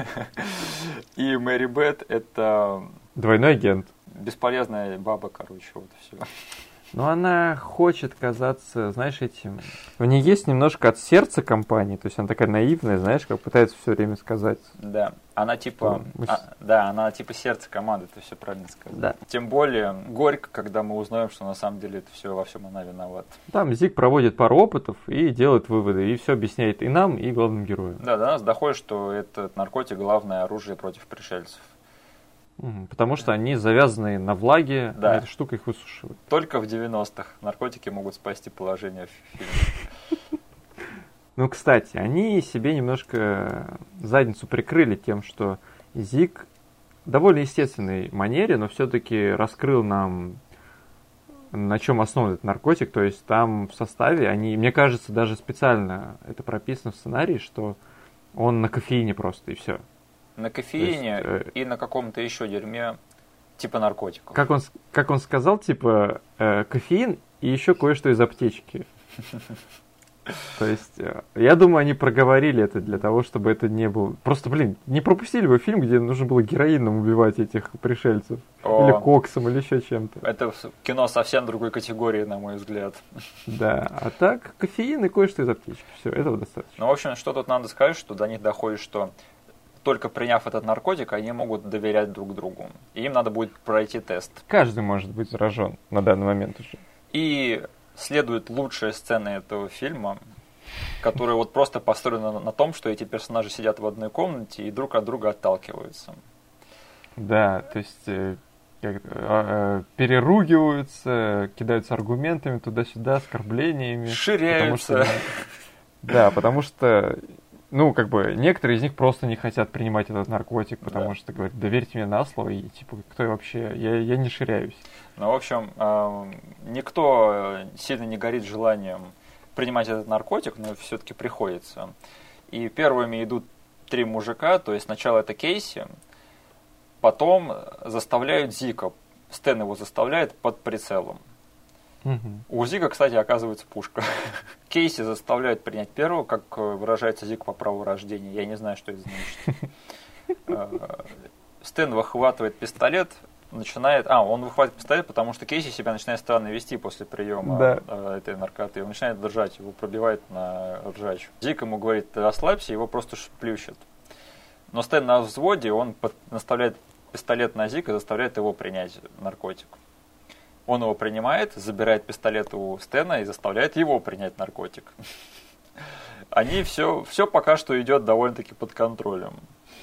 И Мэри Бет это... Двойной агент. Бесполезная баба, короче, вот все. Но она хочет казаться, знаешь, этим... У нее есть немножко от сердца компании, то есть она такая наивная, знаешь, как пытается все время сказать. Да, она типа... Мы... А, да, она типа сердце команды, ты все правильно сказал. Да. Тем более горько, когда мы узнаем, что на самом деле это все во всем она виновата. Там Зик проводит пару опытов и делает выводы, и все объясняет и нам, и главным героям. Да, до нас доходит, что этот наркотик главное оружие против пришельцев. Потому что они завязаны на влаге, да. А эта штука их высушивает. Только в девяностых наркотики могут спасти положение в фильме. Ну, кстати, они себе немножко задницу прикрыли тем, что Зик в довольно естественной манере, но все-таки раскрыл нам, на чем основан этот наркотик. То есть там в составе, они, мне кажется, даже специально это прописано в сценарии, что он на кофеине просто, и все. На кофеине есть, э... и на каком-то еще дерьме типа наркотиков. Как он, как он сказал, типа э, кофеин и еще кое-что из аптечки. То есть, э, я думаю, они проговорили это для того, чтобы это не было... Просто, блин, не пропустили бы фильм, где нужно было героином убивать этих пришельцев. О, или коксом, или еще чем-то. Это кино совсем другой категории, на мой взгляд. Да, а так кофеин и кое-что из аптечки. Все, этого достаточно. Ну, в общем, что тут надо сказать, что до них доходит, что только приняв этот наркотик, они могут доверять друг другу. И им надо будет пройти тест. Каждый может быть заражен на данный момент уже. И следует лучшая сцена этого фильма, которая вот просто построена на, на том, что эти персонажи сидят в одной комнате и друг от друга отталкиваются. Да, то есть э, э, э, переругиваются, кидаются аргументами туда-сюда, оскорблениями. Ширяются. Потому что, да, потому что... Ну, как бы, некоторые из них просто не хотят принимать этот наркотик, потому да. что говорят, доверьте мне на слово, и, типа, кто я вообще, я, я не ширяюсь. Ну, в общем, э, никто сильно не горит желанием принимать этот наркотик, но все-таки приходится. И первыми идут три мужика, то есть сначала это Кейси, потом заставляют Зика, Стэн его заставляет под прицелом. Угу. У Зика, кстати, оказывается пушка. Кейси заставляют принять первого, как выражается Зик по праву рождения. Я не знаю, что это значит. Стэн выхватывает пистолет, начинает... А, он выхватывает пистолет, потому что Кейси себя начинает странно вести после приема да. этой наркоты. Он начинает держать, его пробивает на ржачу. Зик ему говорит, расслабься, его просто плющит. Но Стэн на взводе, он наставляет пистолет на Зика и заставляет его принять наркотик. Он его принимает, забирает пистолет у Стэна и заставляет его принять наркотик. Они все, все пока что идет довольно-таки под контролем.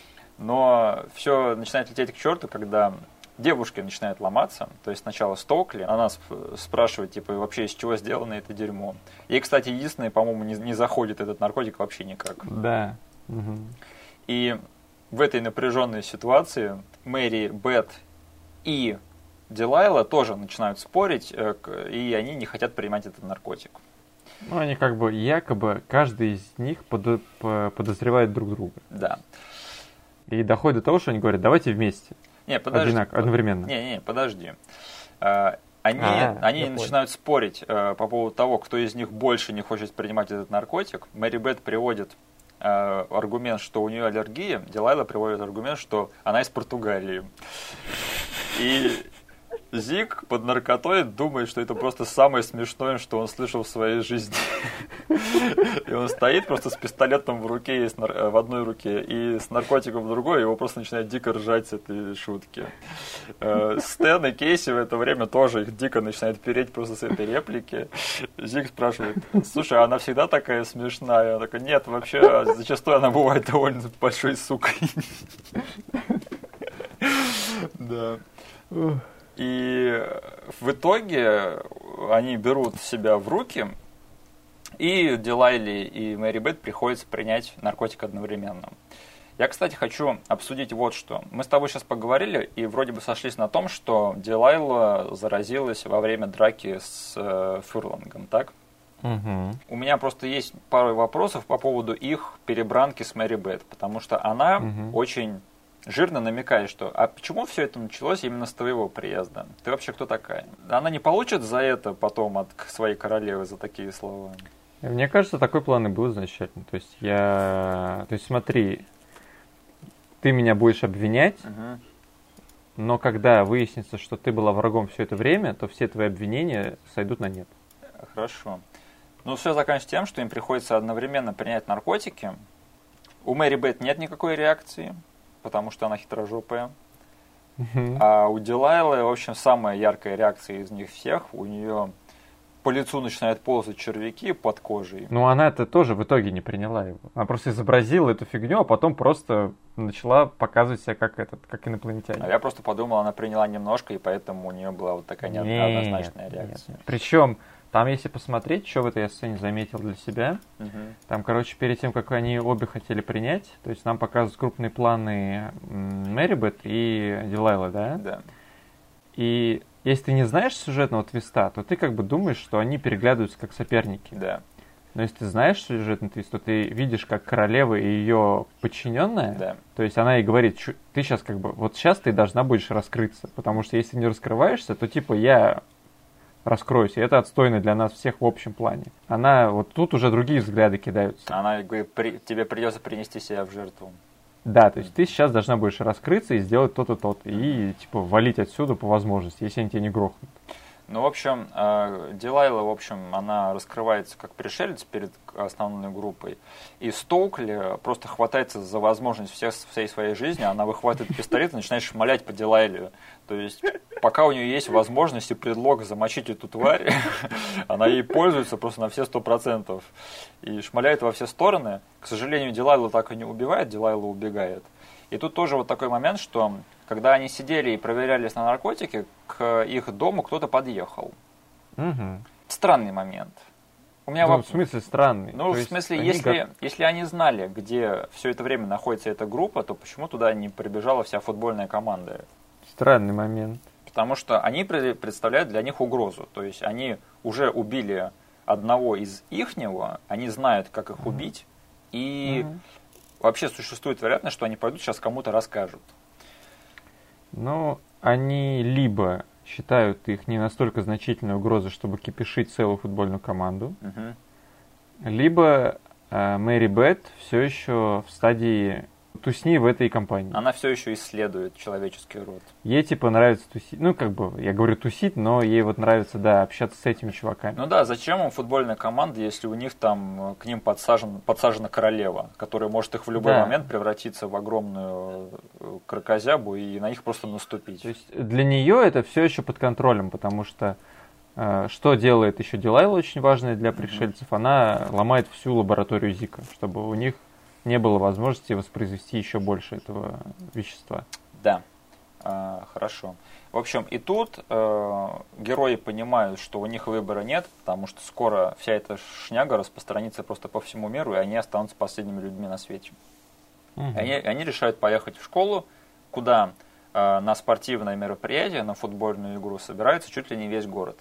Но все начинает лететь к черту, когда девушки начинают ломаться. То есть сначала Стоукли, она спрашивает, типа, вообще из чего сделано это дерьмо. Ей, кстати, единственное, по-моему, не, не заходит этот наркотик вообще никак. Да. Угу. И в этой напряженной ситуации Мэри, Бет и Дилайла тоже начинают спорить, и они не хотят принимать этот наркотик. Ну, они как бы якобы, каждый из них под, подозревает друг друга. Да. И доходит до того, что они говорят, давайте вместе. Не, подожди. Одинак, одновременно. Не, не, подожди. Они, а, они начинают спорить по поводу того, кто из них больше не хочет принимать этот наркотик. Мэри Бет приводит аргумент, что у нее аллергия. Дилайла приводит аргумент, что она из Португалии. И Зик под наркотой думает, что это просто самое смешное, что он слышал в своей жизни. И он стоит просто с пистолетом в руке, в одной руке, и с наркотиком в другой, и его просто начинает дико ржать с этой шутки. Стэн и Кейси в это время тоже их дико начинают переть просто с этой реплики. Зик спрашивает: слушай, а она всегда такая смешная? Она такая: нет, вообще, зачастую она бывает довольно большой сукой. Да. И в итоге они берут себя в руки, и Дилайли и Мэри Бет приходится принять наркотик одновременно. Я, кстати, хочу обсудить вот что. Мы с тобой сейчас поговорили и вроде бы сошлись на том, что Дилайла заразилась во время драки с э, Фюрлангом, так? Угу. У меня просто есть пару вопросов по поводу их перебранки с Мэри Бет, потому что она угу. очень жирно намекает, что а почему все это началось именно с твоего приезда? Ты вообще кто такая? Она не получит за это потом от своей королевы за такие слова? Мне кажется, такой план и был изначально. То есть я... То есть смотри, ты меня будешь обвинять, угу. но когда выяснится, что ты была врагом все это время, то все твои обвинения сойдут на нет. Хорошо. Ну, все заканчивается тем, что им приходится одновременно принять наркотики. У Мэри Бет нет никакой реакции, потому что она хитрожопая. Uh-huh. А у Дилайлы, в общем, самая яркая реакция из них всех. У нее по лицу начинают ползать червяки под кожей. Ну, она это тоже в итоге не приняла его. Она просто изобразила эту фигню, а потом просто начала показывать себя как этот, как инопланетянин. А я просто подумал, она приняла немножко, и поэтому у нее была вот такая неоднозначная нет, реакция. Нет. Причем, там, если посмотреть, что в этой сцене заметил для себя, угу. там, короче, перед тем, как они обе хотели принять, то есть нам показывают крупные планы Мэри Бет и Дилайлы, да? Да. И если ты не знаешь сюжетного твиста, то ты как бы думаешь, что они переглядываются как соперники. Да. Но если ты знаешь сюжетный твист, то ты видишь, как королева и ее подчиненная, да. то есть она ей говорит: ты сейчас как бы, вот сейчас ты должна будешь раскрыться, потому что если не раскрываешься, то типа я раскроюсь, и это отстойно для нас всех в общем плане. Она, вот тут уже другие взгляды кидаются. Она говорит: при, тебе придется принести себя в жертву. Да, то есть ты сейчас должна будешь раскрыться и сделать то-то, то-то, и типа валить отсюда по возможности, если они тебя не грохнут. Ну, в общем, Дилайла, в общем, она раскрывается как пришелец перед основной группой, и Стоукли просто хватается за возможность всех, всей своей жизни, она выхватывает пистолет и начинает шмалять по Дилайле. То есть, пока у нее есть возможность и предлог замочить эту тварь, она ей пользуется просто на все сто процентов и шмаляет во все стороны. К сожалению, Дилайла так и не убивает, Дилайла убегает. И тут тоже вот такой момент, что когда они сидели и проверялись на наркотики, к их дому кто-то подъехал. Угу. Странный момент. У меня ну, воп... в смысле странный? Ну, То в смысле, они если, как... если они знали, где все это время находится эта группа, то почему туда не прибежала вся футбольная команда? Странный момент. Потому что они представляют для них угрозу. То есть они уже убили одного из ихнего, они знают, как их убить, и угу. вообще существует вероятность, что они пойдут сейчас кому-то расскажут. Ну, они либо считают их не настолько значительной угрозой, чтобы кипишить целую футбольную команду, угу. либо э, Мэри Бет все еще в стадии тусни в этой компании. Она все еще исследует человеческий род. Ей типа нравится тусить, ну как бы, я говорю тусить, но ей вот нравится, да, общаться с этими чуваками. Ну да, зачем им футбольная команда, если у них там к ним подсажен, подсажена королева, которая может их в любой да. момент превратиться в огромную кракозябу и на них просто наступить. То есть для нее это все еще под контролем, потому что э, что делает еще Дилайла очень важное для пришельцев, mm-hmm. она ломает всю лабораторию Зика, чтобы у них не было возможности воспроизвести еще больше этого вещества. Да, а, хорошо. В общем, и тут э, герои понимают, что у них выбора нет, потому что скоро вся эта шняга распространится просто по всему миру, и они останутся последними людьми на свете. Угу. И они, они решают поехать в школу, куда э, на спортивное мероприятие, на футбольную игру собирается чуть ли не весь город.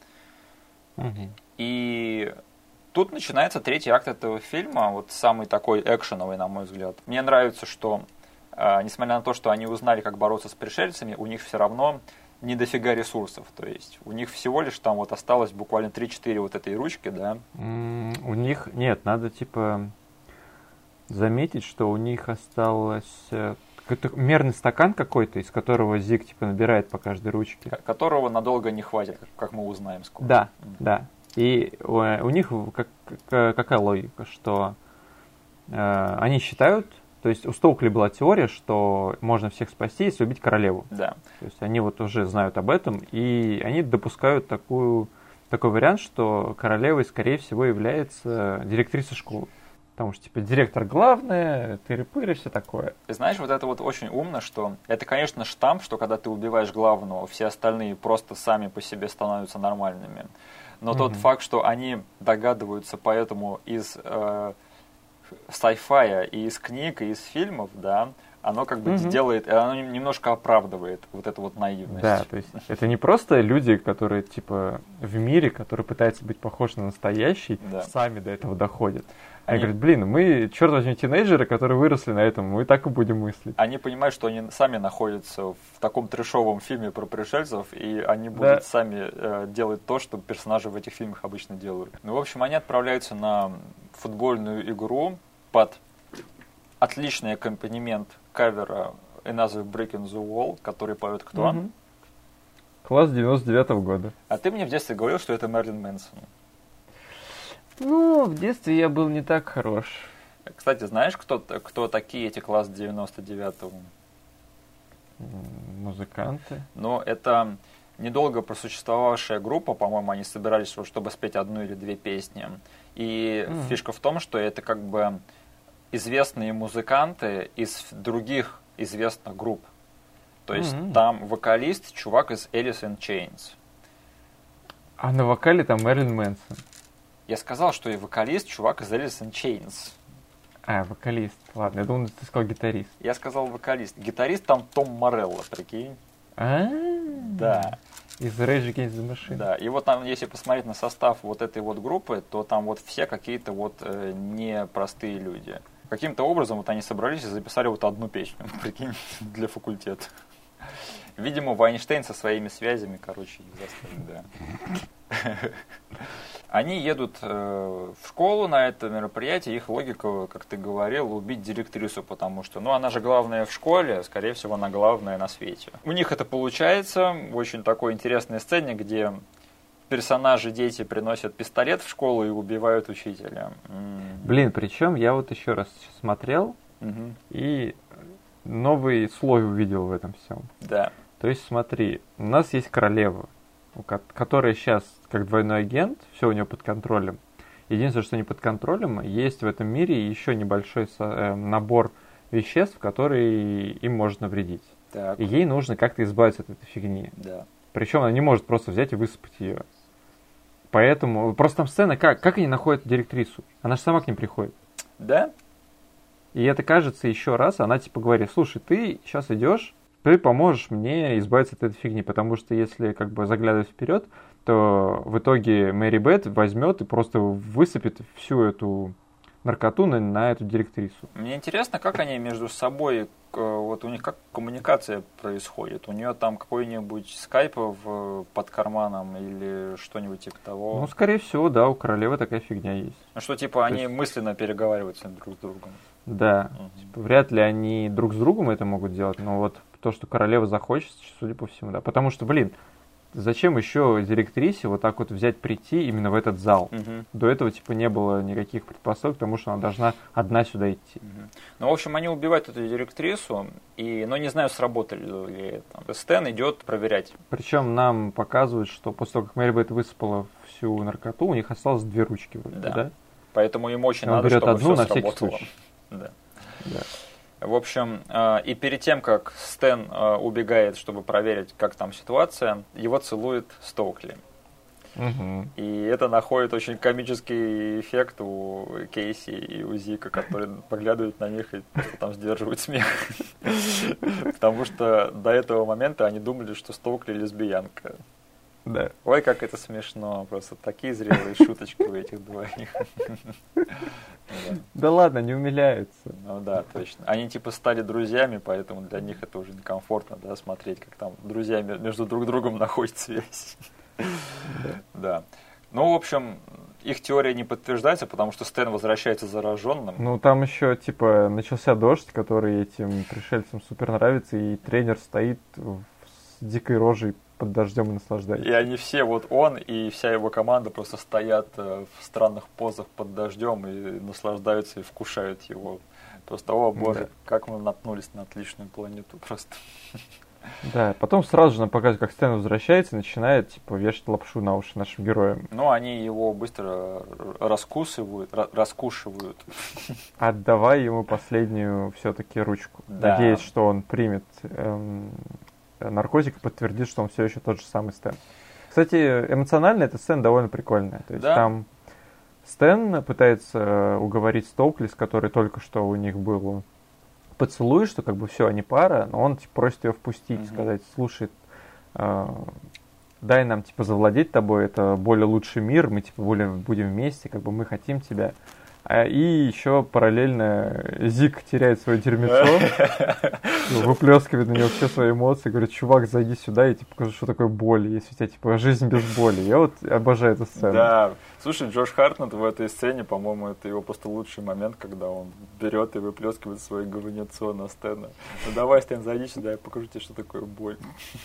Угу. И тут начинается третий акт этого фильма, вот самый такой экшеновый, на мой взгляд. Мне нравится, что, э, несмотря на то, что они узнали, как бороться с пришельцами, у них все равно не дофига ресурсов. То есть у них всего лишь там вот осталось буквально три-четыре вот этой ручки, да? Mm, у них, нет, надо типа заметить, что у них осталось какой-то мерный стакан какой-то, из которого Зиг типа набирает по каждой ручке. Которого надолго не хватит, как мы узнаем скоро. Да, mm-hmm. да. И у, у них как, как, какая логика, что э, они считают, то есть у Стоукли была теория, что можно всех спасти, если убить королеву. Да. То есть они вот уже знают об этом, и они допускают такую, такой вариант, что королевой, скорее всего, является директриса школы. Потому что, типа, директор главное, тыры-пыры, все такое. И знаешь, вот это вот очень умно, что это, конечно, штамп, что когда ты убиваешь главного, все остальные просто сами по себе становятся нормальными. Но mm-hmm. тот факт, что они догадываются поэтому из э, sci-fi и из книг, и из фильмов, да, оно как бы mm-hmm. делает, оно немножко оправдывает вот эту вот наивность. Да, то есть это не просто люди, которые, типа, в мире, которые пытаются быть похожи на настоящий, да. сами до этого доходят. Они, они говорят, блин, мы, черт возьми, тинейджеры, которые выросли на этом, мы так и будем мыслить. Они понимают, что они сами находятся в таком трэшовом фильме про пришельцев, и они будут да. сами э, делать то, что персонажи в этих фильмах обычно делают. Ну, в общем, они отправляются на футбольную игру под отличный аккомпанемент кавера Another Brick in the Wall, который поет кто? Угу. Класс девяносто девятого года. А ты мне в детстве говорил, что это Мэрилин Мэнсон. Ну, в детстве я был не так хорош. Кстати, знаешь, кто, кто такие эти класс девяносто девятого? Музыканты. Ну, это недолго просуществовавшая группа, по-моему, они собирались, чтобы спеть одну или две песни. И mm. фишка в том, что это как бы известные музыканты из других известных групп. То есть mm-hmm. там вокалист, чувак из Alice in Chains. А на вокале там Мэрилин Мэнсон. Я сказал, что и вокалист, чувак из Alice in Chains. А, вокалист. Ладно, я думал, ты сказал гитарист. Я сказал вокалист. Гитарист там Том Морелло, прикинь. А-а-а. Да. Из Rage Against the Machine. Да, и вот там, если посмотреть на состав вот этой вот группы, то там вот все какие-то вот э, непростые люди. Каким-то образом вот они собрались и записали вот одну песню, прикинь, для факультета. Видимо, Вайнштейн со своими связями, короче, их заставил, да. Они едут э, в школу на это мероприятие, их логика, как ты говорил, убить директрису, потому что, ну, она же главная в школе, скорее всего, она главная на свете. У них это получается в очень такой интересной сцене, где персонажи, дети приносят пистолет в школу и убивают учителя. М-м. Блин, причем я вот еще раз смотрел угу. и новый слой увидел в этом всем. Да. То есть, смотри, у нас есть королева, которая сейчас как двойной агент, все у нее под контролем. Единственное, что не под контролем, есть в этом мире еще небольшой со, э, набор веществ, которые им можно навредить. Так. И ей нужно как-то избавиться от этой фигни. Да. Причем она не может просто взять и высыпать ее. Поэтому, просто там сцена, как, как они находят директрису? Она же сама к ним приходит. Да? И это кажется еще раз, она типа говорит, слушай, ты сейчас идешь, ты поможешь мне избавиться от этой фигни, потому что если как бы заглядывать вперед, то в итоге Мэри Бет возьмет и просто высыпет всю эту наркоту на, на эту директрису. Мне интересно, как они между собой, вот у них как коммуникация происходит? У нее там какой-нибудь скайп в, под карманом или что-нибудь типа того? Ну, скорее всего, да, у королевы такая фигня есть. Ну, что типа то они есть... мысленно переговариваются друг с другом? Да, угу. типа, вряд ли они друг с другом это могут делать, но вот то, что королева захочет, судя по всему, да. Потому что, блин, зачем еще директрисе вот так вот взять, прийти именно в этот зал? Угу. До этого, типа, не было никаких предпосылок, потому что она должна одна сюда идти. Угу. Ну, в общем, они убивают эту директрису, и, ну, не знаю, сработали ли это. Стэн идет проверять. Причем нам показывают, что после того, как Мэри Бет высыпала всю наркоту, у них осталось две ручки вроде, да. да? Поэтому им очень он надо, берет чтобы одну все на сработало. всякий случай. Да. Да. В общем, и перед тем, как Стэн убегает, чтобы проверить, как там ситуация, его целует Стоукли. Угу. И это находит очень комический эффект у Кейси и у Зика, которые поглядывают на них и просто там сдерживают смех. Потому что до этого момента они думали, что Стоукли лесбиянка. Да. Ой, как это смешно, просто такие зрелые шуточки у этих двоих. Да ладно, не умиляются. Ну да, точно. Они типа стали друзьями, поэтому для них это уже некомфортно, да, смотреть, как там друзья между друг другом находят связь. Да. Ну, в общем, их теория не подтверждается, потому что Стэн возвращается зараженным. Ну, там еще, типа, начался дождь, который этим пришельцам супер нравится, и тренер стоит с дикой рожей под дождем и наслаждается. И они все, вот он и вся его команда просто стоят в странных позах под дождем и наслаждаются и вкушают его. Просто, о боже, да. Как мы наткнулись на отличную планету просто. Да, потом сразу же нам показывают, как Стэн возвращается и начинает, типа, вешать лапшу на уши нашим героям. Ну, они его быстро раскусывают, раскушивают. Отдавай ему последнюю все-таки ручку. Да. Надеюсь, что он примет эм, наркотик и подтвердит, что он все еще тот же самый Стэн. Кстати, эмоционально эта сцена довольно прикольная. То есть да. Там Стэн пытается уговорить Стоукли, с которой только что у них был поцелуй, что как бы все, они пара, но он типа, просит ее впустить, mm-hmm. сказать, слушай, э, дай нам типа завладеть тобой, это более лучший мир, мы типа будем, будем вместе, как бы мы хотим тебя. А, и еще параллельно Зик теряет свое дерьмецо, выплескивает на него все свои эмоции, говорит, чувак, зайди сюда, я тебе покажу, что такое боль, если у тебя типа жизнь без боли. Я вот обожаю эту сцену. Да, слушай, Джош Хартнетт в этой сцене, по-моему, это его просто лучший момент, когда он берет и выплескивает свое говнецо на Стэна. Ну давай, Стэн, зайди сюда, я покажу тебе, что такое боль.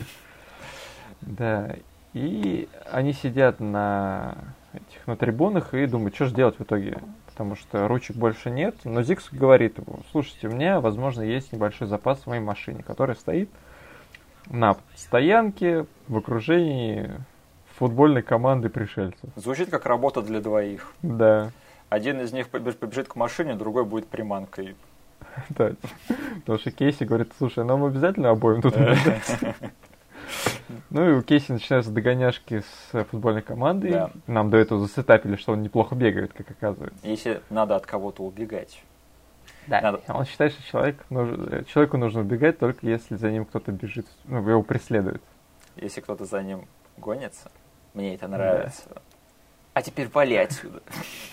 Да, и они сидят на этих на трибунах и думают, что же делать в итоге. Потому что ручек больше нет. Но Зикс говорит ему, слушайте, у меня, возможно, есть небольшой запас в моей машине, который стоит на стоянке в окружении футбольной команды пришельцев. Звучит как работа для двоих. Да. Один из них побежит к машине, другой будет приманкой. Да. Потому что Кейси говорит, слушай, нам обязательно обоим тут наблюдать. Ну и у Кейси начинаются догоняшки с футбольной командой. Да. Нам до этого засетапили, что он неплохо бегает, как оказывается. Если надо от кого-то убегать. Да, надо. Он считает, что человек нужен, человеку нужно убегать только если за ним кто-то бежит, ну, его преследует. Если кто-то за ним гонится, мне это нравится. Да. А теперь вали отсюда.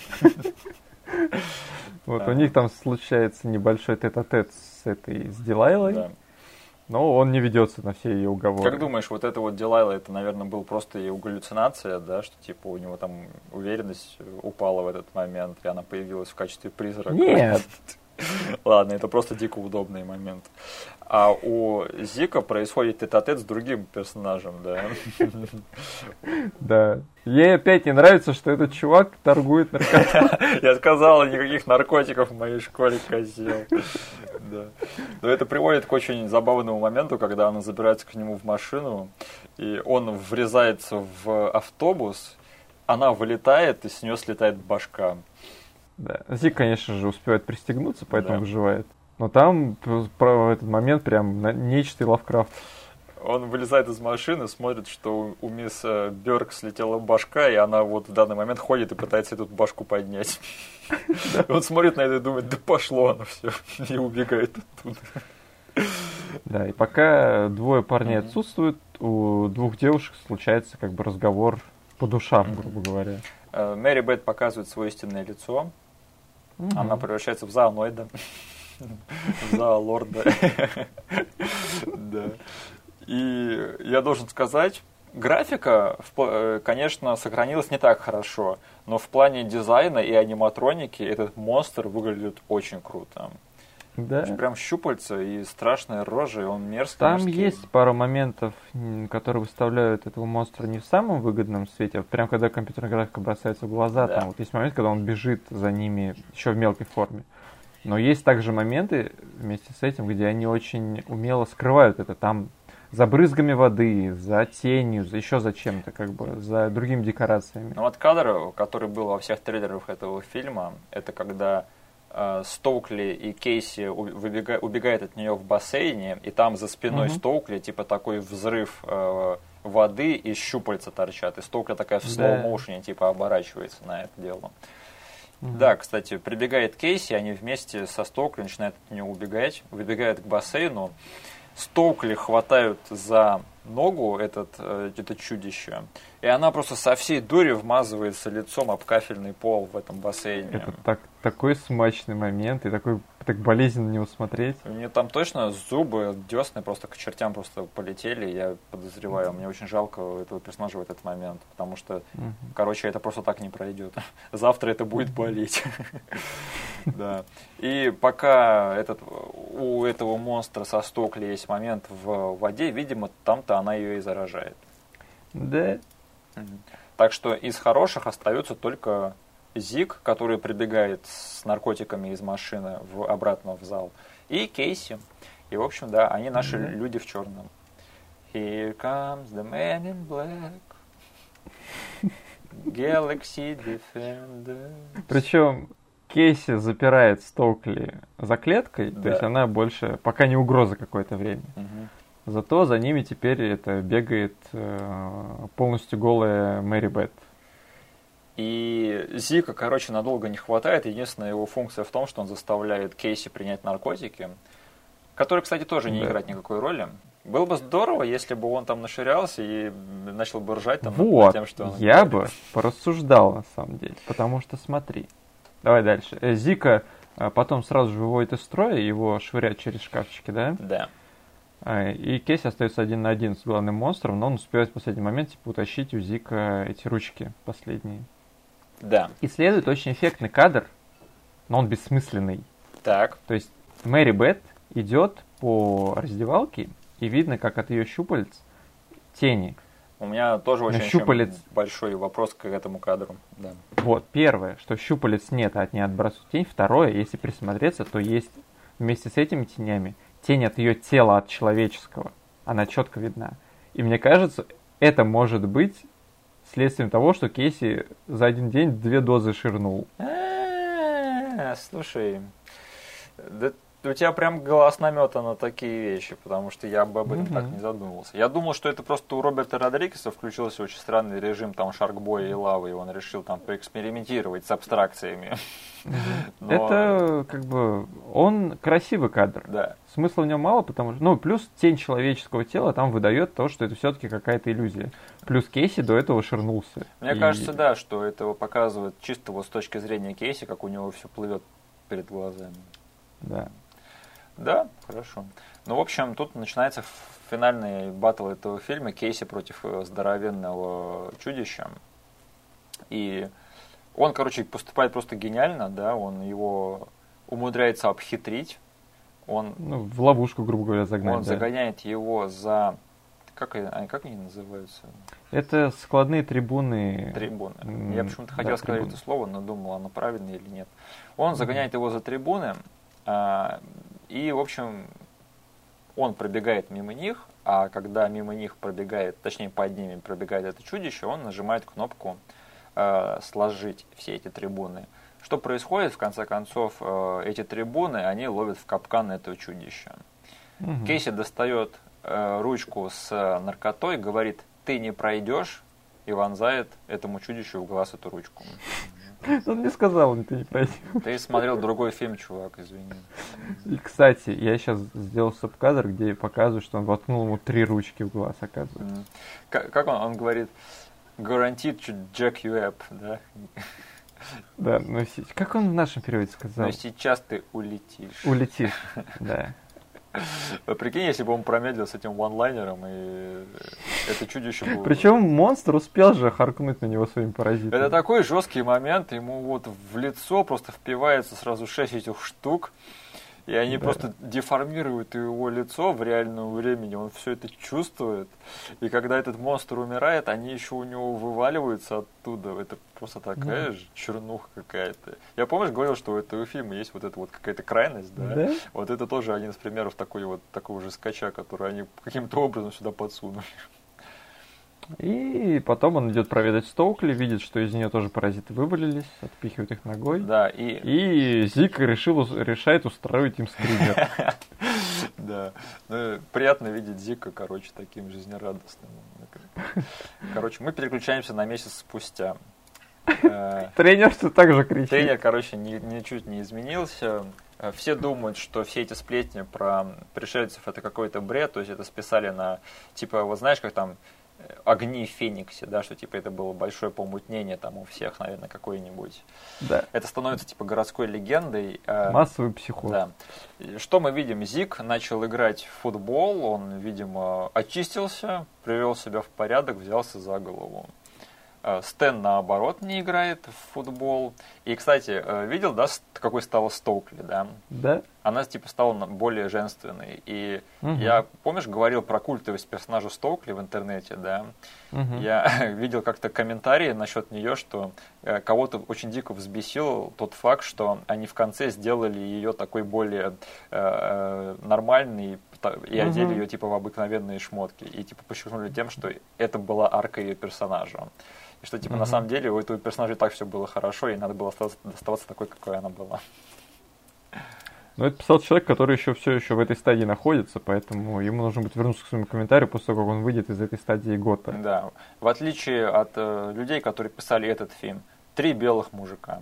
Вот у них там случается небольшой тет-а-тет с этой, с Дилайлой. Но он не ведется на все ее уговоры. Как думаешь, вот это вот Дилайла, это, наверное, был просто ее галлюцинация, да, что типа у него там уверенность упала в этот момент, и она появилась в качестве призрака? Нет. Ладно, это просто дико удобный момент. А у Зика происходит тет-а-тет с другим персонажем, да? Да. Ей опять не нравится, что этот чувак торгует наркотиками. Я сказал, никаких наркотиков в моей школе, козел. Да. Но это приводит к очень забавному моменту, когда она забирается к нему в машину, и он врезается в автобус, она вылетает, и с нее слетает башка. Да. Зик, конечно же, успевает пристегнуться, поэтому да. выживает. Но там в этот момент прям нечто Лавкрафт. Он вылезает из машины, смотрит, что у мисс Бёрк слетела башка, и она вот в данный момент ходит и пытается эту башку поднять. Он смотрит на это и думает, да пошло оно все, и убегает оттуда. Да, и пока двое парней отсутствуют, у двух девушек случается как бы разговор по душам, грубо говоря. Мэри Бет показывает свое истинное лицо. Она превращается в зооноида. Зоолорда. Да. И я должен сказать, графика, конечно, сохранилась не так хорошо, но в плане дизайна и аниматроники этот монстр выглядит очень круто. Да. Прям щупальца и страшная рожа, и он мерзкий. Там мерзкий. Есть пару моментов, которые выставляют этого монстра не в самом выгодном свете. Вот прям когда компьютерная графика бросается в глаза, да. Там вот есть момент, когда он бежит за ними еще в мелкой форме. Но есть также моменты вместе с этим, где они очень умело скрывают это. Там за брызгами воды, за тенью, за еще за чем-то, как бы, за другими декорациями. Ну вот кадр, который был во всех трейлерах этого фильма, это когда э, Стоукли и Кейси убега, убегают от нее в бассейне, и там за спиной uh-huh. Стоукли типа такой взрыв э, воды и щупальца торчат. И Стоукли такая в слоу-моушене типа оборачивается на это дело. Uh-huh. Да, кстати, прибегает Кейси, они вместе со Стоукли начинают от нее убегать, выбегают к бассейну. Стоукли хватают за ногу этот, это чудище, и она просто со всей дури вмазывается лицом об кафельный пол в этом бассейне. Это так, такой смачный момент, и такой так болезненно на него смотреть. У нее там точно зубы, десны просто к чертям просто полетели, я подозреваю. Мне очень жалко этого персонажа в этот момент, потому что, uh-huh. короче, это просто так не пройдет. Завтра это будет болеть. Да. И пока этот, у этого монстра со Стоукли есть момент в воде, видимо, там-то она ее и заражает. Да. Так что из хороших остаются только Зик, который прибегает с наркотиками из машины в, обратно в зал, и Кейси. И, в общем, да, они наши mm-hmm. люди в черном. Here comes the man in black. Galaxy Defender. Причем Кейси запирает Стоукли за клеткой, да. То есть она больше, пока не угроза какое-то время. Mm-hmm. Зато за ними теперь это бегает э, полностью голая Мэри Бет. И Зика, короче, надолго не хватает. Единственная его функция в том, что он заставляет Кейси принять наркотики, которые, кстати, тоже не да. играют никакой роли. Было бы здорово, если бы он там наширялся и начал бы ржать там вот, над тем, что он я говорит. бы порассуждал, на самом деле. Потому что смотри. Давай дальше. Зика потом сразу же выводит из строя, его швыряют через шкафчики, да? Да. И Кейси остается один на один с главным монстром, но он успевает в последний момент типа, утащить у Зика эти ручки последние. Да. И следует очень эффектный кадр, но он бессмысленный. Так. То есть Мэри Бет идет по раздевалке, и видно, как от ее щупалец тени. У меня тоже очень, щупалец... очень большой вопрос к этому кадру. Да. Вот, первое, что щупалец нет, а от нее отбрасывают тень. Второе, если присмотреться, то есть вместе с этими тенями тень от ее тела, от человеческого. Она четко видна. И мне кажется, это может быть следствием того, что Кейси за один день две дозы ширнул. Слушай, да у тебя прям глаз наметан на такие вещи, потому что я бы об этом mm-hmm. так не задумывался. Я думал, что это просто у Роберта Родригеса включился очень странный режим там шаркбоя и лавы, и он решил там поэкспериментировать с абстракциями. Mm-hmm. Но... Это как бы он красивый кадр. Да. Смысла в нем мало, потому что, ну, плюс тень человеческого тела там выдает то, что это все-таки какая-то иллюзия. Плюс Кейси до этого ширнулся. Мне и... кажется, да, что это показывает чисто вот с точки зрения Кейси, как у него все плывет перед глазами. Да. Да, хорошо. Ну, в общем, тут начинается финальный баттл этого фильма. Кейси против здоровенного чудища. И он, короче, поступает просто гениально, да, он его умудряется обхитрить. Он, ну, в ловушку, грубо говоря, загнать. Он да. загоняет его за... Как они, как они называются? Это складные трибуны. Трибуны. Я почему-то хотел да, сказать трибуны. Это слово, но думал, оно правильное или нет. Он mm-hmm. загоняет его за трибуны, а, и, в общем, он пробегает мимо них, а когда мимо них пробегает, точнее, под ними пробегает это чудище, он нажимает кнопку а, «Сложить все эти трибуны». Что происходит, в конце концов, а, эти трибуны, они ловят в капкан этого чудища. Mm-hmm. Кейси достает ручку с наркотой, говорит, ты не пройдешь, и вонзает этому чудищу в глаз эту ручку. Он не сказал, ты не пройдешь. Ты смотрел другой фильм, чувак, извини. И, кстати, я сейчас сделал саб-кадр, где показываю, что он воткнул ему три ручки в глаз, оказывается. Как, как он, он говорит, guaranteed to jack you up, да? Да, но как он в нашем переводе сказал? Но сейчас ты улетишь. Улетишь, да. Прикинь, если бы он промедлил с этим ванлайнером, и это чудище было... Причем монстр успел же харкнуть на него своим паразитом. Это такой жесткий момент, ему вот в лицо просто впивается сразу шесть этих штук, и они да. просто деформируют его лицо в реальном времени, он все это чувствует. И когда этот монстр умирает, они еще у него вываливаются оттуда. Это просто такая mm. же чернуха какая-то. Я, помнишь, говорил, что у этого фильма есть вот эта вот какая-то крайность, да? да? Вот это тоже один из примеров такой вот, такого же скача, который они каким-то образом сюда подсунули. И потом он идет проведать Стоукли, видит, что из нее тоже паразиты вывалились, отпихивает их ногой. Да, и... И Зик решил, решает устроить им скример. Да. Ну, приятно видеть Зика, короче, таким жизнерадостным. Короче, мы переключаемся на месяц спустя. Тренер все так же кричит. Тренер, короче, ни, ничуть не изменился. Все думают, что все эти сплетни про пришельцев это какой-то бред, то есть это списали на, типа, вот знаешь, как там огни в Фениксе, да, что типа это было большое помутнение там у всех, наверное, какое-нибудь. Да. Это становится типа городской легендой. Массовый психоз. Да. Что мы видим? Зик начал играть в футбол, он, видимо, очистился, привел себя в порядок, взялся за голову. Стэн, наоборот, не играет в футбол. И, кстати, видел, да, какой стала Стоукли, да? Да. Она, типа, стала более женственной. И угу. я, помнишь, говорил про культовость персонажа Стоукли в интернете, да? Угу. Я видел как-то комментарии насчет нее, что кого-то очень дико взбесил тот факт, что они в конце сделали ее такой более э, нормальной и одели угу. ее, типа, в обыкновенные шмотки. И, типа, подчеркнули тем, что это была арка ее персонажа. И что, типа, mm-hmm. на самом деле у этого персонажа и так все было хорошо, и надо было оставаться, оставаться такой, какой она была. Ну, это писал человек, который еще все еще в этой стадии находится, поэтому ему нужно будет вернуться к своему комментарию после того, как он выйдет из этой стадии гота. Да. В отличие от э, людей, которые писали этот фильм, три белых мужика.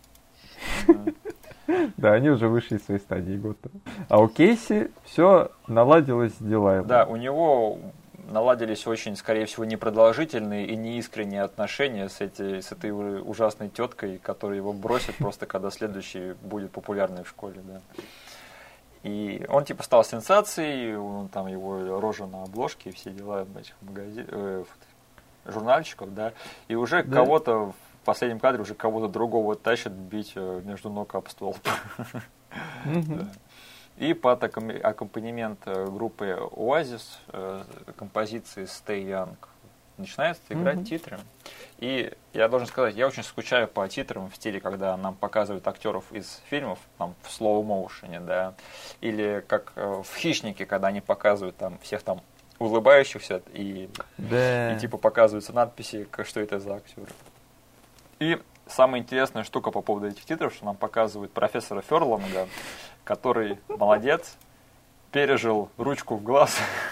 Да, они уже вышли из своей стадии гота. А у Кейси все наладилось дела. Да, у него наладились очень, скорее всего, непродолжительные и неискренние отношения с, эти, с этой ужасной теткой, которая его бросит просто, когда следующий будет популярный в школе, да. И он типа стал сенсацией, он, там его рожа на обложке и все дела этих магазин, э, журнальчиков, да. И уже да. кого-то в последнем кадре уже кого-то другого тащат бить между ног об стол. И под аккомпанемент группы Oasis, композиции Stay Young, начинают играть mm-hmm. титры. И я должен сказать, я очень скучаю по титрам в стиле, когда нам показывают актеров из фильмов там, в слоу-моушене, да, или как в «Хищнике», когда они показывают там всех там улыбающихся и, да. и типа показываются надписи, что это за актеры. И самая интересная штука по поводу этих титров, что нам показывают профессора Ферланга, который молодец, пережил ручку в глаз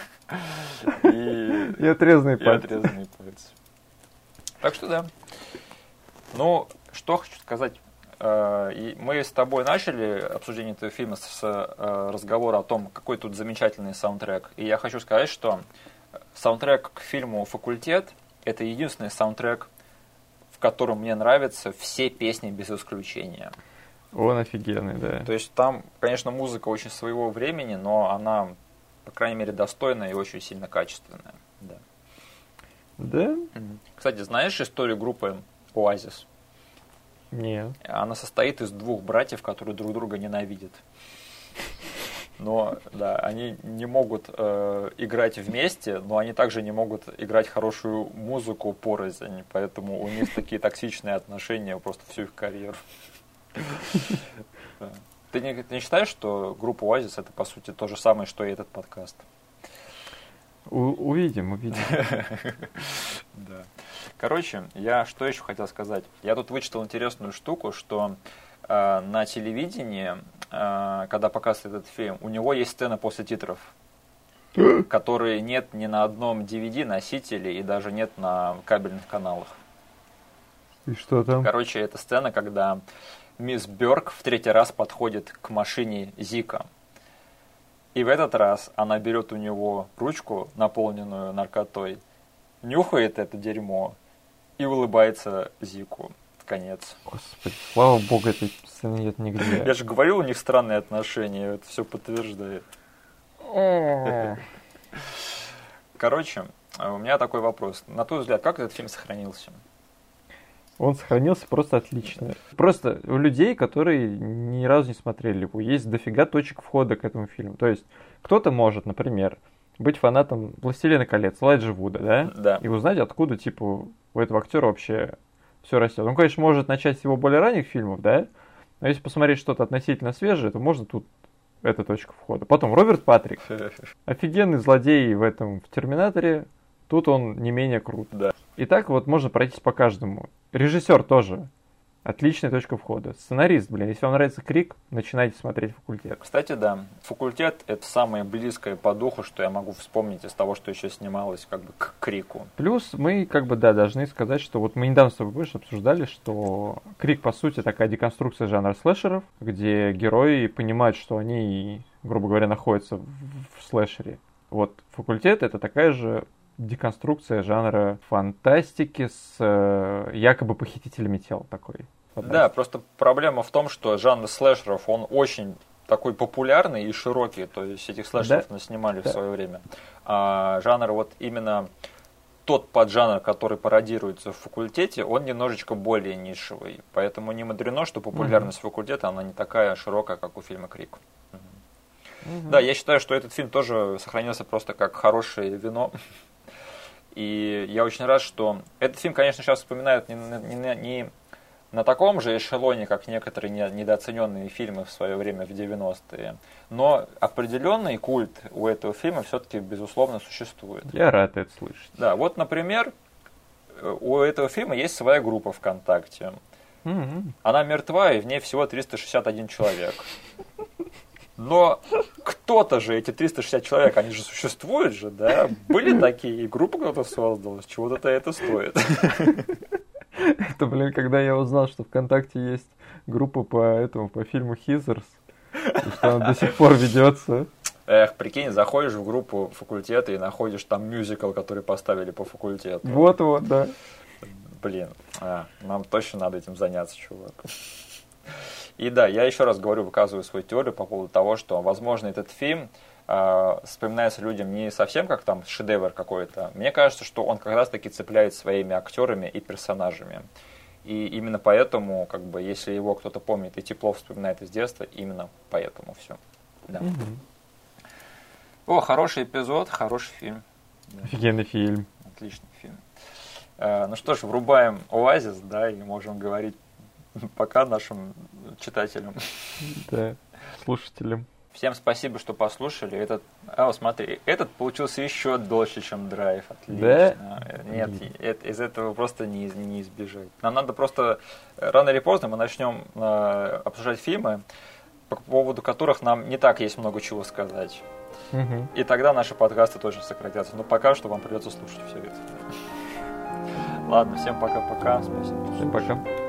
и, и отрезанные пальцы. отрезанные пальцы. Так что да. Ну, что хочу сказать. Мы с тобой начали обсуждение этого фильма с разговора о том, какой тут замечательный саундтрек. И я хочу сказать, что саундтрек к фильму «Факультет» — это единственный саундтрек, в котором мне нравятся все песни без исключения. Он офигенный, да. То есть там, конечно, музыка очень своего времени, но она, по крайней мере, достойная и очень сильно качественная. Да? Да? Кстати, знаешь историю группы Oasis? Нет. Она состоит из двух братьев, которые друг друга ненавидят. Но, да, они не могут э, играть вместе, но они также не могут играть хорошую музыку порознь, поэтому у них такие токсичные отношения просто всю их карьеру. Ты не, ты не считаешь, что группа Oasis это, по сути, то же самое, что и этот подкаст? У, увидим, увидим. Да. Короче, я что еще хотел сказать? Я тут вычитал интересную штуку, что э, на телевидении, э, когда показывают этот фильм, у него есть сцена после титров, которые нет ни на одном ди ви ди-носителе и даже нет на кабельных каналах. И что там? Короче, это сцена, когда мисс Бёрк в третий раз подходит к машине Зика. И в этот раз она берет у него ручку, наполненную наркотой, нюхает это дерьмо и улыбается Зику. Конец. Господи, слава богу, этой сцены нет нигде. Я же говорил, у них странные отношения, это все подтверждает. Короче, у меня такой вопрос. На твой взгляд, как этот фильм сохранился? Он сохранился просто отлично. Просто у людей, которые ни разу не смотрели его, есть дофига точек входа к этому фильму. То есть кто-то может, например, быть фанатом «Властелина колец», Элайджа Вуда, да? Да. И узнать, откуда, типа, у этого актера вообще все растет. Он, конечно, может начать с его более ранних фильмов, да? Но если посмотреть что-то относительно свежее, то можно тут эта точка входа. Потом Роберт Патрик. Офигенный злодей в этом, в «Терминаторе». Тут он не менее крут. Да. И так вот можно пройтись по каждому. Режиссер тоже. Отличная точка входа. Сценарист, блин, если вам нравится Крик, начинайте смотреть «Факультет». Кстати, да, «Факультет» — это самое близкое по духу, что я могу вспомнить из того, что еще снималось как бы к Крику. Плюс мы, как бы, да, должны сказать, что вот мы недавно с тобой, помнишь, обсуждали, что Крик, по сути, такая деконструкция жанра слэшеров, где герои понимают, что они, грубо говоря, находятся в, в слэшере. Вот «Факультет» — это такая же деконструкция жанра фантастики с э, якобы похитителями тел такой. Да, просто проблема в том, что жанр слэшеров, он очень такой популярный и широкий, то есть этих слэшеров да? снимали да. в свое время. А жанр вот именно тот поджанр, который пародируется в «Факультете», он немножечко более нишевый, поэтому не мудрено, что популярность угу. «Факультета», она не такая широкая, как у фильма «Крик». Угу. Угу. Да, я считаю, что этот фильм тоже сохранился просто как хорошее вино. И я очень рад, что этот фильм, конечно, сейчас вспоминают не, не, не на таком же эшелоне, как некоторые недооцененные фильмы в свое время в девяностые. Но определенный культ у этого фильма все-таки, безусловно, существует. Я рад это слышать. Да, вот, например, у этого фильма есть своя группа ВКонтакте. Mm-hmm. Она мертва, и в ней всего триста шестьдесят один человек. Но кто-то же, эти триста шестьдесят человек, они же существуют же, да? Были такие, и группу кто-то создал, с чего-то это стоит. Это, блин, когда я узнал, что ВКонтакте есть группа по этому, по фильму «Хизерс», и что она до сих пор ведется. Эх, прикинь, заходишь в группу «Факультета» и находишь там мюзикл, который поставили по «Факультету». Вот-вот, да. Блин, а, нам точно надо этим заняться, чувак. И да, я еще раз говорю, выказываю свою теорию по поводу того, что, возможно, этот фильм э, вспоминается людям не совсем как там шедевр какой-то. Мне кажется, что он как раз-таки цепляет своими актерами и персонажами. И именно поэтому, как бы, если его кто-то помнит и тепло вспоминает из детства, именно поэтому все. Да. Mm-hmm. О, хороший эпизод, хороший фильм. Офигенный фильм. Отличный фильм. Э, ну что ж, врубаем «Оазис», да, и можем говорить пока нашим читателям. Да, слушателям. Всем спасибо, что послушали. Этот, а, смотри, этот получился еще дольше, чем «Драйв». Отлично. Да? Нет, mm-hmm. из этого просто не, не избежать. Нам надо просто, рано или поздно мы начнем э, обсуждать фильмы, по поводу которых нам не так есть много чего сказать. Mm-hmm. И тогда наши подкасты тоже сократятся. Но пока что вам придется слушать все это. Ладно, всем пока-пока. Спасибо. Всем пока.